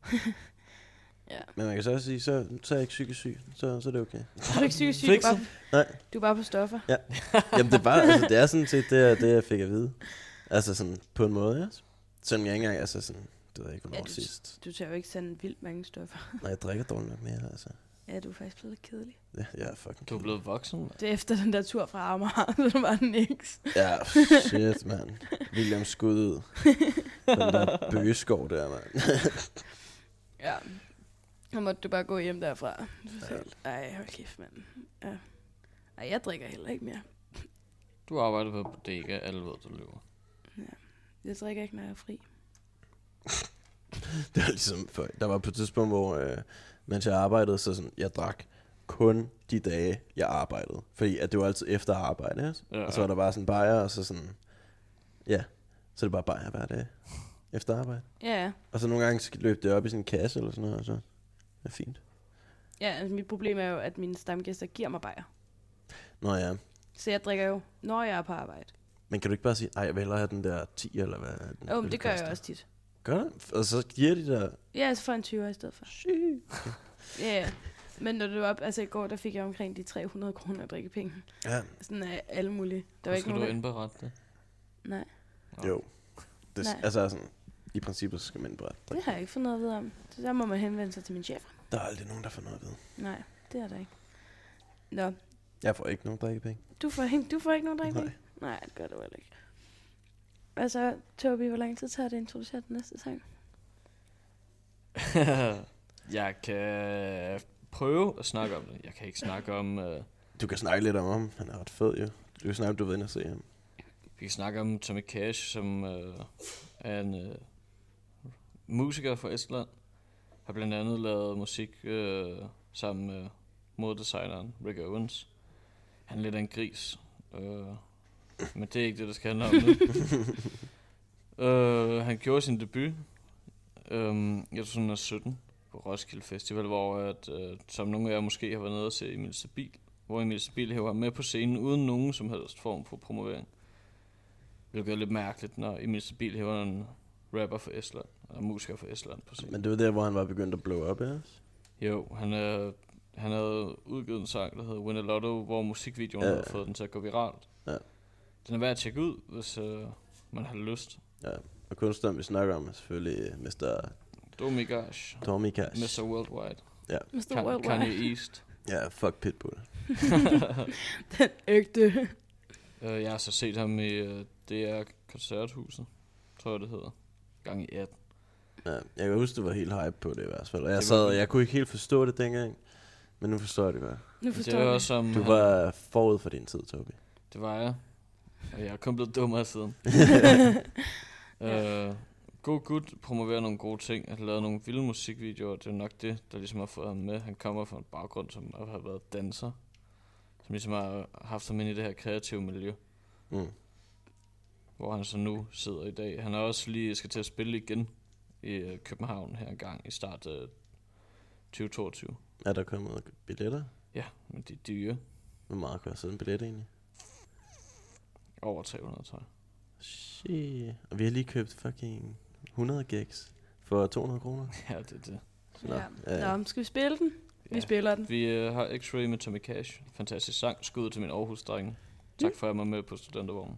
Ja. Men man kan så også sige, så, så er jeg ikke psykisk syg, så, så er det okay. Du er ikke psykisk syg, du er, bare, Nej. du er bare på stoffer. Jamen det er bare, altså det er sådan set det, er- det jeg fik at vide. Altså sådan på en måde, ja. Selvom jeg ikke engang, altså sådan, det ved jeg ikke, hvornår Ja, ja, du- sidst. Du tager jo ikke sådan vildt mange stoffer. Nej, jeg drikker dårligt nok mere, altså. Ja, du er faktisk blevet lidt kedelig. Ja, jeg er fucking Du er blevet voksen, mand. Det er efter den der tur fra Amager, så var den niks. Ja, shit, mand. William skud ud. Den der bøgeskov der, mand. Ja. Så måtte du bare gå hjem derfra. Ej, hold kæft, mand. Ja. Ej, jeg drikker heller ikke mere. Du arbejder på bodega, alle ved, du løber. Jeg drikker ikke, når jeg er fri. Det var ligesom, for, der var på et tidspunkt, hvor øh, mens jeg arbejdede, så sådan, jeg drak kun de dage, jeg arbejdede. Fordi at det var altid efter arbejde, ikke? Ja, Og så var der bare sådan bajer, og så sådan, ja, så er det bare bajer hver dag efter arbejde. Ja, ja. Og så nogle gange så løb det op i sådan en kasse eller sådan noget, og så er det fint. Ja, altså mit problem er jo, at mine stamgæster giver mig bajer. Nå ja, Så jeg drikker jo, når jeg er på arbejde. men kan du ikke bare sige, ej, jeg vil hellere have den der ti, eller hvad? Den, Jo, hvad men det gør koster? jeg også tit. Gør det? Og så giver de der... Ja, så får jeg en tyver i stedet for. Ja, ja. Men når du er op, altså i går, der fik jeg omkring de tre hundrede kroner at drikke penge. Ja, Sådan af alle mulige. Der var Og ikke skal du nogen, der... indberette det? Nej, jo. Det, Nej. altså sådan, i princippet så skal man bare det drikke. har jeg ikke fået noget at vide om. Så der må man henvende sig til min chef. Der er aldrig nogen, der får noget at vide. Nej, det er der ikke. Nå, Jeg får ikke nogen drikkepenge. du får, ikke- du får ikke nogen drikke? Nej. Nej, det gør du heller ikke. Altså, Toby, hvor lang tid tager det at introducere den næste sang? Jeg kan prøve at snakke om det. Jeg kan ikke snakke om... Uh, Du kan snakke lidt om ham. Han er ret fed, jo. Du kan snakke, om du ved inde og se ham. vi kan snakke om Tommy Cash, som uh, er en uh, musiker fra Estland. Har blandt andet lavet musik uh, sammen med modedesigneren Rick Owens. Han er lidt af en gris. Uh, men det er ikke det, der skal handle om nu. uh, han gjorde sin debut um, i to tusind og sytten på Roskilde Festival, hvor at, uh, som nogle af jer måske har været nede og se Emil Stabil, hvor Emil Stabil hæver ham med på scenen uden nogen som helst form for promovering. Hvilket er lidt mærkeligt, når Emil Stabil hæver en rapper fra Estland, og musiker fra Estland på scenen. Men det var der, hvor han var begyndt at blow up, ja? Jo, han, er, han havde udgivet en sang, der hedder Win a Lotto, hvor musikvideoen Ja. havde fået den til at gå viralt. Ja. Den er værd at tjekke ud, hvis uh, man har lyst. Ja. Og kunstneren, vi snakker om, er selvfølgelig mister Domi Gash, Tommy Cash. mister Worldwide, mister Kan- Worldwide. Kanye East. Ja, fuck Pitbull. Den ægte. Uh, jeg har så set ham i uh, D R Koncerthuset, tror jeg det hedder. Gang i atten. Ja, jeg kan huske, du var helt hype på det i hvert fald. Og jeg Det sad, var og vildt. jeg kunne ikke helt forstå det dengang. Men nu forstår jeg det godt. Nu Det forstår er jeg også som... Du han- var forud for din tid, Tobi. Det var jeg. Og jeg er kun blevet dummere siden. øh, god gut promoverer nogle gode ting. Han har lavet nogle vilde musikvideoer. Det er nok det, der ligesom har fået ham med. Han kommer fra en baggrund, som har været danser. Som ligesom har haft ham ind i det her kreative miljø. Mm. Hvor han så nu sidder i dag. Han er også lige skal til at spille igen i øh, København her en gang i start øh, tyve toogtyve. Er der kommet billetter? Ja, men de er dyre. Hvor meget kan jeg sætte en billet egentlig? Over tre hundrede, tror jeg. Shit. Og vi har lige købt fucking hundrede gigs for to hundrede kroner. Ja, det er det. Så nå, Ja. ja. Nå, skal vi spille den? Vi Ja. spiller den. Vi øh, har X-Ray med Tommy Cash. Fantastisk sang. Skud til min Aarhus-drenge. Tak for, at jeg var med på studentervognen.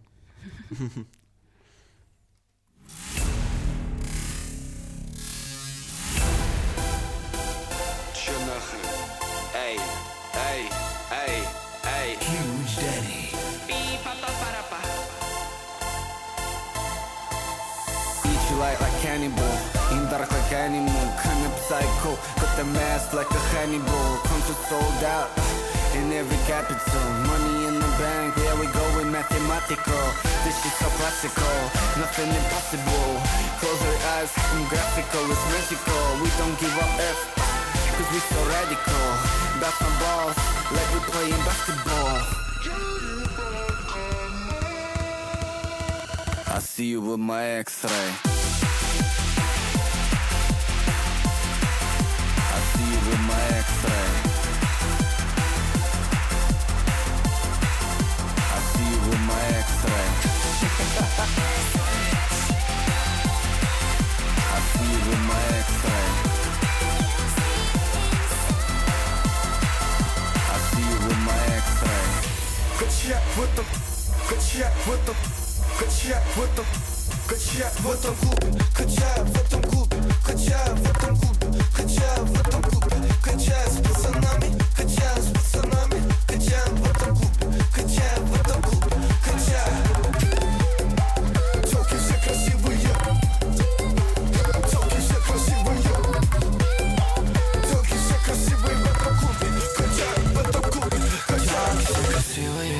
Tjømmerke. Ey, ey, ey, ey. Huge Daddy. Eat you like like cannibal. In dark like animal. Kind of psycho. Got the mask like a Hannibal. Concert sold out. In every capital. Money in the bank. There we go with mathematical. This shit so classical. Nothing impossible. Close your eyes. I'm graphical. It's magical. We don't give up F. Cause we so radical. That's my balls. Like we playing basketball. I see you with my X-ray. I see you with my X-ray. I see you with my X-ray. I see you with my X-ray. I see you with my X-ray. Good shit with the, good shit with the, good shit with the, good shit with the клубе, качаю в этом клубе, качаю в этом клубе, качаю в этом клубе, качаю с пацанами, качаю с пацанами, качаю в этом клубе, качаю в этом клубе, качаю. Тёлки все красивые, тёлки все красивые, тёлки все красивые в этом клубе, качаю в этом клубе, качаю. Все красивые.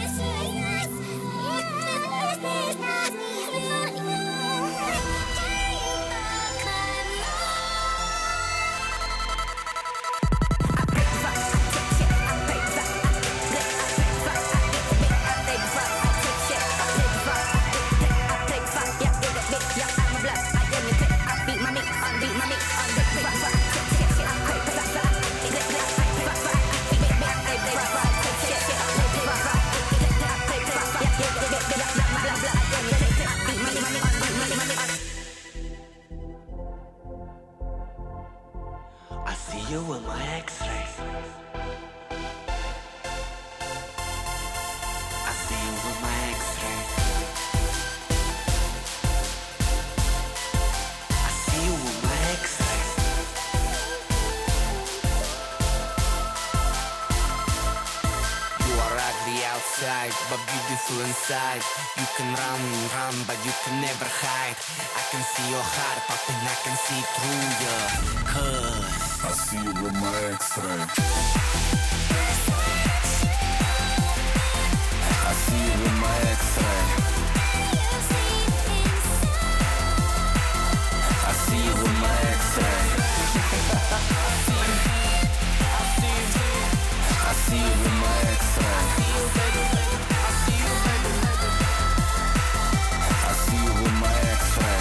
I see you with my X-ray. I see you with my X-ray. I see you with my X-ray. You are ugly outside, but beautiful inside. You can run, run, but you can never hide. I can see your heart popping, I can see through you. Cause I see you with my X-ray. I see you with my X-ray. I see you with my X-ray. I see you with my X-ray. I see you, baby. I see you with my X-ray.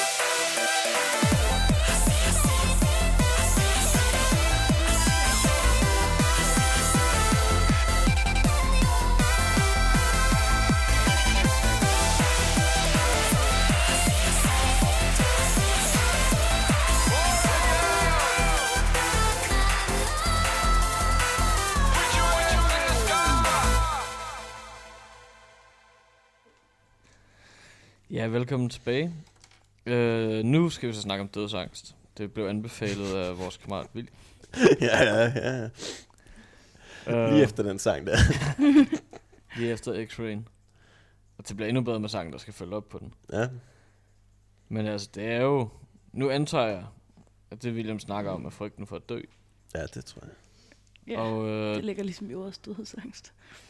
Ja, velkommen tilbage. Øh, nu skal vi så snakke om dødsangst. Det blev anbefalet af vores kammerat Willy. ja, ja, ja. Øh, Lige efter den sang der. Lige efter X-Ray'en. Og det bliver endnu bedre med sangen, der skal følge op på den. Ja. Men altså, det er jo... Nu antager jeg, at det William snakker om, er frygten for at dø. Ja, det tror jeg. Ja, Og, øh, det ligger ligesom i ordets dødsangst.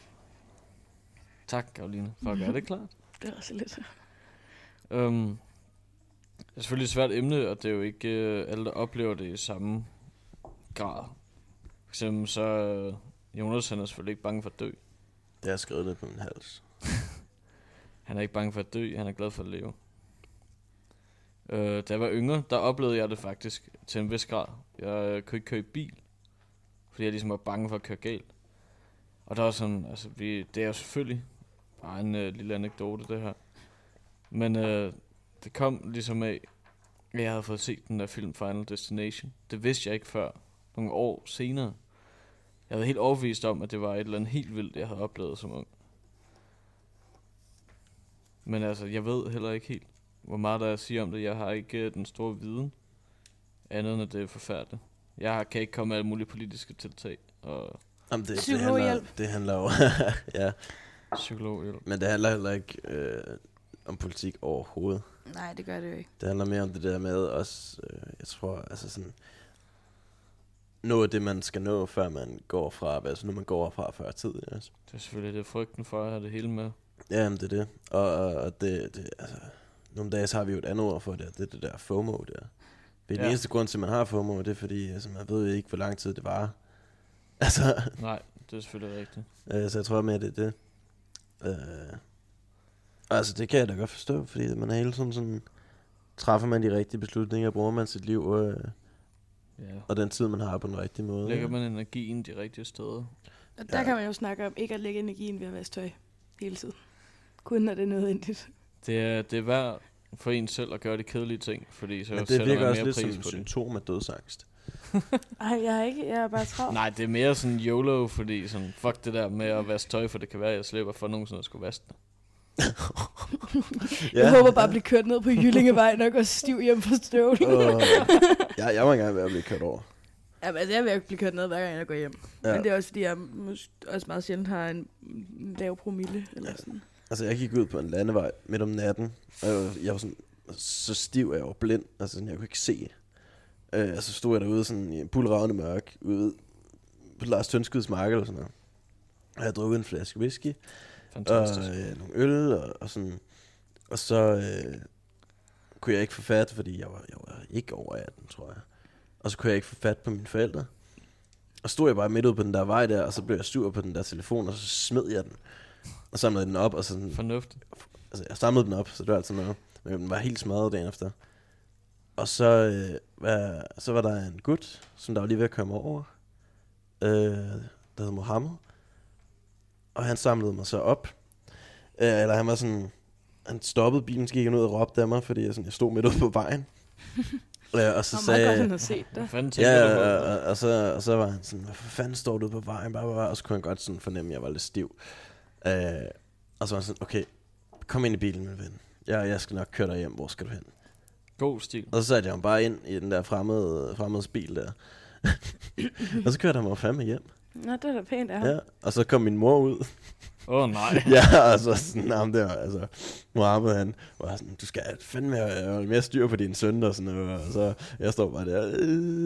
tak, Karoline, for at gøre det klart. Det er også lidt. Um, det er selvfølgelig et svært emne, og det er jo ikke uh, alle, der oplever det i samme grad. For eksempel så uh, Jonas, han er selvfølgelig ikke bange for at dø. Det er skrevet lidt på min hals. Han er ikke bange for at dø, han er glad for at leve. Uh, da jeg var yngre, der oplevede jeg det faktisk til en vis grad. Jeg uh, kunne ikke køre i bil, fordi jeg ligesom var bange for at køre galt. Og der var sådan, altså vi, det er jo selvfølgelig bare en uh, lille anekdote det her. Men uh, det kom ligesom af, at jeg havde fået set den der film Final Destination. Det vidste jeg ikke før, nogle år senere. Jeg var helt overbevist om, at det var et eller andet helt vildt, jeg havde oplevet som ung. Men altså, jeg ved heller ikke helt, hvor meget der er at sige om det. Jeg har ikke uh, den store viden, andet end at det er forfærdeligt. Jeg kan ikke komme med alle mulige politiske tiltag. Og Jamen, det, det, Psykologhjælp. handler, det handler jo... ja, psykologhjælp. men det handler heller ikke øh, om politik overhovedet. Nej, det gør det jo ikke. Det handler mere om det der med også, øh, jeg tror, altså sådan... Nå af det, man skal nå, før man går fra, altså nu man går fra før tid. Altså. Det er selvfølgelig det frygten for at have det hele med. Ja, men det er det. Og, og, og det, det, altså... Nogle dage, så har vi jo et andet ord for det, det er det der FOMO der. Det er ja. Den eneste grund til, at man har FOMO, det er fordi, altså, man ved ikke, hvor lang tid det varer. Altså... Nej, det er selvfølgelig rigtigt. Øh, så jeg tror mere, det er det. Øh, altså, det kan jeg da godt forstå, fordi man er hele tiden sådan... Træffer man de rigtige beslutninger, bruger man sit liv, øh, Ja. og den tid, man har på den rigtige måde. Lægger man energien de rigtige steder. Og der Ja. kan man jo snakke om ikke at lægge energien ved at vaske tøj hele tiden. Kun når det er nødvendigt. Det er, det er værd for en selv at gøre de kedelige ting, fordi så Men det sætter virker man også mere lidt som pris et på det. symptom af dødsangst. Ej, jeg er ikke, jeg er bare travlt. Nej, det er mere sådan YOLO, fordi sådan, fuck det der med at vaske tøj, for det kan være, at jeg slipper for nogensinde at skulle vaske det. Ja. Jeg håber bare at blive kørt ned på Jyllingevejen og gå stiv hjem på støvlen. uh, jeg, jeg var engang ved at blive kørt over. Jamen, altså, jeg vil blive kørt ned, hver gang jeg går hjem. Ja. Men det er også, fordi jeg mås- også meget sjældent har en lav promille. Eller Ja. sådan. Altså, jeg gik ud på en landevej midt om natten, og jeg var, jeg var sådan så stiv, at jeg var blind. Altså, sådan, jeg kunne ikke se. Øh, og så stod jeg derude sådan i en pulravende mørk, ude på Lars Tønskyds marked eller sådan noget. Og jeg havde drukket en flaske whisky, Fantastisk. og øh, nogle øl, og, og sådan. Og så øh, kunne jeg ikke få fat, fordi jeg var, jeg var ikke over atten, tror jeg. Og så kunne jeg ikke få fat på mine forældre. Og stod jeg bare midt ude på den der vej der, og så blev jeg sur på den der telefon, og så smed jeg den. Og samlede den op, og sådan... Fornuftigt. Altså, jeg samlede den op, så det var altid noget. Men den var helt smadret dagen efter. Og så, øh, hvad, så var der en gut, som der var lige ved at komme over. Øh, der hed Mohammed. Og han samlede mig så op. Øh, eller han var sådan... Han stoppede bilen, så gik han ud og råbte af mig, fordi jeg, sådan, jeg stod midt ude på vejen. øh, og så Og meget sagde... godt, han har set Hvad det. fanden tænker Ja, du på? og, og, og, så, og så var han sådan, hvad fanden står du ude på vejen? Bare, bare, og så kunne han godt sådan fornemme, at jeg var lidt stiv. Øh, og så var han sådan, okay, kom ind i bilen, min ven. Jeg, jeg skal nok køre dig hjem, hvor skal du hen? God stil. Og så satte jeg ham bare ind i den der fremmede, fremmede bil der. Og så kørte han mig fandme hjem. Nå, det er da pænt af ham. Ja. Og så kom min mor ud. Åh oh, nej. Ja, og så sådan, ham der, altså, Mohammed, han var sådan, du skal fandme have mere styr på din søn og sådan noget. Og så, jeg står bare der.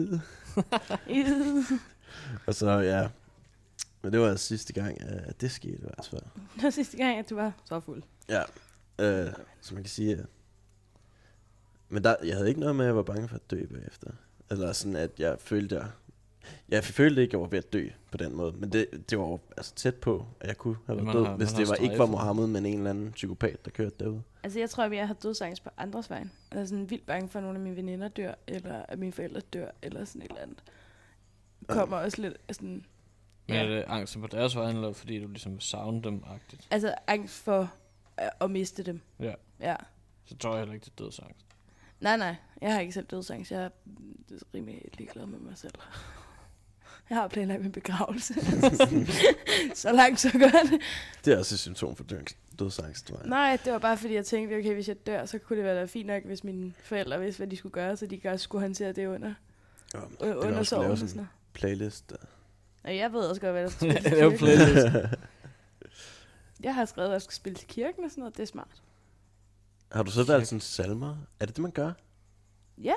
Øh. Og så, ja. Men det var sidste gang, at det skete i hvert fald. Det var sidste gang, at du var så fuld. Ja. Øh, så man kan sige, at... Men der, jeg havde ikke noget med, at jeg var bange for at dø bagefter. Eller sådan, at jeg følte, jeg... Jeg følte ikke, at jeg var ved at dø på den måde. Men det, det var altså tæt på, at jeg kunne have Ja, været man død, har- hvis man det har var ikke var strejfet. Mohammed, men en eller anden psykopat, der kørte derude. Altså, jeg tror, at jeg har dødsangst på andres vejen. Jeg er sådan vildt bange for, at nogle af mine veninder dør, eller at mine forældre dør, eller sådan et eller andet. Kommer også lidt sådan... Men er det angst på deres vej, eller fordi du ligesom vil savne dem-agtigt? Altså, angst for at, at miste dem. Ja. Ja. Så tror jeg heller ikke, det er dødsangst. Nej, nej. Jeg har ikke selv dødsangst. Jeg er rimelig ligeglad med mig selv. Jeg har planlagt min begravelse. Så langt, så godt. Det er også et symptom for døds- dødsangst, tror jeg. Nej, det var bare fordi, jeg tænkte, okay, hvis jeg dør, så kunne det være fint nok, hvis mine forældre vidste, hvad de skulle gøre, så de også skulle håndtere det under, Ja, øh, det kan under også sorgen lave og sådan sådan en noget. playlist. Der. Og jeg ved også godt, hvad der skal Det er jo playlist. Jeg har skrevet, at jeg skal spille til kirken og sådan noget. Det er smart. Har du så valgt sådan salmer? Er det det, man gør? Ja,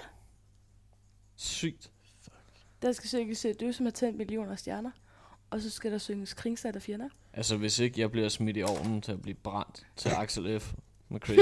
Sygt. der skal synges Du som har tændt millioner stjerner. Og så skal der synges Kringsat og fjender. Altså, hvis ikke jeg bliver smidt i ovnen til at blive brændt til Axel F. med Crazy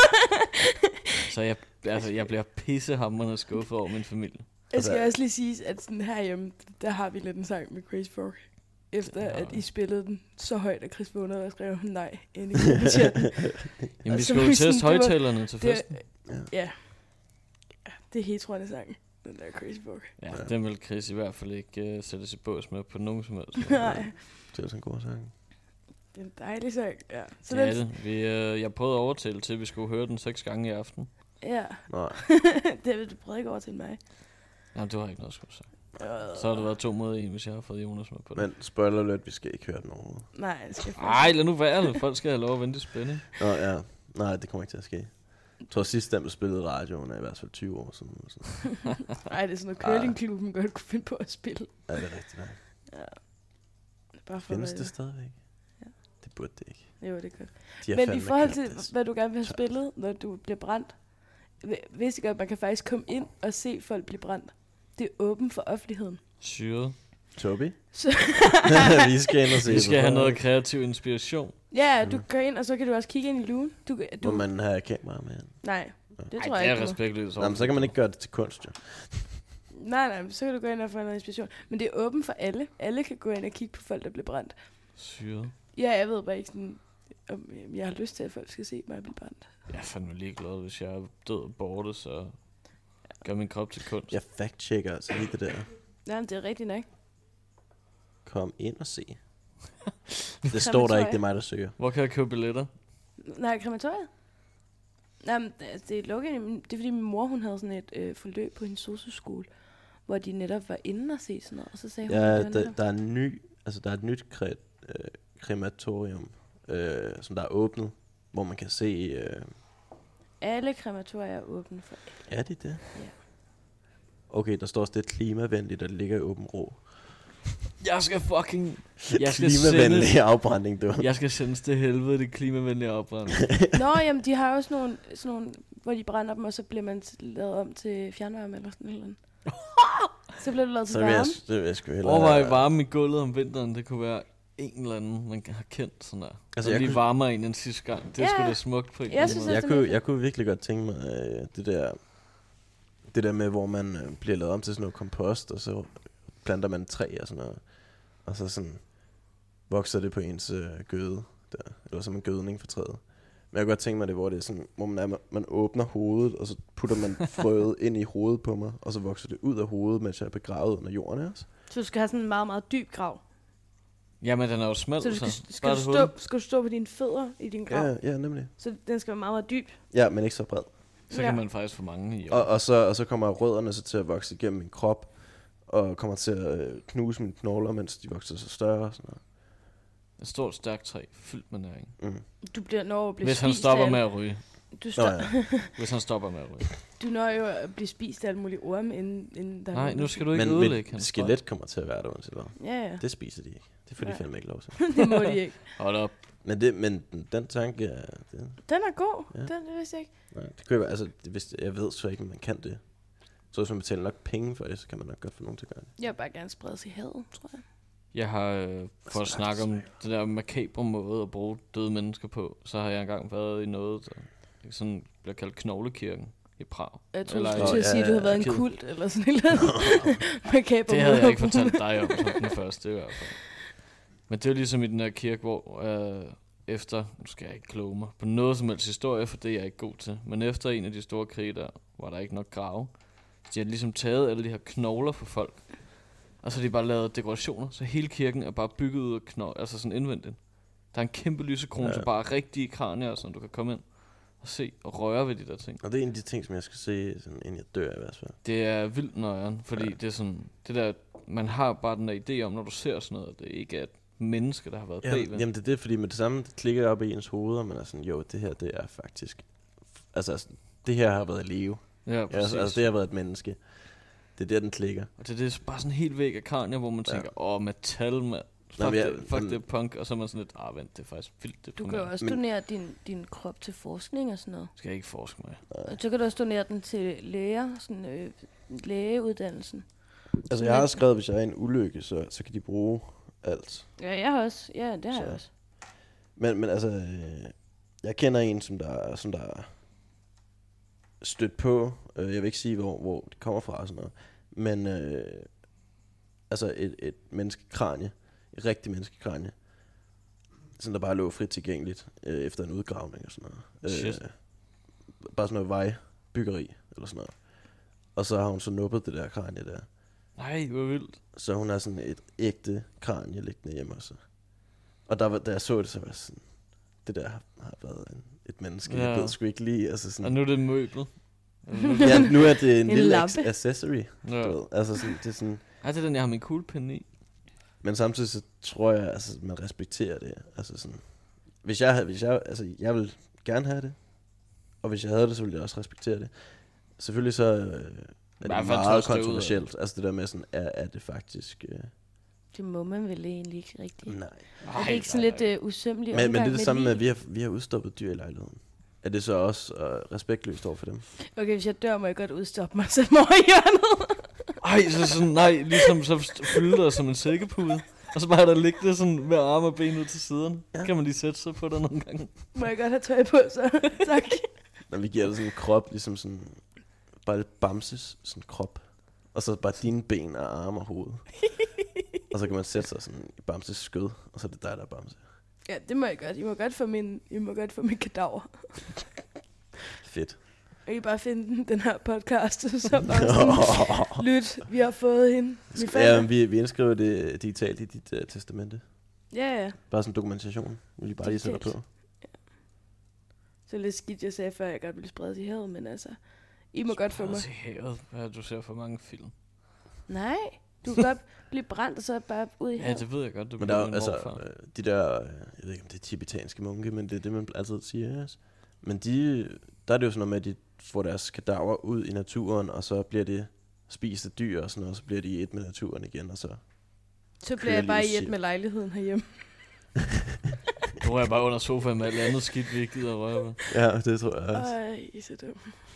så jeg, altså, jeg bliver pissehamrende skuffet over min familie. Jeg skal også lige sige, at sådan herhjemme, der har vi lidt en sang med Crazy Frog. Efter Ja. at I spillede den så højt, at Chris vågnede og skrev nej ind i chatten. Jamen, Og vi så skal var jo vi sådan, teste det var- højtalerne til Det, festen. ja. ja. Det er heteroende sang. Den der Crazy Frog. Ja, den vil Chris i hvert fald ikke uh, sætte sig bås med på nogen som helst. Nej, Det er sådan en god sang. det er en dejlig sang. Ja. Så Det er den, det. Vi, uh, jeg prøvede at overtale til, at vi skulle høre den seks gange i aften. Ja, Nej. det vil du prøve ikke over til mig. Jamen, det var ikke noget, jeg skulle sige. Øh, Så har det været to mod en, hvis jeg har fået Jonas med på det. Men spoiler alert, vi skal ikke høre den overhovedet. Nej, det skal jeg Ej, lad nu være det. Folk skal have lov at vente i spænding. Nå ja, nej, det kommer ikke til at ske. Jeg tror sidst, den blev spillet i radioen, er i hvert fald tyve år siden. Eller sådan. Nej, det er sådan noget curlingklub, man godt kunne finde på at spille. Ja, det er rigtigt. Nej. Ja. Bare for Findes at- det stadigvæk? Ja. Det burde det ikke. Jo, det er godt. De har Men i fandme forhold gjort til, det. hvad du gerne vil have spillet, når du bliver brændt, vidste ikke, at man kan faktisk komme ind og se folk blive brændt. Det er åbent for offentligheden. Syret. Tobi? Så Vi skal ind og se Vi skal på- have noget kreativ inspiration. ja, du går ind, og så kan du også kigge ind i lugen. Du, Må du, man have kamera med? nej, det Ej, tror det jeg er ikke. du må. respektløst. Nå, men så kan man ikke gøre det til kunst, jo. Nej, nej, så kan du gå ind og få noget inspiration. Men det er åbent for alle. Alle kan gå ind og kigge på folk, der bliver brændt. Syret. Ja, jeg ved bare ikke sådan, om øh, jeg har lyst til, at folk skal se mig blive brændt. Jeg er fandme ligeglad, hvis jeg er død og borte, så gør min krop til kunst. Jeg fact-checker altså lige det der. Nej, men det er rigtigt nok. Kom ind og se. Det står der ikke, det er mig, der søger. Hvor kan jeg købe billetter? Nej, krematoriet? Nej, men det, det er lukket. Det er fordi min mor, hun havde sådan et øh, forløb på hendes sosu-skole, hvor de netop var inde og se sådan noget. Og så sagde hun, Ja, at det var der, netop- der er en ny, altså der er et nyt kre, øh, krematorium, øh, som der er åbnet, hvor man kan se, øh, alle krematorier er åbne for. er de det? Ja. Okay, der står også, det er klimavenligt, der ligger i åben rå. Jeg skal fucking... Jeg skal Klimavenlig sendes, afbrænding, du. jeg skal sendes til helvede, det klimavenlige afbrænding. Nå, jamen, de har også nogle, sådan nogle, hvor de brænder dem, og så bliver man lavet om til fjernvarme eller sådan noget. Så bliver det lavet til Så vil jeg, varme. det vil jeg sgu hellere... Overvej varme i gulvet om vinteren, det kunne være en eller anden, man har kendt sådan der. Altså, Altså, jeg lige kunne- varmere en end sidste gang. Det er Ja. sgu da smukt på en Jeg eller synes anden Jeg det er kunne, mega jeg kunne virkelig godt tænke mig øh, det der det der med, hvor man øh, bliver lavet om til sådan noget kompost, og så planter man træ og sådan noget. Og så sådan vokser det på ens øh, gøde der, eller som en gødning for træet. Men jeg kunne godt tænke mig det, hvor det er sådan, hvor man, er, man åbner hovedet, og så putter man frøet ind i hovedet på mig, og så vokser det ud af hovedet, mens jeg er begravet under jorden også. Så du skal have sådan en meget, meget dyb grav. Jamen, den er jo smal, Så du så. skal, skal, Bare du et stå, hul. skal du stå på dine fødder i din grav. Ja, ja, nemlig. Så den skal være meget, meget dyb. Ja, men ikke så bred. Så Ja. kan man faktisk få mange i år. Og, og, så, og så kommer rødderne så til at vokse igennem min krop, og kommer til at øh, knuse mine knogler, mens de vokser så større og sådan noget. Et stort, stærkt træ, fyldt med næring. Mm. Du bliver, når at blive Hvis han spist stopper af med alle- at ryge. Du, Nå, stop, ja. Hvis han stopper med at ryge. du når jo at blive spist af alle mulige orme, inden, inden der er Nej, nogen, nu der- skal du ikke Men ødelægge mit hans skelet kommer til at være der uanset hvad. Ja, ja. Det spiser de ikke. Det får de Ja. fandme ikke lov til. Det må de ikke. drøm. Hold op. Men, det, men den- den tanke er... Det, Den er god. Ja. Den det vidste jeg ikke. nej, det kunne jeg, altså, det, hvis, jeg ved så ikke, om man kan det. Så hvis man betaler nok penge for det, så kan man nok godt få nogen til at gøre det. Jeg vil bare gerne spredes i havet, tror jeg. Jeg har, øh, for at snakke om det der makabre måde at bruge døde mennesker på, så har jeg engang været i noget, der sådan bliver kaldt Knoglekirken i Prag. Jeg tror, Eller du i- skulle til at sige, at du havde været en Arkivet. kult eller sådan et eller andet. Makaber Det havde jeg måde ikke at fortalt dig om som den første i hvert fald. Men det er jo ligesom i den her kirke, hvor øh, efter, nu skal jeg ikke kloge mig på noget som helst historie, for det er jeg ikke god til, men efter en af de store krige der, var der ikke nok grave. Så de har ligesom taget alle de her knogler for folk, og så har de bare lavet dekorationer, så hele kirken er bare bygget ud af knogler, altså sådan indvendigt. Der er en kæmpe lysekrone, Ja. så bare rigtige kranier, så du kan komme ind og se og røre ved de der ting. Og det er en af de ting, som jeg skal se, sådan, inden jeg dør i hvert fald. Det er vildt nøjeren, fordi Ja. ja. det er sådan, det der, man har bare den der idé om, når du ser sådan noget, det er ikke et menneske, der har været bagved. Jamen, jamen det er det, fordi med det samme, det klikker op i ens hoved, og man er sådan, jo, det her, det er faktisk... Altså, altså, det her har været i live. Ja, Ja, præcis. altså, altså, det har været et menneske. Det er der, den klikker. Og det, det er bare sådan helt væk af kranier, hvor man Ja. tænker, åh, metal, mand. Fuck, Nej, men jeg- det, fuck jamen- det er punk, og så er man sådan lidt, ah vent, det er faktisk vildt Du kan jo deprimerende. også Men- donere din, din krop til forskning og sådan noget. Skal jeg ikke forske mig? Og så kan du også donere den til læger, sådan øh, lægeuddannelsen. Altså, jeg har skrevet, hvis jeg er i en ulykke, så, så kan de bruge alt. Ja, jeg har også. Ja, det har Så. jeg også. Men, men altså, øh, jeg kender en, som der, som der er stødt på. Øh, jeg vil ikke sige, hvor, hvor det kommer fra og sådan noget. Men øh, altså et, et menneskekranie, et rigtigt menneskekranie, sådan der bare lå frit tilgængeligt øh, efter en udgravning og sådan noget. Shit. Øh, bare sådan noget vejbyggeri eller sådan noget. Og så har hun så nuppet det der kranie der. Nej, hvor vildt. Så hun har sådan et ægte kranie liggende hjemme også. Og der var, da jeg så det, så var jeg sådan, det der har, har været en, et menneske. Ja. Ja. Jeg ved sgu ikke lige, altså Og sådan. nu er det møblet. Ja, nu er det en, En lille lampe. ac- accessory. Ja. Du ved. Altså sådan, det er sådan, Ej, det er den, jeg har min kuglepen i. men samtidig så tror jeg, altså, man respekterer det. Altså sådan, hvis jeg, havde- hvis jeg, altså, jeg vil gerne have det. Og hvis jeg havde det, så ville jeg også respektere det. Selvfølgelig så øh, er det hvert fald meget tørste det ud af kontroversielt. Altså det der med sådan, er, er det faktisk... Øh, Det må man vel egentlig ikke rigtigt. nej. Er det ikke sådan lidt øh, usømmelig Men, men det er omgang det med samme med, lig? at vi har, vi har udstoppet dyr i lejligheden. Er det så også øh, respektløst over for dem? Okay, hvis jeg dør, må jeg godt udstoppe mig selv over i hjørnet. Ej, så sådan, nej, ligesom så fylder der som en sækkepude. Og så bare der liggende sådan med arme og ben ud til siderne. Ja. Ja. Kan man lige sætte sig på der nogle gange. Må jeg godt have tøj på, så tak. Når vi giver det sådan en krop, ligesom sådan, bare lidt bamses, sådan en krop. Og så bare dine ben og arme og hoved. Og så kan man sætte sig sådan i Bamses skød, og så er det dig, der er Bamse. Ja, det må jeg godt. I må godt få min, I må godt få min kadaver. Fedt. Og I bare finde den, den her podcast, og så bare sådan, lyt, vi har fået hende. Min Ja, fatter. men vi, vi indskriver det digitalt i dit uh, testamente. Ja, ja. Bare sådan dokumentation, vil I bare lige sætte på. Digitalt. Så lidt skidt, jeg sagde før, jeg godt ville sprede i havet, men altså, I må godt få mig. Se havet. Ja, du ser for mange film. Nej, du kan godt blive brændt, og så bare ud i Ja, havet. det ved jeg godt. Du Men der er jo, min altså, morfar. øh, de der, øh, jeg ved ikke om det er tibetanske munke, men det er det, man altid siger. Yes. Men de, der er det jo sådan noget med, at de får deres kadaver ud i naturen, og så bliver det spist af dyr og sådan noget, og så bliver de i et med naturen igen, og så... Så bliver jeg bare i Kører et med lejligheden herhjemme. Nu er jeg bare under sofaen med alt andet skidt, vi ikke gider at røre ved. Ja, det tror jeg også. Ej, I er så dum.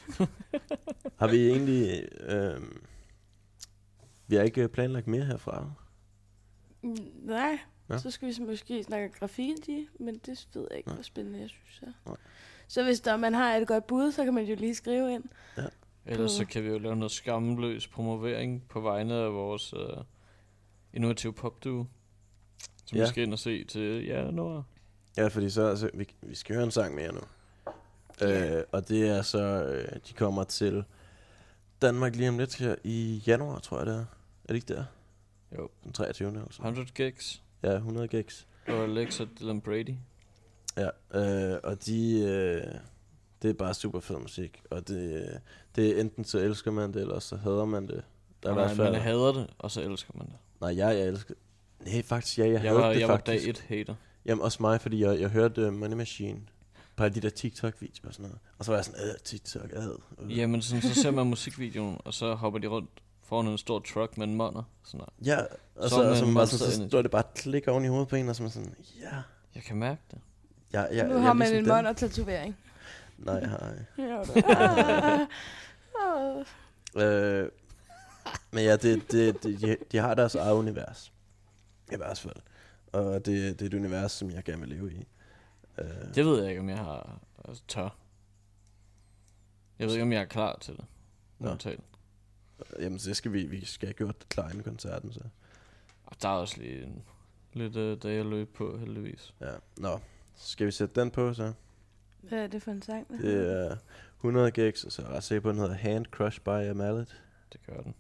Har vi egentlig... Øh, vi har ikke planlagt mere herfra. Mm, Nej, Ja. ja. Så skal vi så måske snakke graffiti, men det ved jeg ikke, hvor spændende jeg synes er. Nej. Så hvis der, man har et godt bud, så kan man jo lige skrive ind. Ellers så På- kan vi jo lave noget skamløs promovering på vegne af vores uh, innovative popduo. Som Ja. vi skal ind og se til januar. Ja, fordi så... Altså, vi, vi skal høre en sang mere nu. Øh, og det er så... Øh, de kommer til Danmark lige om lidt her i januar, tror jeg det er. Er det ikke der? Jo. Den treogtyvende eller sådan. hundrede gigs. Ja, hundrede gigs. Og Alex og Dylan Brady. Ja, øh, og de, øh, det er bare super fed musik, og det, det er enten så elsker man det, eller så hader man det. Der er i Nej, hvert fald, man hader det, og så elsker man det. nej, jeg, jeg elsker, nej, faktisk, ja, jeg, Jeg, havde var, det jeg var faktisk. dag et hater. Jamen, også mig, fordi jeg, jeg hørte uh, Money Machine på alle de der TikTok-videoer og sådan noget, og så var jeg sådan, øh, TikTok, ad. Øh. Jamen, sådan, så ser man musikvideoen, og så hopper de rundt foran en stor truck med en monner. Sådan der. Ja, og så, Som og så, en og så, Monster så Energy. står det bare klik oven i hovedet på en, og så er man sådan, ja, Jeg kan mærke det. jeg, jeg, Nu jeg har er man ligesom en dem. monner-tatovering. Nej, jeg har ikke. Ja, da. Ah, ah. Øh, men ja, det, det, det, de, de har deres eget univers. I hvert fald. Og det, det er et univers, som jeg gerne vil leve i. Øh, Det ved jeg ikke, om jeg har altså, tør. Jeg ved ikke, om jeg er klar til det. Nå. Nå. jamen, så skal vi, vi skal have gjort det klar inden koncerten, så. Og der er også lige en, lidt uh, da jeg løb på, heldigvis. Ja, nå. Skal vi sætte den på, så? Hvad er det for en sang? der Det hedder? er hundrede gigs, og så er jeg sikker på, den hedder Hand Crushed by a Mallet. Det gør den.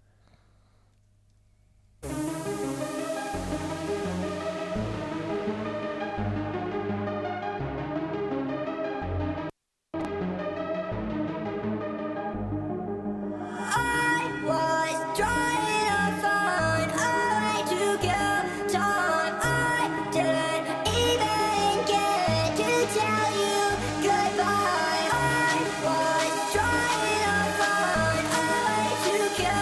I was trying to find a way to kill time. I didn't even get to tell you goodbye. I was trying to find a way to kill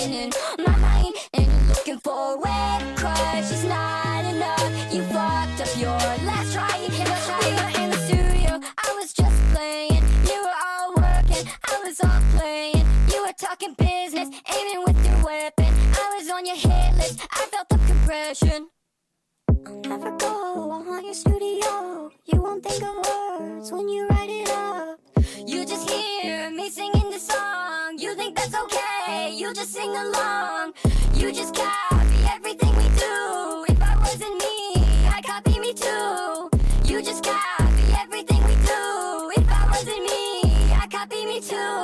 spinning my mind, and you're looking for a red crush. It's not enough. You fucked up your last try. We were in the studio. I was just playing. You were all working. I was all playing. You were talking business, aiming with your weapon. I was on your hit list. I felt the compression. I'll never go on your studio. You won't think of words when you write it up. You just hear me singing the song. You think that's okay, you just sing along. You just copy everything we do. If I wasn't me, I'd copy me too. You just copy everything we do. If I wasn't me, I'd copy me too.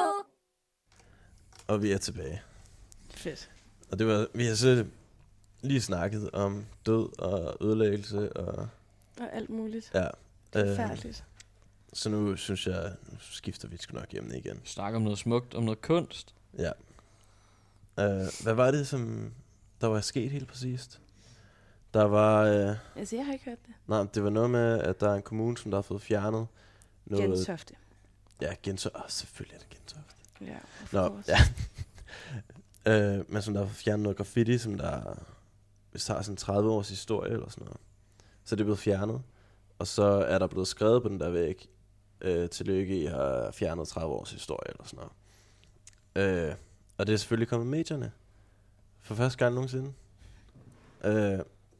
Og vi er tilbage. Fedt. Og det var, vi har så lige snakket om død og ødelæggelse og... Og alt muligt. Ja. Forfærdeligt. Så nu synes jeg, nu skifter vi sgu nok emne igen. Snakke om noget smukt, om noget kunst. Ja. Uh, hvad var det, som der var sket helt præcist? Der var... Uh, Altså, jeg har ikke hørt det. nej, det var noget med, at der er en kommune, som der har fået fjernet noget... Gentofte. Ja, Gentofte. Åh, selvfølgelig er det Gentofte. Ja, of Nå, course. ja. uh, men som der har fået fjernet noget graffiti, som der... Hvis har sådan tredive års historie eller sådan noget. Så det er blevet fjernet. Og så er der blevet skrevet på den der væg, øh, tillykke, I har fjernet tredive års historie eller sådan noget. Øh, og det er selvfølgelig kommet i medierne. For første gang nogensinde. Øh,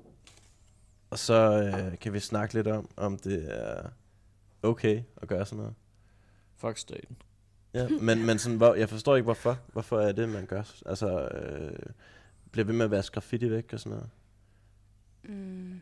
og så øh, kan vi snakke lidt om, om det er okay at gøre sådan noget. Fuck staten. Ja, men, men sådan, hvor, jeg forstår ikke, hvorfor. Hvorfor er det, man gør? Altså, øh, bliver ved med at vaske graffiti væk og sådan noget. Mm.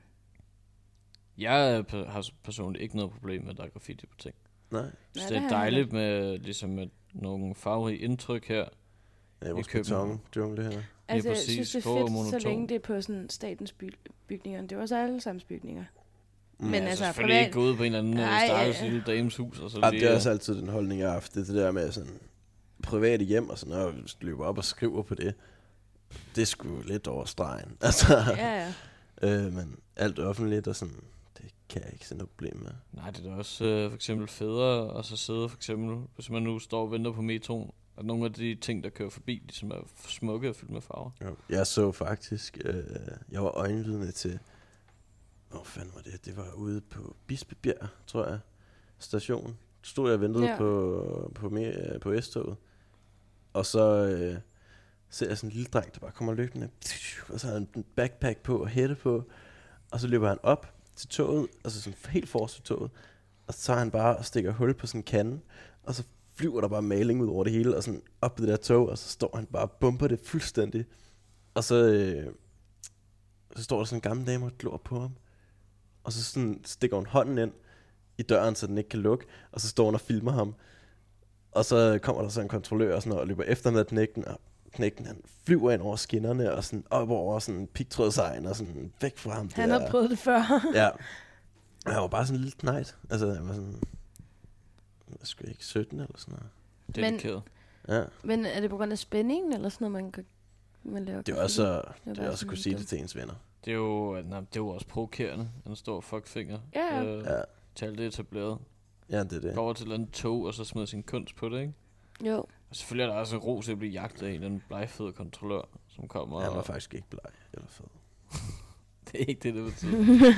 Jeg er pe- har personligt ikke noget problem med, at der er graffiti på ting. Nej. Så Nej, det det er har jeg dejligt med, ligesom med nogle farverige indtryk her. Ja, vores København. beton-jungle her. Altså, jeg præcis. synes, det er Få og fedt, så monoton. længe det er på sådan statens by- bygninger. Det er også alle sammen bygninger. Mm. Men Ja, altså, selvfølgelig privat- ikke gå ud på en eller anden Nej, stakkels ja. lille dames hus, og så Ja, lige... det er også altid den holdning, jeg har haft. Det, det der med sådan private hjem og sådan noget, hvis du løber op og skriver på det. Det er sgu lidt over stregen. Altså, Ja, ja. øh, men alt offentligt og sådan, det kan jeg ikke se noget problem med. Nej, det er da også øh, for eksempel federe, og så sidde for eksempel, hvis man nu står og venter på metroen, at nogle af de ting, der kører forbi, de som er smukke og fyldt med farver. Jo. Jeg så faktisk, øh, jeg var øjenvidne til, hvor fanden var det? Det var ude på Bispebjerg, tror jeg, station. Stod jeg og ventede Ja. på, på, me- på S-toget, og så øh, ser jeg sådan en lille dreng, der bare kommer løbende, og så har han en backpack på og hætte på, og så løber han op til toget, altså sådan helt forrest til toget, og så tager han bare og stikker hul på sådan en kande, og så flyver der bare maling ud over det hele, og sådan op på det der tog, og så står han bare og bumper det fuldstændig. Og så, øh, så står der sådan en gammel dame og glor på ham, og så sådan stikker hun hånden ind i døren, så den ikke kan lukke, og så står hun og filmer ham. Og så kommer der så en kontrollør og, sådan noget, og løber efter med knægten, og knægten han flyver ind over skinnerne, og sådan op over sådan en pigtrådshegn, og sådan væk fra ham. Han der. har prøvet det før. Ja. Og han var bare sådan en lille knejt. Altså, han var sådan... Jeg skulle ikke sytten eller sådan noget. Dedikeret. Ja. Men er det på grund af spændingen, eller sådan noget, man kan man laver? Det er også, graffiti? det bare er også at sådan kunne lidt sige det dumt. til ens venner. Det er jo, nej, det er jo også provokerende, en stor fuckfinger. Ja, ja. Øh, Ja, til alt det etableret. ja det er det. Går over til et eller andet tog, og så smider sin kunst på det, ikke? Jo. Og selvfølgelig er der også en ro til at blive jagtet af en eller anden blegfed kontrollør, som kommer Han var og... faktisk ikke bleg eller fed. Det er ikke det, det betyder.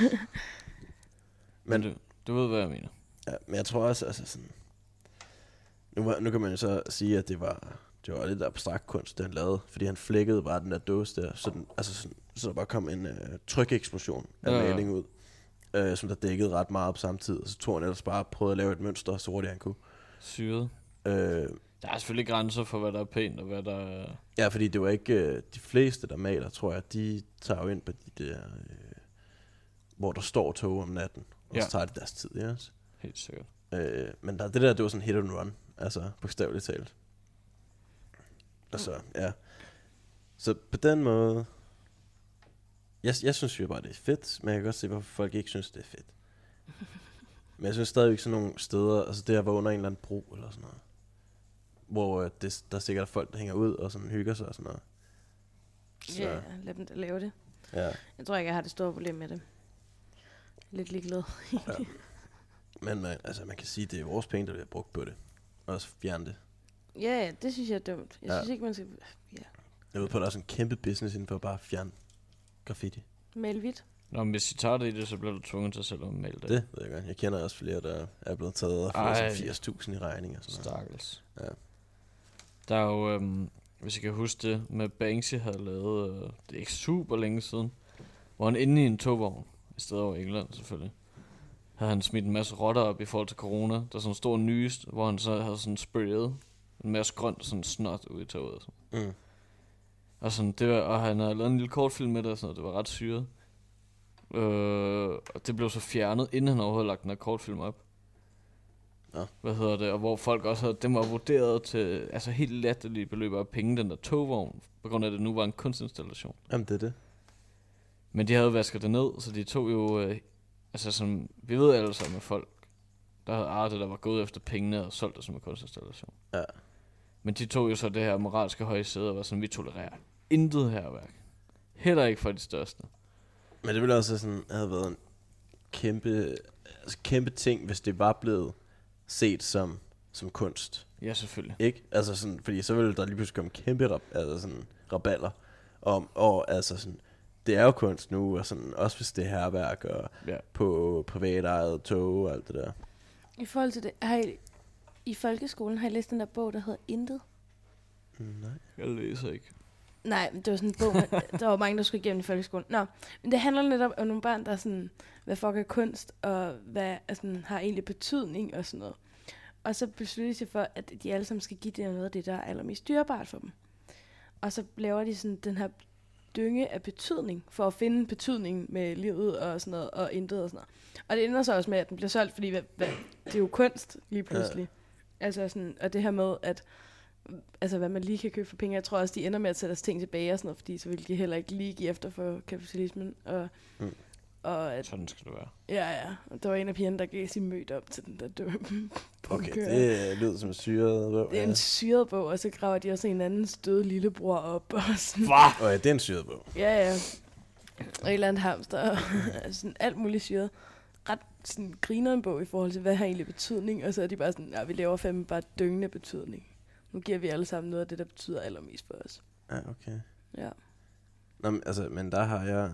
Men, Men du, du ved, hvad jeg mener. ja, men jeg tror også, altså sådan... Nu, var- nu kan man jo så sige, at det var, det var lidt abstrakt kunst, det han lavede. Fordi han flækkede bare den der dåse der. Så, den, altså sådan, så der bare kom en uh, trykeksplosion af Ja, ja. maling ud. Uh, som der dækkede ret meget på samme tid. Og så tog han ellers bare og prøvede at lave et mønster, så hurtigt han kunne. Syret. Uh, Der er selvfølgelig grænser for, hvad der er pænt, og hvad der er... Ja, fordi det var ikke... Uh, de fleste, der maler, tror jeg, de tager jo ind på de der... Uh, hvor der står tog om natten. Og Ja. så tager de deres tid, ja. også. Helt sikkert. Uh, men der, det der, det var sådan hit and run. Altså, bogstaveligt talt. Og så, ja. Så på den måde... Jeg, jeg synes jo bare, det er fedt, men jeg kan godt se, hvorfor folk ikke synes, det er fedt. Men jeg synes stadigvæk sådan nogle steder, altså det her var under en eller anden bro eller sådan noget, hvor øh, det, der er sikkert folk, der hænger ud og sådan hygger sig og sådan noget. Så, Ja, lad dem da lave det. ja. Jeg tror ikke, jeg har det store problem med det. Lidt ligeglad. Ja. Men man, altså, man kan sige, det er vores penge, der bliver brugt på det. Og så fjerne det. Ja, ja, det synes jeg er dumt. Jeg Ja. synes ikke, man skal... Ja. Jeg ved på, at der er sådan en kæmpe business inden for at bare fjerne graffiti. Mal hvidt. Nå, men hvis I tager det i det, så bliver du tvunget til selv at male det. Det ved jeg godt. Jeg kender også flere, der er blevet taget og fået sådan firs tusind i regning og sådan noget. Stakkels. Ja. Der er jo, øhm, hvis I kan huske det, med Banksy havde lavet, øh, det er ikke super længe siden, hvor han inde i en togvogn, i stedet over England selvfølgelig, havde han smidt en masse rotter op i forhold til corona. Der er sådan en stor nyest, hvor han så havde sådan sprayet en masse grønt sådan snot ud i toget. Og, sådan. Mm. og, sådan, det var, og han havde lavet en lille kortfilm med det, og sådan noget. Det var ret syret. Øh, og det blev så fjernet, inden han overhovedet lagt den her kortfilm op. Ja. Hvad hedder det? Og hvor folk også havde, den var vurderet til altså helt latterlige beløb af penge, den der togvogn, på grund af, at det nu var en kunstinstallation. Jamen, det er det. Men de havde vasket det ned, så de tog jo, øh, altså som, vi ved alle sammen med folk, der havde artet, der var gået efter pengene og solgt det som en kunstinstallation. Ja. Men de tog jo så det her moralske høje sæde, og var sådan, vi tolererer intet herværk. Heller ikke for de største. Men det ville også sådan, have været en kæmpe, altså kæmpe ting, hvis det var blevet set som, som kunst. Ja, selvfølgelig. Ikke? Altså sådan, fordi så ville der lige pludselig komme kæmpe rab, altså sådan, raballer om, og altså sådan, det er jo kunst nu, og sådan, også hvis det er herværk, og Ja. på privatejet tog og alt det der. I forhold til det, har I, i folkeskolen har I læst den der bog, der hedder Intet? Nej. Jeg læser ikke. Nej, men det var sådan en bog, man, der var mange, der skulle igennem i folkeskolen. Nå, men det handler netop om nogle børn, der er sådan, hvad fuck er kunst, og hvad altså, har egentlig betydning og sådan noget. Og så beslutter de sig for, at de alle sammen skal give det noget af det, der er allermest dyrebart for dem. Og så laver de sådan den her dynge af betydning, for at finde betydning med livet og sådan noget, og intet og sådan noget. Og det ender så også med, at den bliver solgt, fordi hvad, hvad, det er jo kunst lige pludselig. Ja. Altså sådan, og det her med, at altså hvad man lige kan købe for penge. Jeg tror også, de ender med at sætte deres ting tilbage og sådan noget, fordi så vil de heller ikke lige give efter for kapitalismen. Og, mm. og at, sådan skal det være. Ja, ja. Og der var en af pigerne, der gav sin mødt op til den der dømme. Okay, det lyder som en syret bog. Det er en syret bog, og så graver de også en anden støde lillebror op. Og sådan. Hvad? Okay, det er en syret bog. Ja, ja. Og et eller andet hamster. Og sådan alt muligt syret. Ret sådan griner en bog i forhold til, hvad har egentlig betydning. Og så er de bare sådan, ja, vi laver fandme bare dyngende betydning. Nu giver vi alle sammen noget af det, der betyder allermest for os. Ja, okay. Ja. Nå, men, altså, men der har jeg...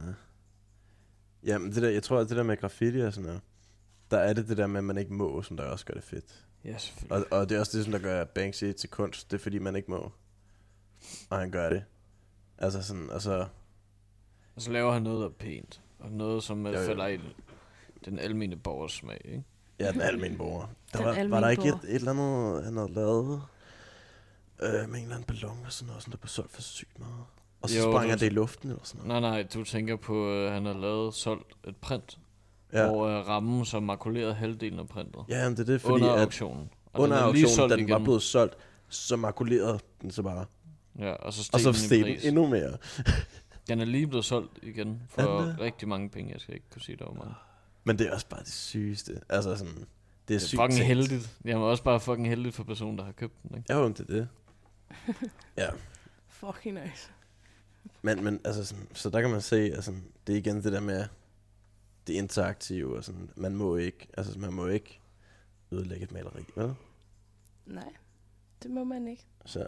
Ja, men det der, jeg tror, at det der med graffiti og sådan noget, der er det det der med, at man ikke må, som der også gør det fedt. Ja, selvfølgelig. Og, og det er også det, som der gør Banksy til kunst. Det er fordi, man ikke må. Og han gør det. Altså sådan, altså... Og så laver han noget, der er pænt. Og noget, som Jo, jo. falder i den almene borgers smag, ikke? Ja, den almene borger. Der Den var, var almene der ikke et, borger. et eller andet, han havde lavet øh, med en eller anden ballon og sådan noget, sådan der blev solgt for sygt meget. Og så Jo, sprang det han var det i luften eller sådan noget. Nej, nej, du tænker på, at han har lavet solgt et print, Ja, hvor uh, rammen så makulerede halvdelen af printet. ja men det er det, fordi Under at auktionen. Og under den er lige auktionen, solgt da den var igen. blevet solgt, så makulerede den så bare. Ja, og så Og steg så den i steg den pris. endnu mere. Den er lige blevet solgt igen Er for den det? rigtig mange penge. Jeg skal ikke kunne sige det over mange. Men det er også bare det sygeste. Altså sådan, det er, Det er sygt fucking tænkt. heldigt. Jamen også bare fucking heldigt for personen, der har købt den, ikke? Ja, jo, det er det. Ja. Fucking nice. Men, men altså sådan, så der kan man se, altså, det er igen det der med det interaktive, og sådan, man må ikke, altså man må ikke ødelægge et maleri, vel? Nej, det må man ikke. Så,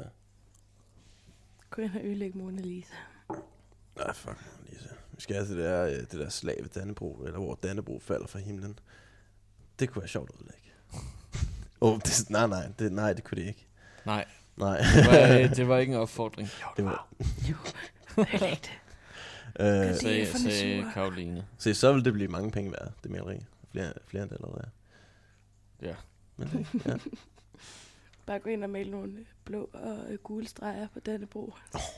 Gå ind og ødelægge Mona Lisa. nej, fuck, Lisa. Vi skal have det der, øh, det der slag ved Dannebro, eller hvor Dannebro falder fra himlen. Det kunne være sjovt at ødelægge. oh, det, nej, nej, det, nej, det kunne det ikke. Nej, Nej. det var, øh, det var ikke en opfordring. det var, Jo, ødelæg det. øh, Det er Sagde, for sagde sure. Karoline. se, så vil det blive mange penge værd, det maleri. Flere, flere end det allerede er. Ja. Men, ja. Bare gå ind og male nogle øh, blå og øh, gule streger på Dannebro.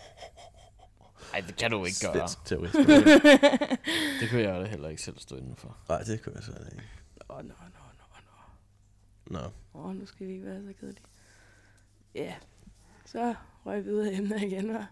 Nej, det kan du ikke gøre. Fedt terrorist. Det kunne jeg da heller ikke selv stå indenfor. Nej, det kunne jeg så ikke. Åh, oh, nå, nå, nå, nå. Nå. Åh, oh, nu skal vi ikke være så kedelige. Ja, yeah. Så røg vi ud af emner igen, hva'?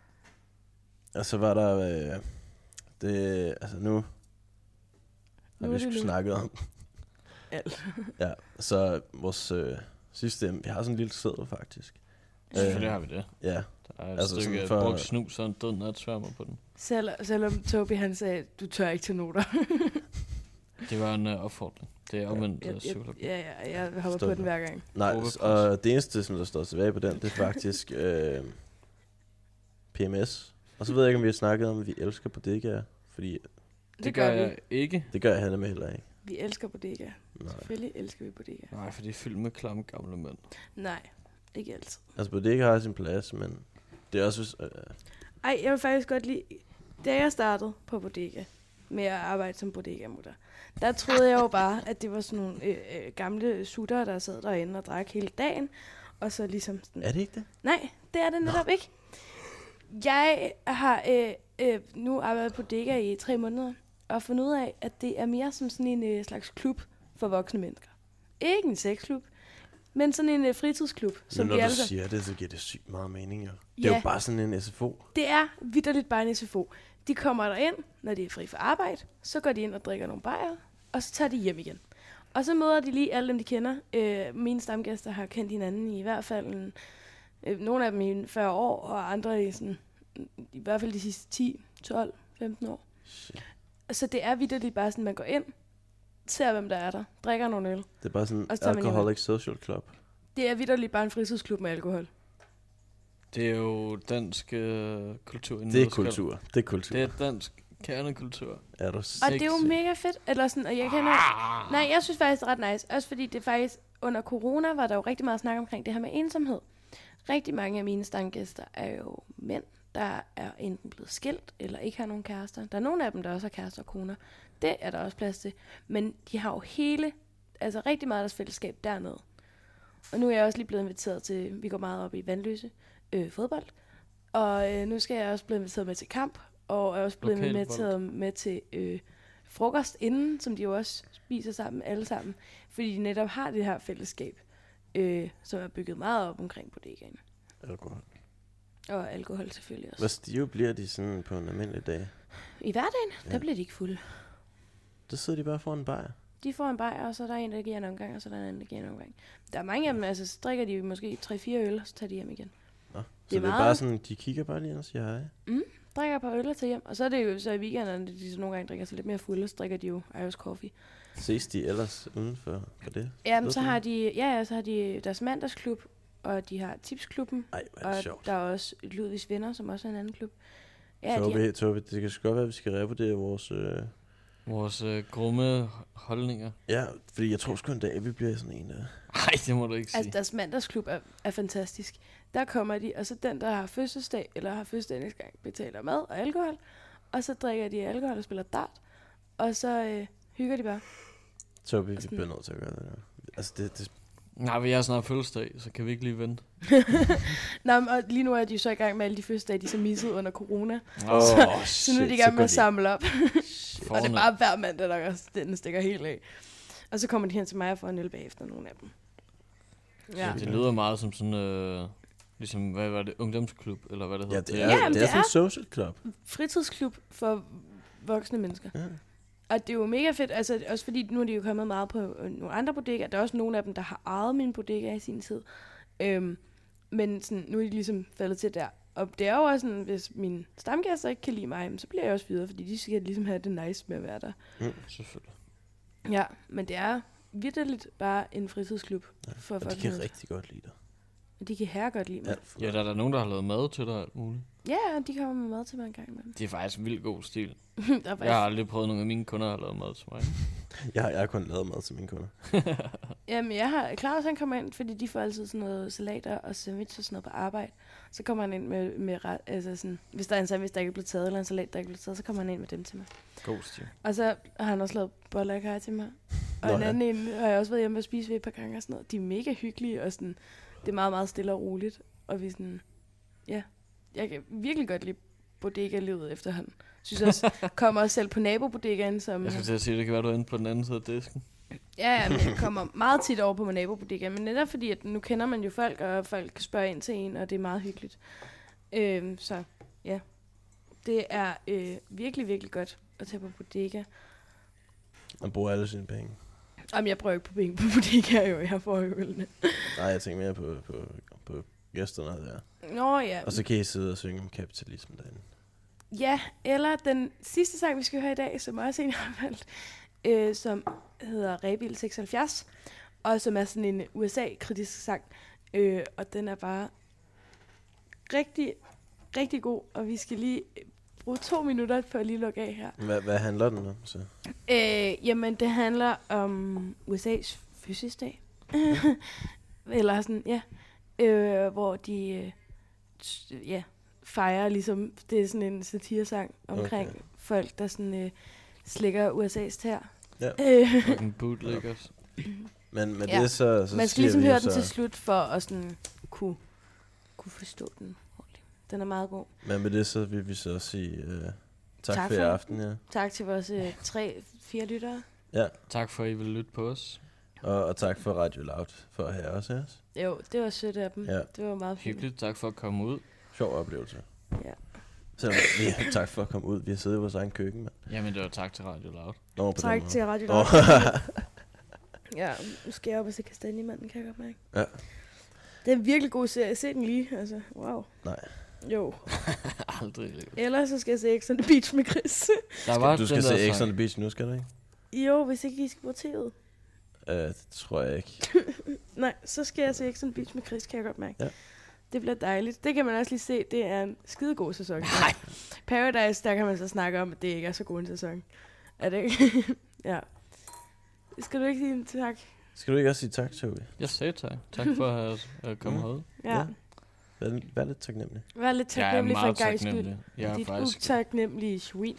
Og så var der, øh, det, altså nu, Nu har er vi det sgu nu. snakket om. Alt. Ja, så vores øh, sidste emne, vi har sådan en lille sædel faktisk. Selvfølgelig har vi det. Ja, Der er et Altså altså stykke sådan for... for- brugt snus og en død natsværmer på den. Selv, selvom Toby han sagde, du tør ikke til noter. Det var en uh, opfordring. Det er omvendt jeg, uh, jeg, psykologi. ja, ja, jeg hopper Stop. på den hver gang. nej, Overpres. og det eneste, som der står tilbage på den, det er faktisk øh, P M S. Og så ved jeg ikke, om vi har snakket om, at vi elsker bodegaer. Fordi Det, Det det gør gør vi. jeg ikke. det gør jeg heller med heller ikke. Vi elsker bodega. Nej. Selvfølgelig elsker vi bodega. Nej, for det er fyldt med klamme gamle mænd. Nej, ikke altid. Altså bodega har sin plads, men det er også... hvis- Øh, Ej, jeg vil faktisk godt lide, da jeg startede på bodega, med at arbejde som bodega-mutter, der troede jeg jo bare, at det var sådan nogle øh, øh, gamle sutter, der sad derinde og drak hele dagen, og så ligesom sådan... er det ikke det? Nej, det er det netop ikke. Jeg har øh, øh, nu arbejdet på bodega i tre måneder, og fundet ud af, at det er mere som sådan en øh, slags klub for voksne mennesker. Ikke en sexklub, men sådan en øh, fritidsklub. Men når vi du altså, siger det, så giver det sygt meget mening, jo. Det Ja. er jo bare sådan en S F O. Det er vitterligt bare en S F O. De kommer der ind, når de er fri for arbejde, så går de ind og drikker nogle bajer, og så tager de hjem igen. Og så møder de lige alle dem, de kender. Øh, mine stamgæster har kendt hinanden i, i hvert fald en, øh, nogle af dem i fyrre år, og andre i, sådan, i hvert fald de sidste ti, tolv, femten år. Shit. Så det er vitterligt bare sådan, man går ind, ser hvem der er der, drikker nogle øl. Det er bare sådan Og en så tager man hjem. alcoholic social club. Det er vitterligt bare en fritidsklub med alkohol. Det er jo dansk øh, kultur. i en Det er nøddeskal. kultur. Det er kultur. Det er dansk kernekultur. Er du Og det er jo Sexy. mega fedt. Eller sådan, og jeg kender... Nej, jeg synes faktisk, det er ret nice. Også fordi det faktisk... Under corona var der jo rigtig meget snak omkring det her med ensomhed. Rigtig mange af mine stamgæster er jo mænd, der er enten blevet skilt, eller ikke har nogen kærester. Der er nogle af dem, der også har kærester og koner. Det er der også plads til. Men de har jo hele... Altså rigtig meget af deres fællesskab dernede. Og nu er jeg også lige blevet inviteret til... Vi går meget op i Vandløse øh, fodbold. Og øh, nu skal jeg også blive inviteret med til kamp. Og er også blevet Lokal inviteret med til øh, frokost inden, som de jo også spiser sammen, alle sammen. Fordi de netop har det her fællesskab, øh, som er bygget meget op omkring bodegaen. alkohol. Og alkohol selvfølgelig også. Hvor stive bliver de sådan på en almindelig dag? I hverdagen, Ja. der bliver de ikke fulde. Der sidder de bare foran en bajer. De får en bajer, og så er der en, der giver en omgang, og så er der en anden, der giver en omgang. Der er mange af dem, altså så drikker de måske tre fire øl, og så tager de hjem igen. Nå. Så Det er det er meget- bare sådan, de kigger bare lige og siger hej. Drikker et par øl og tager hjem. Og så er det jo så i weekenderne, de så nogle gange drikker sig lidt mere fulde, så drikker de jo Irish coffee. Ses de ellers uden for, for det? Ja, Ved så du har det? de, ja, ja, så har de deres mandagsklub, og de har tipsklubben, Ej, hvor er og det sjovt. der er også Ludvigs Venner, som også er en anden klub. Ja, de er, Tobi, Tobi, det kan sgu godt være, at vi skal revurdere vores... Øh... Vores øh, grumme holdninger. Ja, fordi jeg tror sgu en dag, vi bliver sådan en der... Nej, det må du ikke sige. altså deres mandagsklub er, er fantastisk. Der kommer de, og så den, der har fødselsdag, eller har fødselsdag næste gang, betaler mad og alkohol, og så drikker de alkohol og spiller dart, og så øh, hygger de bare. Tobi, vi Sådan- bliver nødt til at gøre det der. Altså, det, det, Nej, vi har snart fødselsdag, så kan vi ikke lige vente. Nå, men, og lige nu er de jo så i gang med alle de fødselsdage, de så missede under corona. Åh, så, shit, så nu er de i så gang med går at de- samle op. shit. Og det er bare hver mandag, der også, den stikker helt af. Og så kommer de hen til mig og får en øl bagefter, nogle af dem. Ja. Ja. Det lyder meget som sådan, øh, ligesom, hvad var det, ungdomsklub, eller hvad det Ja, hedder. det er, Ja, ja, men det er det sådan en er- social club. Fritidsklub for voksne mennesker. Ja. Og det er jo mega fedt, altså også fordi nu er de jo kommet meget på øh, nogle andre bodegaer. Der er også nogle af dem, der har ejet min bodega i sin tid. Øhm, men sådan, nu er de ligesom faldet til der. Og det er jo også sådan, hvis mine stamgæster ikke kan lide mig, så bliver jeg også videre, fordi de skal ligesom have det nice med at være der. Selvfølgelig. Ja, men det er vitterligt bare en fritidsklub Ja, for Og de voksne kan mennesker. rigtig godt lide dig. De kan herre godt lide mig. Alt for Ja, der er der nogen, der har lavet mad til dig og alt muligt. Ja, og de kommer med mad til mig en gang imellem. Det er faktisk en vildt god stil. der er Jeg faktisk, har aldrig prøvet, at nogen af mine kunder har lavet mad til mig. Jeg har, jeg har kun lavet mad til mine kunder. Jamen, jeg har Claus, han kommer ind, fordi de får altid sådan noget salater og sandwich og sådan noget på arbejde. Så kommer han ind med, med ret, altså sådan, hvis der er en sandwich, der ikke er blevet taget, eller en salat, der ikke er blevet taget, så kommer han ind med dem til mig. God stil. Og så har han også lavet boller og kaj til mig. Og Nå en ja. anden en har jeg også været hjemme og spise ved et par gange og sådan noget. De er mega hyggelige, og sådan, det er meget, meget stille og roligt. Og vi sådan, ja, jeg kan virkelig godt lide bodega-livet efterhånden. Synes også, kommer også selv på nabobodegaen, som... Jeg skulle til at sige, det kan være, du er inde på den anden side af disken. Ja, ja, men jeg kommer meget tit over på min nabobodega, men netop fordi, at nu kender man jo folk, og folk spørger ind til en, og det er meget hyggeligt. Øhm, så ja, det er øh, virkelig, virkelig godt at tage på bodega. Man bruger alle sine penge. Jamen, jeg prøver ikke på penge på bodega, jo, jeg får jo ølene. Nej, jeg tænker mere på, på, på gæsterne der. Nå ja, Og så kan I sidde og synge om kapitalismen derinde. ja, eller den sidste sang, vi skal høre i dag, som også en har valgt, øh, som hedder Rebil seksoghalvfjerds, og som er sådan en U S A-kritisk sang, øh, og den er bare rigtig rigtig god, og vi skal lige bruge to minutter på at lige lukke af her. Hvad, hvad handler den om så? Øh, jamen, det handler om U S A's fødselsdag. Eller sådan, ja. Øh, hvor de øh, t- ja, fejrer ligesom, det er sådan en satiresang omkring Okay. folk, der sådan øh, slikker U S A's tær. Ja. Øh, Og den bootleggers. Men med Ja. det så, så man skal siger ligesom vi høre jo den så, til slut for at sådan kunne, kunne forstå den ordentligt. Den er meget god. Men med det så vil vi så sige uh, tak, Tak for i for- aften, ja. Tak til vores øh, tre, fire lyttere. Ja, Tak for, at I vil lytte på os. og, og tak for Radio Loud for at have os her. Jo, det var sødt af dem. Ja. Det var meget fint. Hyggeligt. Tak for at komme ud. Sjov oplevelse. Ja. Selvom vi, tak for at komme ud. Vi har siddet i vores egen køkken, mand. Jamen, det var tak til Radio Loud. Nå, på den Tak måde. til Radio Nå. Loud. Ja, nu skal jeg op og se Kastanjemanden, kan jeg godt mærke. Ja. Det er en virkelig god serie. Se den lige, altså. Wow. Nej. Jo. Aldrig i livet. Ellers så skal jeg se X on the Beach med Chris. Der var Du skal den der se X on sang. the Beach nu, skal du ikke? Jo, hvis ikke I skal på tv'et. Uh, det tror jeg ikke. Nej, så skal jeg se X on the Beach med Chris, kan jeg godt mærke. Ja. Det bliver dejligt. Det kan man også lige se. Det er en skidegod sæson. Nej. Paradise, der kan man så snakke om, at det ikke er så god en sæson. Er det ikke? Ja. Skal du ikke sige en tak? Skal du ikke også sige tak, Tobi? Jeg sagde tak. Tak for at have at komme Mm. herud. Ja. Ja. Vær, vær lidt taknemmelig. Vær lidt Jeg er taknemmelig for en meget gang skyld. taknemmelig. Jeg er Dit faktisk... utaknemmelige svin.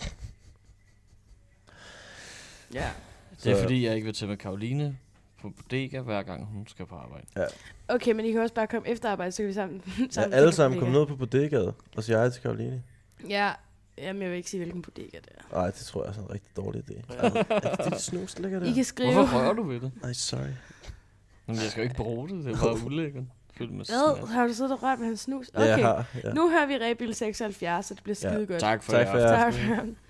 Ja. Det er Så- fordi, jeg ikke vil til med Karoline på bodega, hver gang hun skal på arbejde. Okay, men I kan også bare komme efter arbejde, så kan vi sammen... Ja, sammen alle til sammen bodega. kom ned på bodegaet og sige hej til Karoline. Ja. Jamen, jeg vil ikke sige, hvilken bodega det er. Nej, det tror jeg er sådan en rigtig dårlig idé. Altså, er det dit snus, der ligger der? I kan skrive... Hvorfor rører du ved det? Nej, sorry. Men jeg skal jo ikke bruge det, det er bare ulækkert. Fyldt med Hvad? snat. Har du siddet og rørt med hans snus? Ja, jeg Okay. har. Ja. Nu hører vi Rebil seksoghalvfjerds, så det bliver Ja. skide godt. Tak for Tak i for i aften. Tak aften. for ham.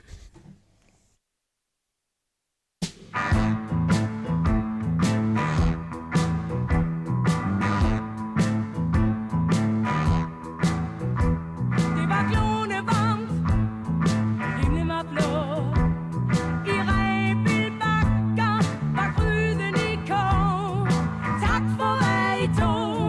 Det var glående varmt, himlen var blå. I Rebild Bakker var gryden i kog. Tak for hvad I tog.